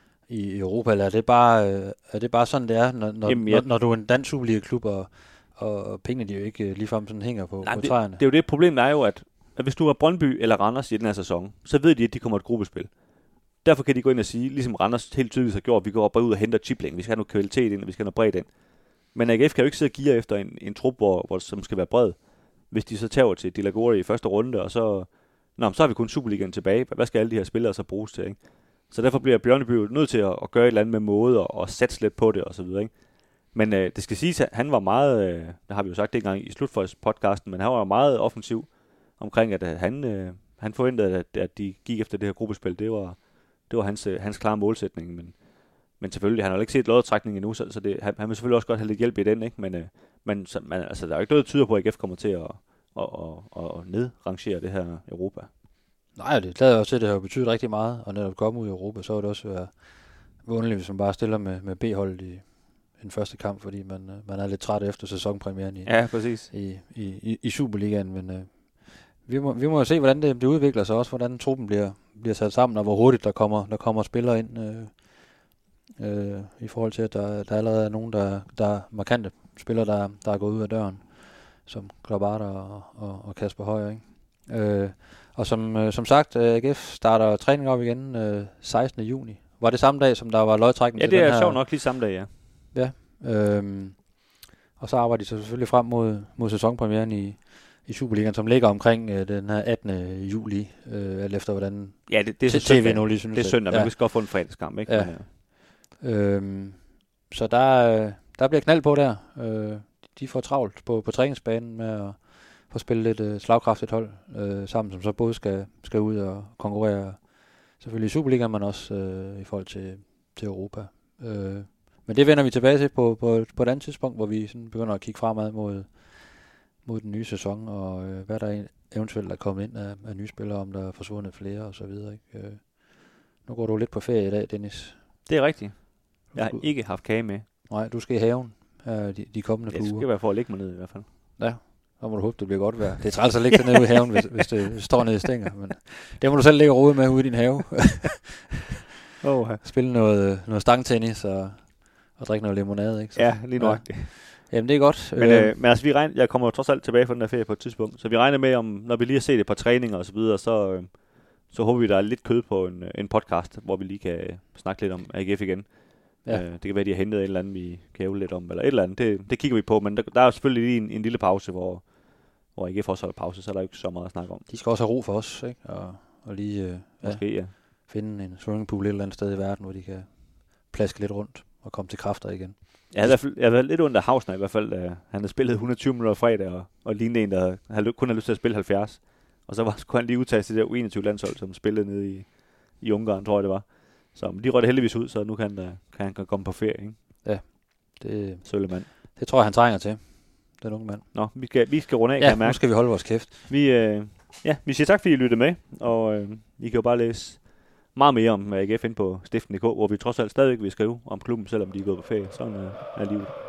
Speaker 6: i Europa, eller er det bare, øh, er det bare sådan, det er, når, når,
Speaker 2: Jamen, jeg...
Speaker 6: når, når du er en dansk Superliga-klub, og, og pengene de jo ikke ligefrem sådan hænger på,
Speaker 2: Nej,
Speaker 6: på
Speaker 2: det,
Speaker 6: træerne?
Speaker 2: det er jo det, problemet er jo, at, at hvis du er Brøndby eller Randers i den her sæson, så ved de, at de kommer et gruppespil. Derfor kan de gå ind og sige, ligesom Randers helt tydeligt har gjort, at vi går bare ud og henter chipling, vi skal have noget kvalitet ind, og vi skal have noget bredt ind. Men A G F kan jo ikke sidde og geare efter en, en trup, hvor, hvor, som skal være bred, hvis de så tager til Dilagori i første runde, og så, nå, så har vi kun Superligaen tilbage. Hvad skal alle de her spillere så bruges til, ikke? Så derfor bliver Bjørneby nødt til at, at gøre et eller andet med måde, og, og satse lidt på det, og så videre, ikke? Men øh, det skal siges, at han var meget, øh, det har vi jo sagt det engang i slutpodcasten, men han var meget offensiv omkring, at, at han, øh, han forventede, at, at de gik efter det her gruppespil. Det var, det var hans, øh, hans klare målsætning, men, men selvfølgelig, han har jo ikke set lodtrækning endnu, så, så det, han, han vil selvfølgelig også godt have lidt hjælp i den, ikke? Men, øh, men så, man, altså, der er jo ikke noget, der tyder på, at A G F kommer til at, at, at, at nedrangere det her Europa.
Speaker 6: Nej, det glæder jeg også til, det har jo betydet rigtig meget, og netop komme ud i Europa, så vil det også være, underligt, hvis man bare stiller med, med B-holdet i den første kamp, fordi man, øh, man er lidt træt efter sæsonpremieren i,
Speaker 2: ja, præcis.
Speaker 6: i, i, i, i Superligaen, men øh, vi må, vi må se, hvordan det, det udvikler sig også, hvordan truppen bliver, bliver sat sammen, og hvor hurtigt der kommer, der kommer spillere ind, øh, øh, i forhold til, at der, der allerede er nogen, der, der er markante spillere, der, der er gået ud af døren, som Klobarter og, og, og Kasper Højer, ikke? Øh, og som, øh, som sagt, øh, A G F starter træning op igen øh, sekstende juni. Var det samme dag, som der var lodtrækning
Speaker 2: ja,
Speaker 6: til den her?
Speaker 2: Ja, det er sjovt nok lige samme dag, ja.
Speaker 6: Ja, øhm, og så arbejder de så selvfølgelig frem mod, mod sæsonpremieren i, i Superligaen, som ligger omkring øh, den her attende juli, øh, alt efter hvordan
Speaker 2: ja, det, det er
Speaker 6: T V nu lige synes.
Speaker 2: Det er søndag,
Speaker 6: ja.
Speaker 2: men vi skal godt få en fredagskamp, ikke?
Speaker 6: Ja.
Speaker 2: Men, ja.
Speaker 6: Øhm, så der, der bliver knald på der. Øh, de får travlt på, på træningsbanen med at få spillet lidt øh, slagkraftigt hold øh, sammen, som så både skal, skal ud og konkurrere selvfølgelig i Superligaen, men også øh, i forhold til, til Europa. Øh, men det vender vi tilbage til på, på, på et andet tidspunkt, hvor vi sådan begynder at kigge fremad mod, mod den nye sæson, og øh, hvad der eventuelt er kommet ind af, af nye spillere, om der er forsvundet flere og så videre. Ikke? Øh, nu går du lidt på ferie i dag, Dennis.
Speaker 2: Det er rigtigt. Jeg har ikke haft kage med.
Speaker 6: Nej, du skal i haven her de, de kommende par uger.
Speaker 2: Det skal være for at lægge mig ned i hvert fald.
Speaker 6: Ja, så må du håbe, det bliver godt vejr. Det er træls at ligge nede ude i haven, hvis, hvis det står nede i stænger. Men det må du selv ligge og rode med ude i din have.
Speaker 2: oh, ja.
Speaker 6: Spille noget, noget stangtennis og, og drikke noget limonade. Ikke? Så,
Speaker 2: ja, lige nok det.
Speaker 6: Jamen, det er godt.
Speaker 2: Men, øh, men altså, vi regner, jeg kommer jo trods alt tilbage fra den der ferie på et tidspunkt, så vi regner med, om når vi lige har set et par træninger og så videre, så, øh, så håber vi, der er lidt kød på en, en podcast, hvor vi lige kan snakke lidt om A G F igen. Ja. Øh, det kan være, de har hentet et eller andet, vi kan ævle lidt om, eller et eller andet. Det, det kigger vi på, men der, der er jo selvfølgelig lige en, en lille pause, hvor, hvor A G F også holder pause, så er der jo ikke så meget at snakke om.
Speaker 6: De skal også have ro for os, ikke? Og, og lige øh,
Speaker 2: Måske, ja.
Speaker 6: finde en swimmingpool et eller andet sted i verden, hvor de kan plaske lidt rundt og komme til kræfter igen.
Speaker 2: Jeg havde, jeg havde været lidt under Hausner i hvert fald. Uh, han havde spillet et hundrede og tyve minutter fredag, og, og lignede en, der havde, kun havde lyst til at spille halvfjerds. Og så var, skulle han lige udtage til det der U enogtyve landshold, som spillede nede i, i Ungarn, tror jeg det var. Så de røg det heldigvis ud, så nu kan han, da, kan han komme på ferie, ikke?
Speaker 6: Ja, det,
Speaker 2: Sølemand.
Speaker 6: Det tror jeg, han trænger til, den unge mand.
Speaker 2: Nå, vi skal, vi skal runde af,
Speaker 6: ja,
Speaker 2: kan jeg mærke.
Speaker 6: Nu skal vi holde vores kæft.
Speaker 2: Vi, øh, ja, vi siger tak, fordi I lyttede med, og øh, I kan jo bare læse meget mere om A G F inde på stiften punktum d k, hvor vi trods alt stadigvæk vil skrive om klubben, selvom de er gået på ferie. Sådan øh, er livet.